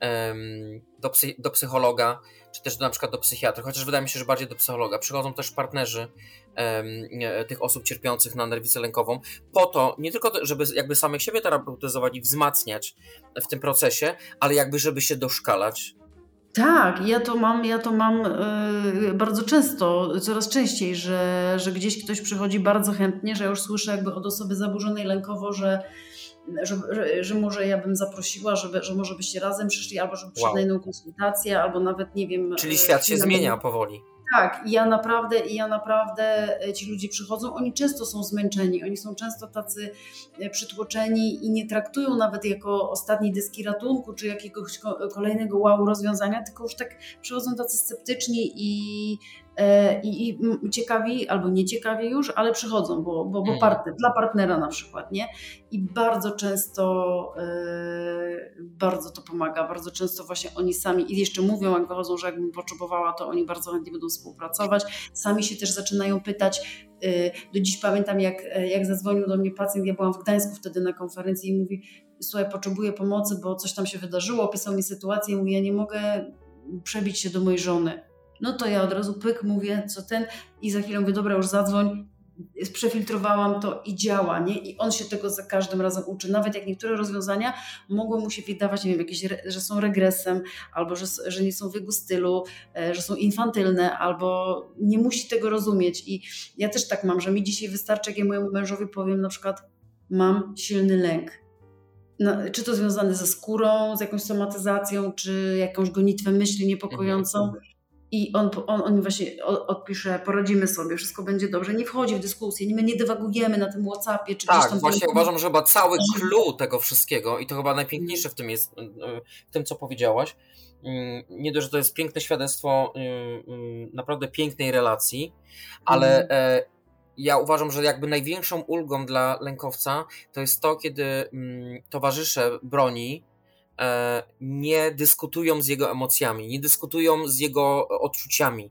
um, do, psy, do psychologa czy też do, na przykład do psychiatry, chociaż wydaje mi się, że bardziej do psychologa. Przychodzą też partnerzy um, tych osób cierpiących na nerwicę lękową po to, nie tylko to, żeby jakby samych siebie terapeutyzować i wzmacniać w tym procesie, ale jakby żeby się doszkalać. Tak, ja to mam, ja to mam yy, bardzo często, coraz częściej, że, że gdzieś ktoś przychodzi bardzo chętnie, że ja już słyszę jakby od osoby zaburzonej lękowo, że Że, że, że może ja bym zaprosiła, żeby, że może byście razem przyszli, albo żeby przyszli wow. na inną konsultację, albo nawet nie wiem... Czyli świat się zmienia powoli. Tak, i ja naprawdę, i ja naprawdę ci ludzie przychodzą, oni często są zmęczeni, oni są często tacy przytłoczeni i nie traktują nawet jako ostatniej deski ratunku, czy jakiegoś kolejnego wow rozwiązania, tylko już tak przychodzą tacy sceptyczni i I, i ciekawi, albo nieciekawi już, ale przychodzą, bo, bo, bo partner, dla partnera na przykład, nie? I bardzo często yy, bardzo to pomaga, bardzo często właśnie oni sami i jeszcze mówią, jak wychodzą, że jakbym potrzebowała, to oni bardzo chętnie będą współpracować. Sami się też zaczynają pytać. Yy, do dziś pamiętam, jak, jak zadzwonił do mnie pacjent, ja byłam w Gdańsku wtedy na konferencji i mówi, słuchaj, potrzebuję pomocy, bo coś tam się wydarzyło, opisał mi sytuację i mówi, ja nie mogę przebić się do mojej żony. No to ja od razu pyk, mówię, co ten i za chwilę mówię, dobra, już zadzwoń, przefiltrowałam to i działa, nie? I on się tego za każdym razem uczy. Nawet jak niektóre rozwiązania mogły mu się wydawać, nie wiem, jakieś, że są regresem, albo że, że nie są w jego stylu, że są infantylne, albo nie musi tego rozumieć. I ja też tak mam, że mi dzisiaj wystarczy, jak ja mojemu mężowi powiem na przykład, mam silny lęk. No, czy to związane ze skórą, z jakąś somatyzacją, czy jakąś gonitwę myśli niepokojącą. i on, on, on mi właśnie odpisze, poradzimy sobie, wszystko będzie dobrze, nie wchodzi w dyskusję, my nie dywagujemy na tym WhatsAppie, czy tak, gdzieś tam... właśnie telefon... uważam, że chyba cały clue tego wszystkiego i to chyba najpiękniejsze w tym jest, w tym co powiedziałaś, nie dość, że to jest piękne świadectwo naprawdę pięknej relacji, ale mm. ja uważam, że jakby największą ulgą dla lękowca to jest to, kiedy towarzysze broni nie dyskutują z jego emocjami, nie dyskutują z jego odczuciami.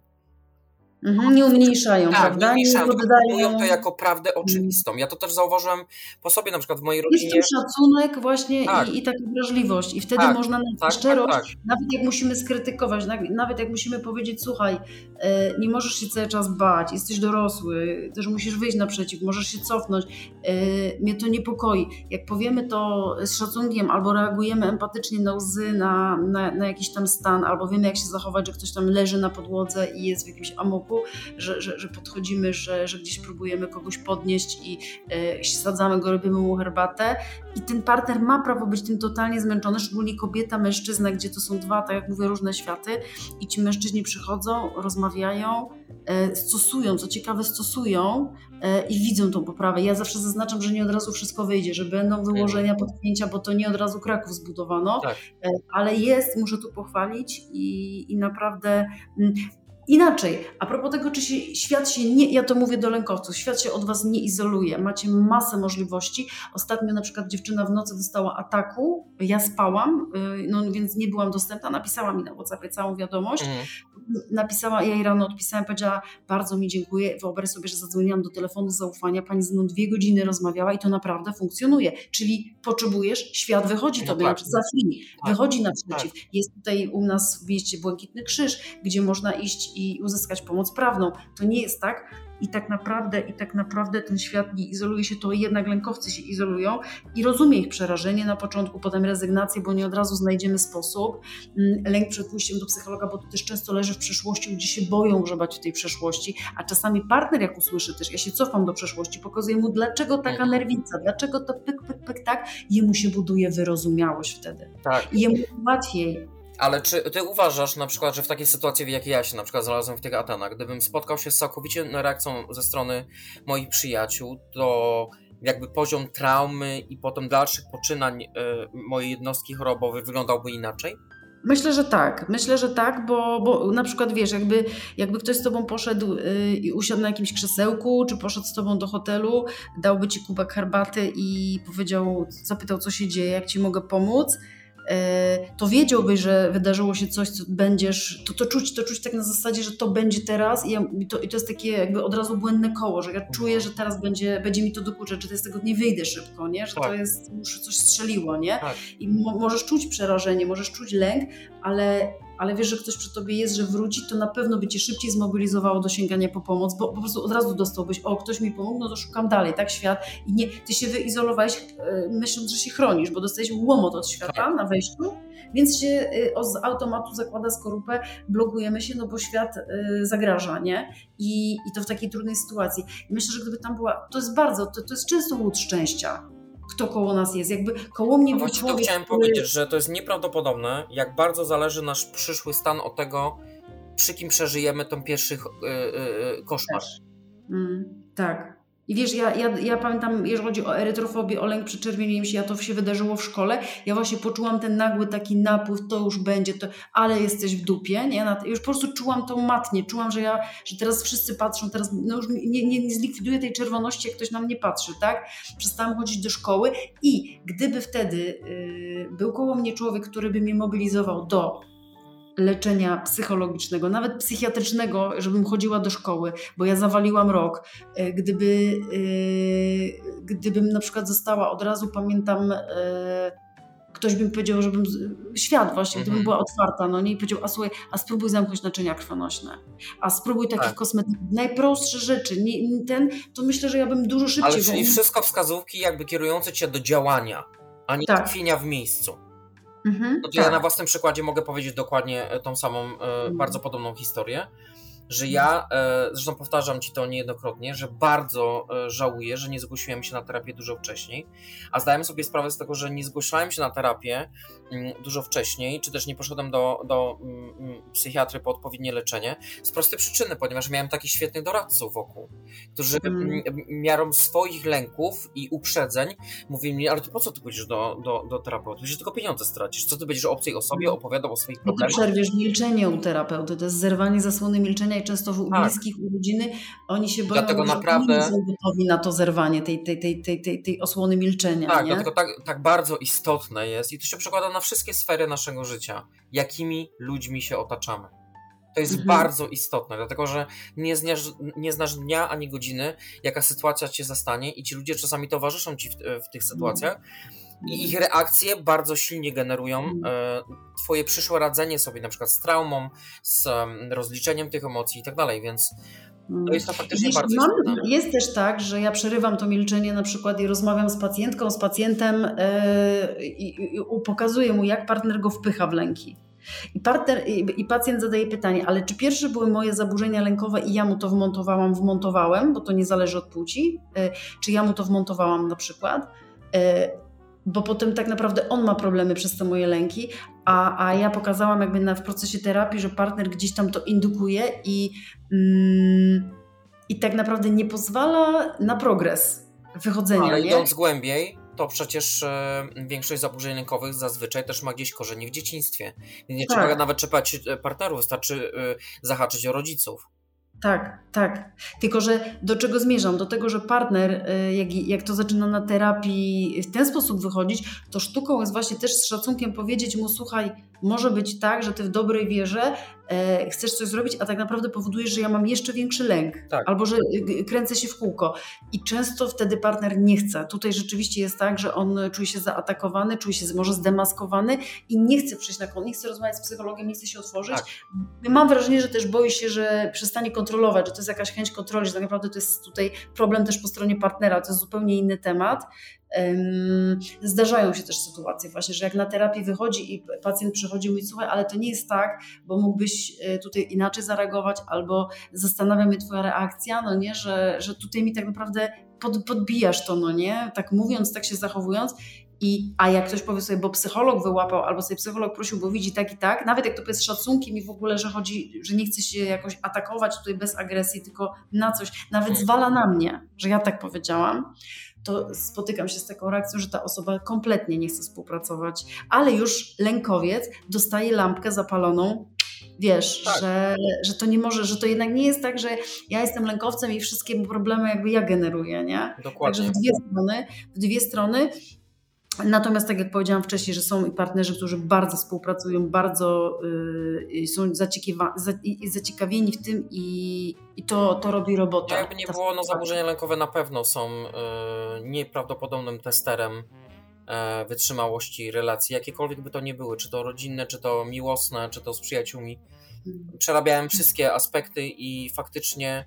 Mhm, nie umniejszają, tak, prawda? Nie umniejszają, nie tylko traktują to jako prawdę oczywistą. Ja to też zauważyłem po sobie, na przykład w mojej rodzinie. Jest ten szacunek właśnie tak. i, i taka wrażliwość. I wtedy tak, można na tak, szczerość, tak, tak. nawet jak musimy skrytykować, nawet jak musimy powiedzieć, słuchaj, nie możesz się cały czas bać, jesteś dorosły, też musisz wyjść naprzeciw, możesz się cofnąć, mnie to niepokoi. Jak powiemy to z szacunkiem albo reagujemy empatycznie na łzy, na, na, na jakiś tam stan, albo wiemy jak się zachować, że ktoś tam leży na podłodze i jest w jakimś amoku, Że, że, że podchodzimy, że, że gdzieś próbujemy kogoś podnieść i e, sadzamy go, robimy mu herbatę i ten partner ma prawo być tym totalnie zmęczony, szczególnie kobieta, mężczyzna, gdzie to są dwa, tak jak mówię, różne światy i ci mężczyźni przychodzą, rozmawiają, e, stosują, co ciekawe stosują e, i widzą tą poprawę. Ja zawsze zaznaczam, że nie od razu wszystko wyjdzie, że będą wyłożenia, potknięcia, bo to nie od razu Kraków zbudowano, tak. e, ale jest, muszę tu pochwalić i, i naprawdę... M, Inaczej, a propos tego, czy się, świat się nie, ja to mówię do lękowców, świat się od was nie izoluje, macie masę możliwości. Ostatnio na przykład dziewczyna w nocy dostała ataku, ja spałam, no więc nie byłam dostępna, napisała mi na WhatsAppie całą wiadomość, mm. napisała, ja jej rano odpisałem, powiedziała, bardzo mi dziękuję, wyobraź sobie, że zadzwoniłam do telefonu zaufania, pani ze mną dwie godziny rozmawiała i to naprawdę funkcjonuje, czyli potrzebujesz, świat wychodzi tobie, no tak. za free, tak. wychodzi naprzeciw. Tak. Jest tutaj u nas w mieście Błękitny Krzyż, gdzie można iść i uzyskać pomoc prawną. To nie jest tak i tak naprawdę i tak naprawdę ten świat nie izoluje się, to jednak lękowcy się izolują i rozumie ich przerażenie na początku, potem rezygnację, bo nie od razu znajdziemy sposób. Lęk przed pójściem do psychologa, bo to też często leży w przeszłości, gdzie się boją grzebać w tej przeszłości, a czasami partner jak usłyszy też, ja się cofam do przeszłości, pokazuję mu, dlaczego taka nerwica, dlaczego to pyk, pyk, pyk, tak, jemu się buduje wyrozumiałość wtedy. Tak. I jemu łatwiej. Ale czy ty uważasz na przykład, że w takiej sytuacji, w jakiej ja się na przykład znalazłem w tych Atenach, gdybym spotkał się z całkowicie reakcją ze strony moich przyjaciół, to jakby poziom traumy i potem dalszych poczynań y, mojej jednostki chorobowej wyglądałby inaczej? Myślę, że tak. Myślę, że tak, bo, bo na przykład wiesz, jakby, jakby ktoś z tobą poszedł yy, i usiadł na jakimś krzesełku, czy poszedł z tobą do hotelu, dałby ci kubek herbaty i powiedział, zapytał, co się dzieje, jak ci mogę pomóc, to wiedziałbyś, że wydarzyło się coś, co będziesz, to, to czuć, to czuć tak na zasadzie, że to będzie teraz i, ja, i, to, i to jest takie jakby od razu błędne koło, że ja czuję, że teraz będzie, będzie mi to dokuczać, że to z tego nie wyjdę szybko, nie? Że tak. to jest, już coś strzeliło, nie? Tak. I mo, możesz czuć przerażenie, możesz czuć lęk, ale, ale wiesz, że ktoś przy tobie jest, że wróci, to na pewno by cię szybciej zmobilizowało do sięgania po pomoc, bo po prostu od razu dostałbyś, o, ktoś mi pomógł, no to szukam dalej, tak, świat. I nie, ty się wyizolowałeś, myśląc, że się chronisz, bo dostałeś łomot od świata tak. na wejściu, więc się z automatu zakłada skorupę, blokujemy się, no bo świat zagraża, nie? I, i to w takiej trudnej sytuacji. I myślę, że gdyby tam była, to jest bardzo, to, to jest często łód szczęścia, kto koło nas jest. Jakby koło mnie no był właśnie człowiek, to chciałem który... powiedzieć, że to jest nieprawdopodobne, jak bardzo zależy nasz przyszły stan od tego, przy kim przeżyjemy ten pierwszy yy, yy, koszmar. Mm, tak. I wiesz, ja, ja, ja pamiętam, jeżeli chodzi o erytrofobię, o lęk przed czerwienieniem się, ja to się wydarzyło w szkole, ja właśnie poczułam ten nagły taki napływ, to już będzie, to, ale jesteś w dupie, nie? Już po prostu czułam tą matnię, czułam, że ja, że teraz wszyscy patrzą, teraz no już nie, nie, nie zlikwiduję tej czerwoności, jak ktoś na mnie patrzy, tak? Przestałam chodzić do szkoły i gdyby wtedy yy, był koło mnie człowiek, który by mnie mobilizował do leczenia psychologicznego, nawet psychiatrycznego, żebym chodziła do szkoły, bo ja zawaliłam rok. Gdyby, yy, gdybym na przykład została od razu, pamiętam, yy, ktoś by mi powiedział, żebym, świat właśnie, gdybym była otwarta, no nie, i powiedział, a słuchaj, a spróbuj zamknąć naczynia krwonośne, a spróbuj takich tak. kosmetyków, najprostsze rzeczy, nie, ten, to myślę, że ja bym dużo szybciej... Ale czyli bo... wszystko wskazówki jakby kierujące cię do działania, a nie tak. tkwienia w miejscu. Mhm, no to tak. ja na własnym przykładzie mogę powiedzieć dokładnie tą samą, mhm. bardzo podobną historię, że ja, e, zresztą powtarzam Ci to niejednokrotnie, że bardzo e, żałuję, że nie zgłosiłem się na terapię dużo wcześniej, a zdałem sobie sprawę z tego, że nie zgłosiłem się na terapię m, dużo wcześniej, czy też nie poszedłem do, do m, psychiatry po odpowiednie leczenie, z prostej przyczyny, ponieważ miałem takich świetnych doradców wokół, którzy mm. miarą swoich lęków i uprzedzeń mówili mi, ale to po co ty pójdziesz do, do, do terapeuty? Że tylko pieniądze stracisz. Co ty będziesz o obcej osobie opowiadał o swoich No to problemach? przerwiesz milczenie u terapeuty, to jest zerwanie zasłony milczenia i często u Tak. bliskich, u rodziny, oni się boją, Dlatego że naprawdę- oni nie są gotowi na to zerwanie tej, tej, tej, tej, tej, tej osłony milczenia, Tak, nie? dlatego tak, tak bardzo istotne jest i to się przekłada na wszystkie sfery naszego życia, jakimi ludźmi się otaczamy. To jest Mhm. bardzo istotne, dlatego że nie znasz, nie znasz dnia ani godziny, jaka sytuacja cię zastanie i ci ludzie czasami towarzyszą ci w, w tych sytuacjach i ich reakcje bardzo silnie generują e, twoje przyszłe radzenie sobie na przykład z traumą, z em, rozliczeniem tych emocji i tak dalej, więc to jest to faktycznie Wiesz, bardzo mam, istotne. jest też tak, że ja przerywam to milczenie na przykład i rozmawiam z pacjentką, z pacjentem yy, i, i, i pokazuję mu, jak partner go wpycha w lęki. I, partner, i, I pacjent zadaje pytanie, ale czy pierwsze były moje zaburzenia lękowe i ja mu to wmontowałam, wmontowałem, bo to nie zależy od płci, yy, czy ja mu to wmontowałam na przykład, yy, bo potem tak naprawdę on ma problemy przez te moje lęki, a, a ja pokazałam jakby na, w procesie terapii, że partner gdzieś tam to indukuje i, mm, i tak naprawdę nie pozwala na progres wychodzenia, Ale nie? idąc głębiej, to przecież e, większość zaburzeń lękowych zazwyczaj też ma gdzieś korzenie w dzieciństwie. Nie Tak. trzeba nawet czepać e, partnerów, wystarczy e, zahaczyć o rodziców. Tak, tak. Tylko, że do czego zmierzam? Do tego, że partner, y, jak, jak to zaczyna na terapii w ten sposób wychodzić, to sztuką jest właśnie też z szacunkiem powiedzieć mu, słuchaj, może być tak, że ty w dobrej wierze e, chcesz coś zrobić, a tak naprawdę powodujesz, że ja mam jeszcze większy lęk. Tak. Albo, że y, kręcę się w kółko. I często wtedy partner nie chce. Tutaj rzeczywiście jest tak, że on czuje się zaatakowany, czuje się może zdemaskowany i nie chce przyjść na koniec, nie chce rozmawiać z psychologiem, nie chce się otworzyć. Tak. Mam wrażenie, że też boi się, że przestanie kontrolować, że to jest jakaś chęć kontroli, że tak naprawdę to jest tutaj problem też po stronie partnera, to jest zupełnie inny temat. Um, zdarzają się też sytuacje właśnie, że jak na terapii wychodzi i pacjent przychodzi i mówi, słuchaj, ale to nie jest tak, bo mógłbyś tutaj inaczej zareagować, albo zastanawia mnie twoja reakcja, no nie, że, że tutaj mi tak naprawdę pod, podbijasz to, no nie, tak mówiąc, tak się zachowując. I, a jak ktoś powie sobie, bo psycholog wyłapał, albo sobie psycholog prosił, bo widzi tak i tak, nawet jak to jest szacunkiem i w ogóle, że chodzi, że nie chce się jakoś atakować tutaj bez agresji, tylko na coś, nawet zwala na mnie, że ja tak powiedziałam, to spotykam się z taką reakcją, że ta osoba kompletnie nie chce współpracować, ale już lękowiec dostaje lampkę zapaloną, wiesz, Tak. że, że to nie może, że to jednak nie jest tak, że ja jestem lękowcem i wszystkie problemy jakby ja generuję, nie? Dokładnie. Także w dwie strony, w dwie strony. Natomiast tak jak powiedziałam wcześniej, że są partnerzy, którzy bardzo współpracują, bardzo y, są zaciekiewa- za, i, zaciekawieni w tym i, i to, to robi robota. Jakby nie Ta było, no współpraca. zaburzenia lękowe na pewno są e, nieprawdopodobnym testerem e, wytrzymałości relacji, jakiekolwiek by to nie były, czy to rodzinne, czy to miłosne, czy to z przyjaciółmi. Przerabiałem wszystkie aspekty i faktycznie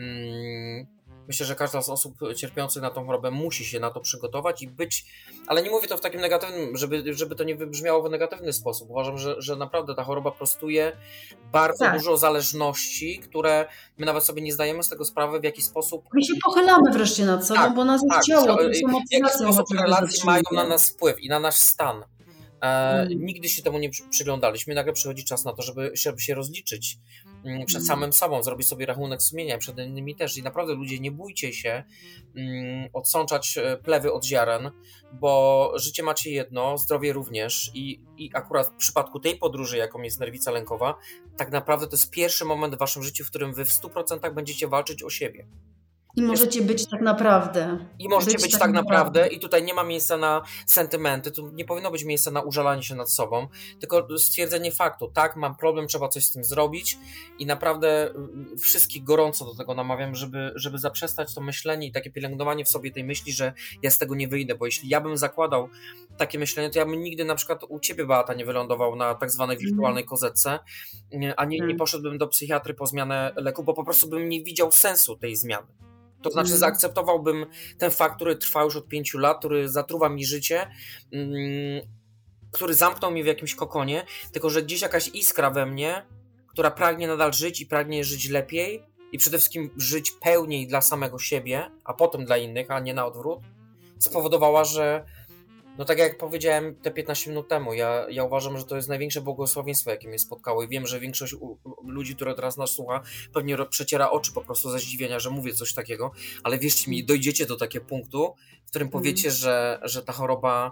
mm, myślę, że każda z osób cierpiących na tą chorobę musi się na to przygotować i być, ale nie mówię to w takim negatywnym, żeby, żeby to nie wybrzmiało w negatywny sposób. Uważam, że, że naprawdę ta choroba prostuje bardzo Tak. dużo zależności, które my nawet sobie nie zdajemy z tego sprawy, w jaki sposób My się pochylamy wreszcie nad sobą, Tak, bo nas jest tak, ciało, to w są jaki motywacją sposób chociażby relacje mają zatrzymuje. na nas wpływ i na nasz stan. E, Mm. Nigdy się temu nie przy- przyglądaliśmy. Nagle przychodzi czas na to, żeby, żeby się rozliczyć mm, przed Mm. samym sobą, zrobić sobie rachunek sumienia, przed innymi też. I naprawdę ludzie, nie bójcie się mm, odsączać e, plewy od ziaren, bo życie macie jedno, zdrowie również i, i akurat w przypadku tej podróży, jaką jest nerwica lękowa, tak naprawdę to jest pierwszy moment w waszym życiu, w którym wy w stu procentach będziecie walczyć o siebie. I możecie być tak naprawdę. I możecie być, tak naprawdę i tutaj nie ma miejsca na sentymenty, tu nie powinno być miejsca na użalanie się nad sobą, tylko stwierdzenie faktu, tak, mam problem, trzeba coś z tym zrobić i naprawdę wszystkich gorąco do tego namawiam, żeby, żeby zaprzestać to myślenie i takie pielęgnowanie w sobie tej myśli, że ja z tego nie wyjdę, bo jeśli ja bym zakładał takie myślenie, to ja bym nigdy na przykład u ciebie, Beata, nie wylądował na tak zwanej wirtualnej kozetce, a nie, nie poszedłbym do psychiatry po zmianę leku, bo po prostu bym nie widział sensu tej zmiany. To znaczy Mm. zaakceptowałbym ten fakt, który trwa już od pięciu lat, który zatruwa mi życie, mm, który zamknął mnie w jakimś kokonie, tylko że gdzieś jakaś iskra we mnie, która pragnie nadal żyć i pragnie żyć lepiej i przede wszystkim żyć pełniej dla samego siebie, a potem dla innych, a nie na odwrót, spowodowała, że no tak jak powiedziałem te piętnaście minut temu, ja, ja uważam, że to jest największe błogosławieństwo, jakie mnie spotkało i wiem, że większość u, u, ludzi, która teraz nas słucha, pewnie przeciera oczy po prostu ze zdziwienia, że mówię coś takiego, ale wierzcie mi, dojdziecie do takiego punktu, w którym powiecie, mm. że, że ta choroba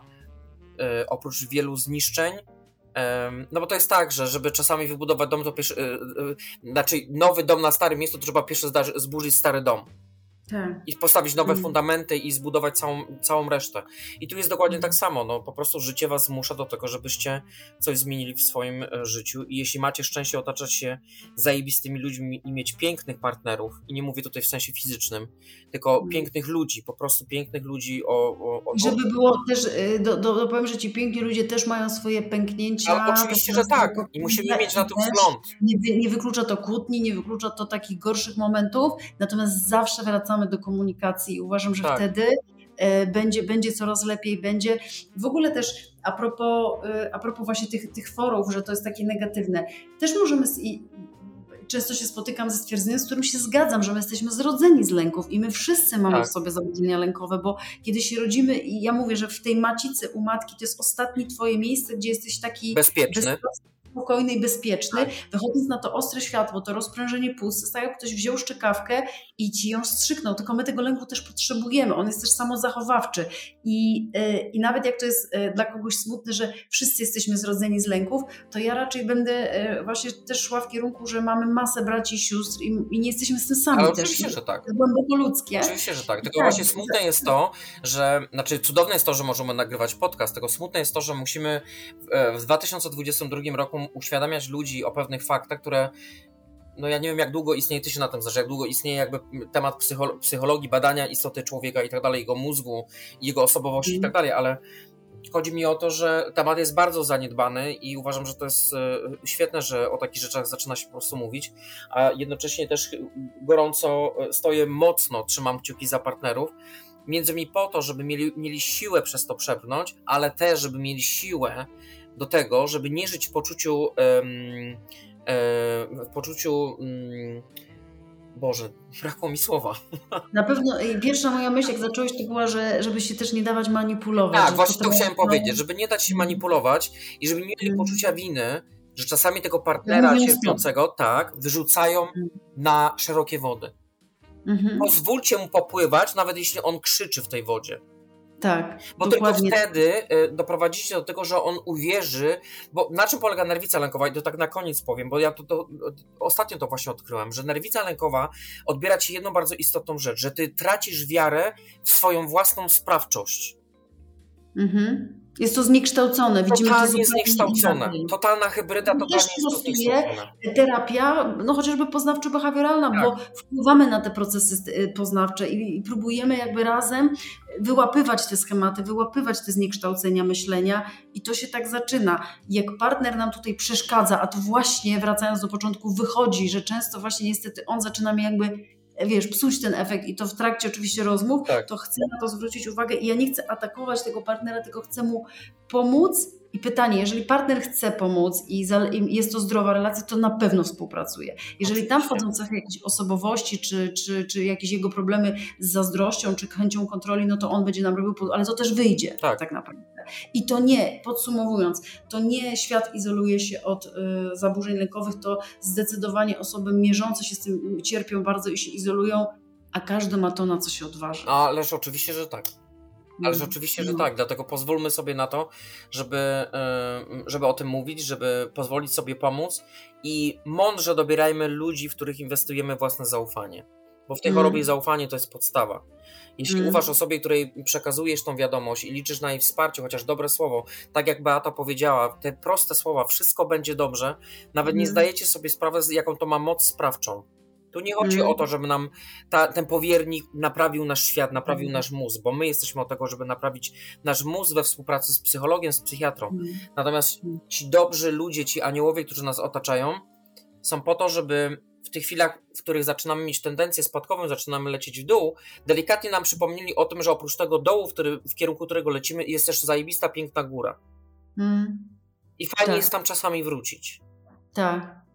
y, oprócz wielu zniszczeń, y, no bo to jest tak, że żeby czasami wybudować dom, to pierwszy, y, y, znaczy nowy dom na starym miejscu, to trzeba pierwszy zdarzy, zburzyć stary dom. Tak. I postawić nowe Mm. fundamenty i zbudować całą, całą resztę. I tu jest dokładnie tak samo, no po prostu życie was zmusza do tego, żebyście coś zmienili w swoim e, życiu i jeśli macie szczęście otaczać się zajebistymi ludźmi i mieć pięknych partnerów, i nie mówię tutaj w sensie fizycznym, tylko Mm. pięknych ludzi, po prostu pięknych ludzi o... o, o I żeby było też, y, do, do, dopowiem, że ci piękni ludzie też mają swoje pęknięcia. Ale oczywiście, że tak. I musimy mieć na to też wzgląd. Nie, wy- nie wyklucza to kłótni, nie wyklucza to takich gorszych momentów, natomiast zawsze wracamy do komunikacji i uważam, że Tak. wtedy e, będzie, będzie coraz lepiej, będzie. W ogóle też a propos, e, a propos właśnie tych, tych forów, że to jest takie negatywne, też możemy z, i, często się spotykam ze stwierdzeniem, z którym się zgadzam, że my jesteśmy zrodzeni z lęków i my wszyscy mamy Tak. w sobie zaburzenia lękowe, bo kiedy się rodzimy i ja mówię, że w tej macicy u matki to jest ostatnie twoje miejsce, gdzie jesteś taki Bezpieczny. spokojny i bezpieczny, wychodząc na to ostre światło, to rozprężenie płuc, jest tak jak ktoś wziął szczykawkę i ci ją wstrzyknął, tylko my tego lęku też potrzebujemy, on jest też samozachowawczy i, yy, i nawet jak to jest yy, dla kogoś smutne, że wszyscy jesteśmy zrodzeni z lęków, to ja raczej będę yy, właśnie też szła w kierunku, że mamy masę braci i sióstr i, i nie jesteśmy z tym sami Ale też. oczywiście, że tak. To jest głęboko ludzkie. Oczywiście, że tak. Tylko Tak. właśnie smutne jest to, że, znaczy cudowne jest to, że możemy nagrywać podcast, tylko smutne jest to, że musimy w, w dwa tysiące dwudziestym drugim roku uświadamiać ludzi o pewnych faktach, które, no ja nie wiem jak długo istnieje, ty się na tym znasz, jak długo istnieje jakby temat psycho, psychologii, badania istoty człowieka i tak dalej, jego mózgu, jego osobowości i tak dalej, ale chodzi mi o to, że temat jest bardzo zaniedbany i uważam, że to jest świetne, że o takich rzeczach zaczyna się po prostu mówić, a jednocześnie też gorąco stoję mocno, trzymam kciuki za partnerów, między innymi po to, żeby mieli, mieli siłę przez to przepchnąć, ale też, żeby mieli siłę do tego, żeby nie żyć w poczuciu um, w poczuciu um, Boże, brakło mi słowa. Na pewno i pierwsza moja myśl, jak zacząłeś, to była, że żeby się też nie dawać manipulować. Tak, że właśnie to potem- chciałem powiedzieć, żeby nie dać się manipulować i żeby nie mieli Mm. poczucia winy, że czasami tego partnera Mówią cierpiącego, tak, wyrzucają Mm. na szerokie wody. Mhm. Pozwólcie mu popływać, nawet jeśli on krzyczy w tej wodzie. Tak, Bo dokładnie. tylko wtedy y, doprowadzicie do tego, że on uwierzy, bo na czym polega nerwica lękowa? I to tak na koniec powiem, bo ja to, to ostatnio to właśnie odkryłem, że nerwica lękowa odbiera ci jedną bardzo istotną rzecz, że ty tracisz wiarę w swoją własną sprawczość. Mhm. Jest to zniekształcone. Widzimy to Totalnie zupełnie zniekształcone. inaczej. Totalna hybryda, To totalnie też jest to stosuje zniekształcone. terapia, no chociażby poznawczo-behawioralna, Tak. bo wpływamy na te procesy y, poznawcze i, i próbujemy jakby razem wyłapywać te schematy, wyłapywać te zniekształcenia myślenia i to się tak zaczyna. Jak partner nam tutaj przeszkadza, a to właśnie wracając do początku wychodzi, że często właśnie niestety on zaczyna mi jakby wiesz, psuć ten efekt i to w trakcie oczywiście rozmów, Tak. to chcę na to zwrócić uwagę i ja nie chcę atakować tego partnera, tylko chcę mu pomóc. I pytanie, jeżeli partner chce pomóc i za- i jest to zdrowa relacja, to na pewno współpracuje. Jeżeli tam Oczywiście. wchodzą cechy jakiejś osobowości, czy, czy, czy jakieś jego problemy z zazdrością, czy chęcią kontroli, no to on będzie nam robił, po- ale to też wyjdzie Tak. tak, naprawdę. I to nie, podsumowując, to nie świat izoluje się od y, zaburzeń lękowych, to zdecydowanie osoby mierzące się z tym cierpią bardzo i się izolują, a każdy ma to, na co się odważy. Ależ oczywiście, że tak. Ależ Mm. oczywiście, że No. tak, dlatego pozwólmy sobie na to, żeby, y, żeby o tym mówić, żeby pozwolić sobie pomóc i mądrze dobierajmy ludzi, w których inwestujemy własne zaufanie. Bo w tej Mm. chorobie zaufanie to jest podstawa. Jeśli Mm. ufasz osobie, której przekazujesz tą wiadomość i liczysz na jej wsparcie, chociaż dobre słowo, tak jak Beata powiedziała, te proste słowa, wszystko będzie dobrze, nawet nie Mm. zdajecie sobie sprawy, z jaką to ma moc sprawczą. Tu nie chodzi Mm. o to, żeby nam ta, ten powiernik naprawił nasz świat, naprawił Mm. nasz mózg, bo my jesteśmy od tego, żeby naprawić nasz mózg we współpracy z psychologiem, z psychiatrą. Mm. Natomiast Mm. ci dobrzy ludzie, ci aniołowie, którzy nas otaczają, są po to, żeby w tych chwilach, w których zaczynamy mieć tendencję spadkową, zaczynamy lecieć w dół, delikatnie nam przypomnieli o tym, że oprócz tego dołu, w, który, w kierunku którego lecimy, jest też zajebista, piękna góra. Mm. I fajnie Tak. jest tam czasami wrócić. Tak.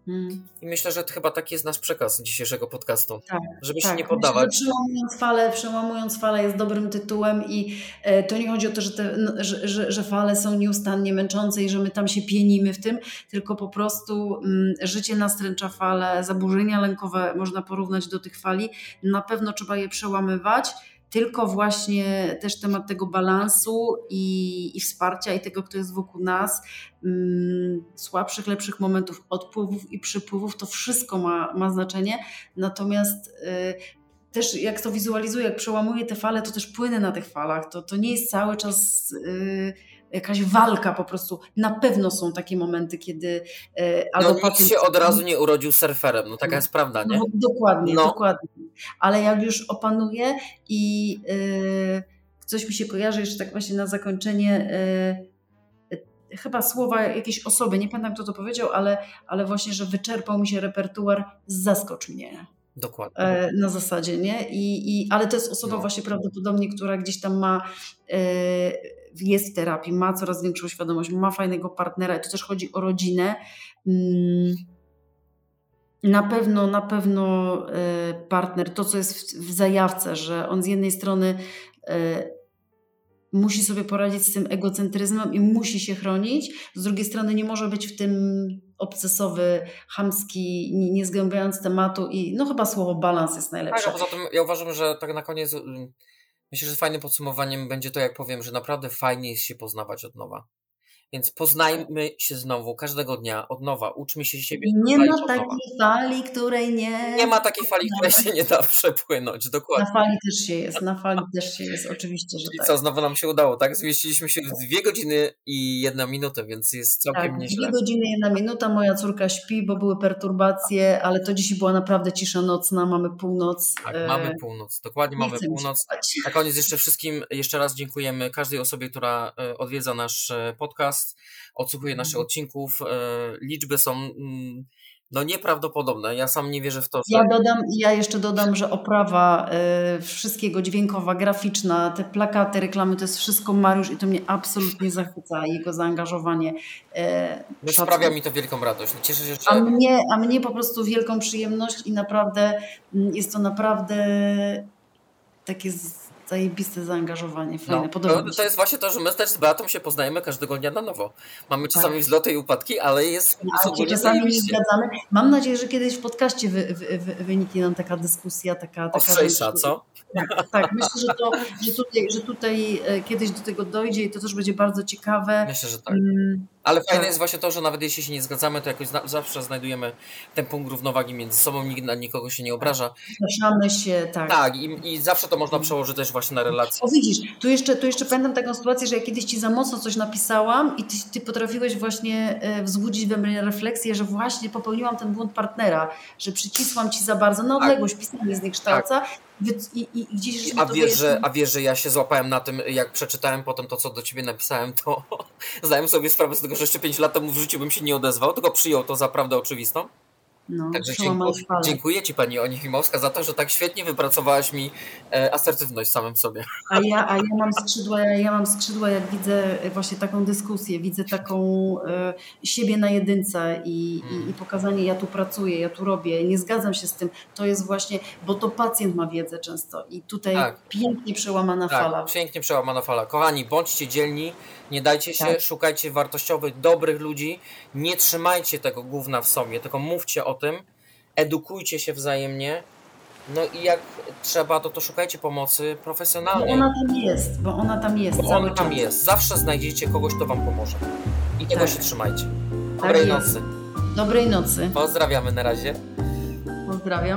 Mm. I myślę, że to chyba taki jest nasz przekaz dzisiejszego podcastu, Tak, żeby tak. się nie Myślę, poddawać. że przełamując falę, przełamując falę jest dobrym tytułem i e, to nie chodzi o to, że, te, no, że, że, że fale są nieustannie męczące i że my tam się pienimy w tym, tylko po prostu mm, życie nastręcza fale, zaburzenia lękowe można porównać do tych fali. Na pewno trzeba je przełamywać, tylko właśnie też temat tego balansu i, i wsparcia i tego, kto jest wokół nas, mm, słabszych, lepszych momentów, odpływów i przypływów, to wszystko ma, ma znaczenie. Natomiast y, też jak to wizualizuję, jak przełamuję te fale, to też płynę na tych falach. To, to nie jest cały czas y, jakaś walka po prostu. Na pewno są takie momenty, kiedy y, No albo nikt pacjent- się od razu nie urodził surferem, no taka jest prawda, nie? no, dokładnie, No. dokładnie. Ale jak już opanuję i yy, coś mi się kojarzy jeszcze tak właśnie na zakończenie, yy, yy, chyba słowa jakiejś osoby, nie pamiętam kto to powiedział, ale, ale właśnie, że wyczerpał mi się repertuar, zaskocz mnie. Dokładnie. E, na zasadzie, nie? I, i, ale to jest osoba No. właśnie prawdopodobnie, która gdzieś tam ma, e, jest w terapii, ma coraz większą świadomość, ma fajnego partnera i to też chodzi o rodzinę. Mm, Na pewno, na pewno e, partner, to co jest w, w zajawce, że on z jednej strony e, musi sobie poradzić z tym egocentryzmem i musi się chronić, z drugiej strony nie może być w tym obsesowy, chamski, nie, nie zgłębiając tematu i no chyba słowo balans jest Tak, najlepsze. a poza tym ja uważam, że tak na koniec mm, myślę, że fajnym podsumowaniem będzie to, jak powiem, że naprawdę fajnie jest się poznawać od nowa. Więc poznajmy się znowu, każdego dnia, od nowa, uczmy się siebie. Nie poznajmy ma od nowa. takiej fali, której nie... Nie ma takiej fali, której się nie da przepłynąć, dokładnie. Na fali też się jest, na fali też się jest, oczywiście, że I tak. co, znowu nam się udało, tak? Zmieściliśmy się w dwie godziny i jedna minutę, więc jest całkiem Tak, nieźle. dwie godziny, jedna minuta, moja córka śpi, bo były perturbacje, ale to dzisiaj była naprawdę cisza nocna, mamy północ. Tak, e, mamy północ, dokładnie nie mamy chcę mi się północ. spać. Na koniec jeszcze wszystkim jeszcze raz dziękujemy każdej osobie, która e, odwiedza nasz e, podcast, odsłuchuje naszych odcinków. E, Liczby są mm, no nieprawdopodobne. Ja sam nie wierzę w to, że... Ja dodam, ja jeszcze dodam, że oprawa y, wszystkiego dźwiękowa, graficzna, te plakaty, reklamy, to jest wszystko Mariusz i to mnie absolutnie zachwyca, jego zaangażowanie. Y, No, szacunek. sprawia mi to wielką radość. Cieszę się, A że... mnie, a mnie po prostu wielką przyjemność i naprawdę mm, jest to naprawdę takie z- zajebiste zaangażowanie, fajne, No, podoba to, mi się. to jest właśnie to, że my też z Beatą się poznajemy każdego dnia na nowo. Mamy czasami wzloty i upadki, ale jest A się ogólnie czasami nie zajebiście. zgadzamy. Mam nadzieję, że kiedyś w podcaście wy, wy, wy, wyniknie nam taka dyskusja, taka... taka Ostrzejsza, że- co? Tak, tak. Myślę, że, to, że, tutaj, że tutaj e, kiedyś do tego dojdzie i to też będzie bardzo ciekawe. Myślę, że tak. Mm, Ale fajne tak. jest właśnie to, że nawet jeśli się nie zgadzamy, to jakoś zna- zawsze znajdujemy ten punkt równowagi między sobą, nikt na nikogo się nie obraża. Zapraszamy się, tak. Tak, i, i zawsze to można przełożyć też właśnie na relacje. O widzisz, tu jeszcze, tu jeszcze pamiętam taką sytuację, że ja kiedyś ci za mocno coś napisałam i ty, ty potrafiłeś właśnie e, wzbudzić we mnie refleksję, że właśnie popełniłam ten błąd partnera, że przycisłam ci za bardzo na odległość, pisanie zniekształca wy- i, i, i gdzieś żeśmy A to wiesz, że, wyjaśnili. a wiesz, że ja się złapałem na tym, jak przeczytałem potem to, co do ciebie napisałem, to zdałem sobie sprawę z tego, że jeszcze pięć lat temu w życiu bym się nie odezwał, tylko przyjął to za prawdę oczywistą. No, Także przełamałeś dziękuję, falę. dziękuję ci, pani Onichimowska, za to, że tak świetnie wypracowałaś mi e, asertywność samym w sobie. A ja, a ja mam skrzydła, ja, ja mam skrzydła, jak widzę właśnie taką dyskusję, widzę taką e, siebie na jedynce i, i, i pokazanie, ja tu pracuję, ja tu robię, nie zgadzam się z tym, to jest właśnie, bo to pacjent ma wiedzę często i tutaj Tak. pięknie przełamana fala. Tak, pięknie przełamana fala. Kochani, bądźcie dzielni, nie dajcie się, Tak. szukajcie wartościowych, dobrych ludzi, nie trzymajcie tego gówna w sobie, tylko mówcie o tym, edukujcie się wzajemnie, no i jak trzeba, to, to szukajcie pomocy Bo profesjonalnej, ona tam jest, bo ona tam jest bo cały ona tam czas. jest. Zawsze znajdziecie kogoś, kto wam pomoże. I tego Tak. się trzymajcie. Tak Dobrej jest. nocy. Dobrej nocy. Pozdrawiamy na razie. Pozdrawiam.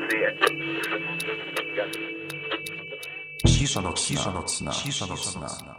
Cisza nocna, cisza nocna, cisza nocna.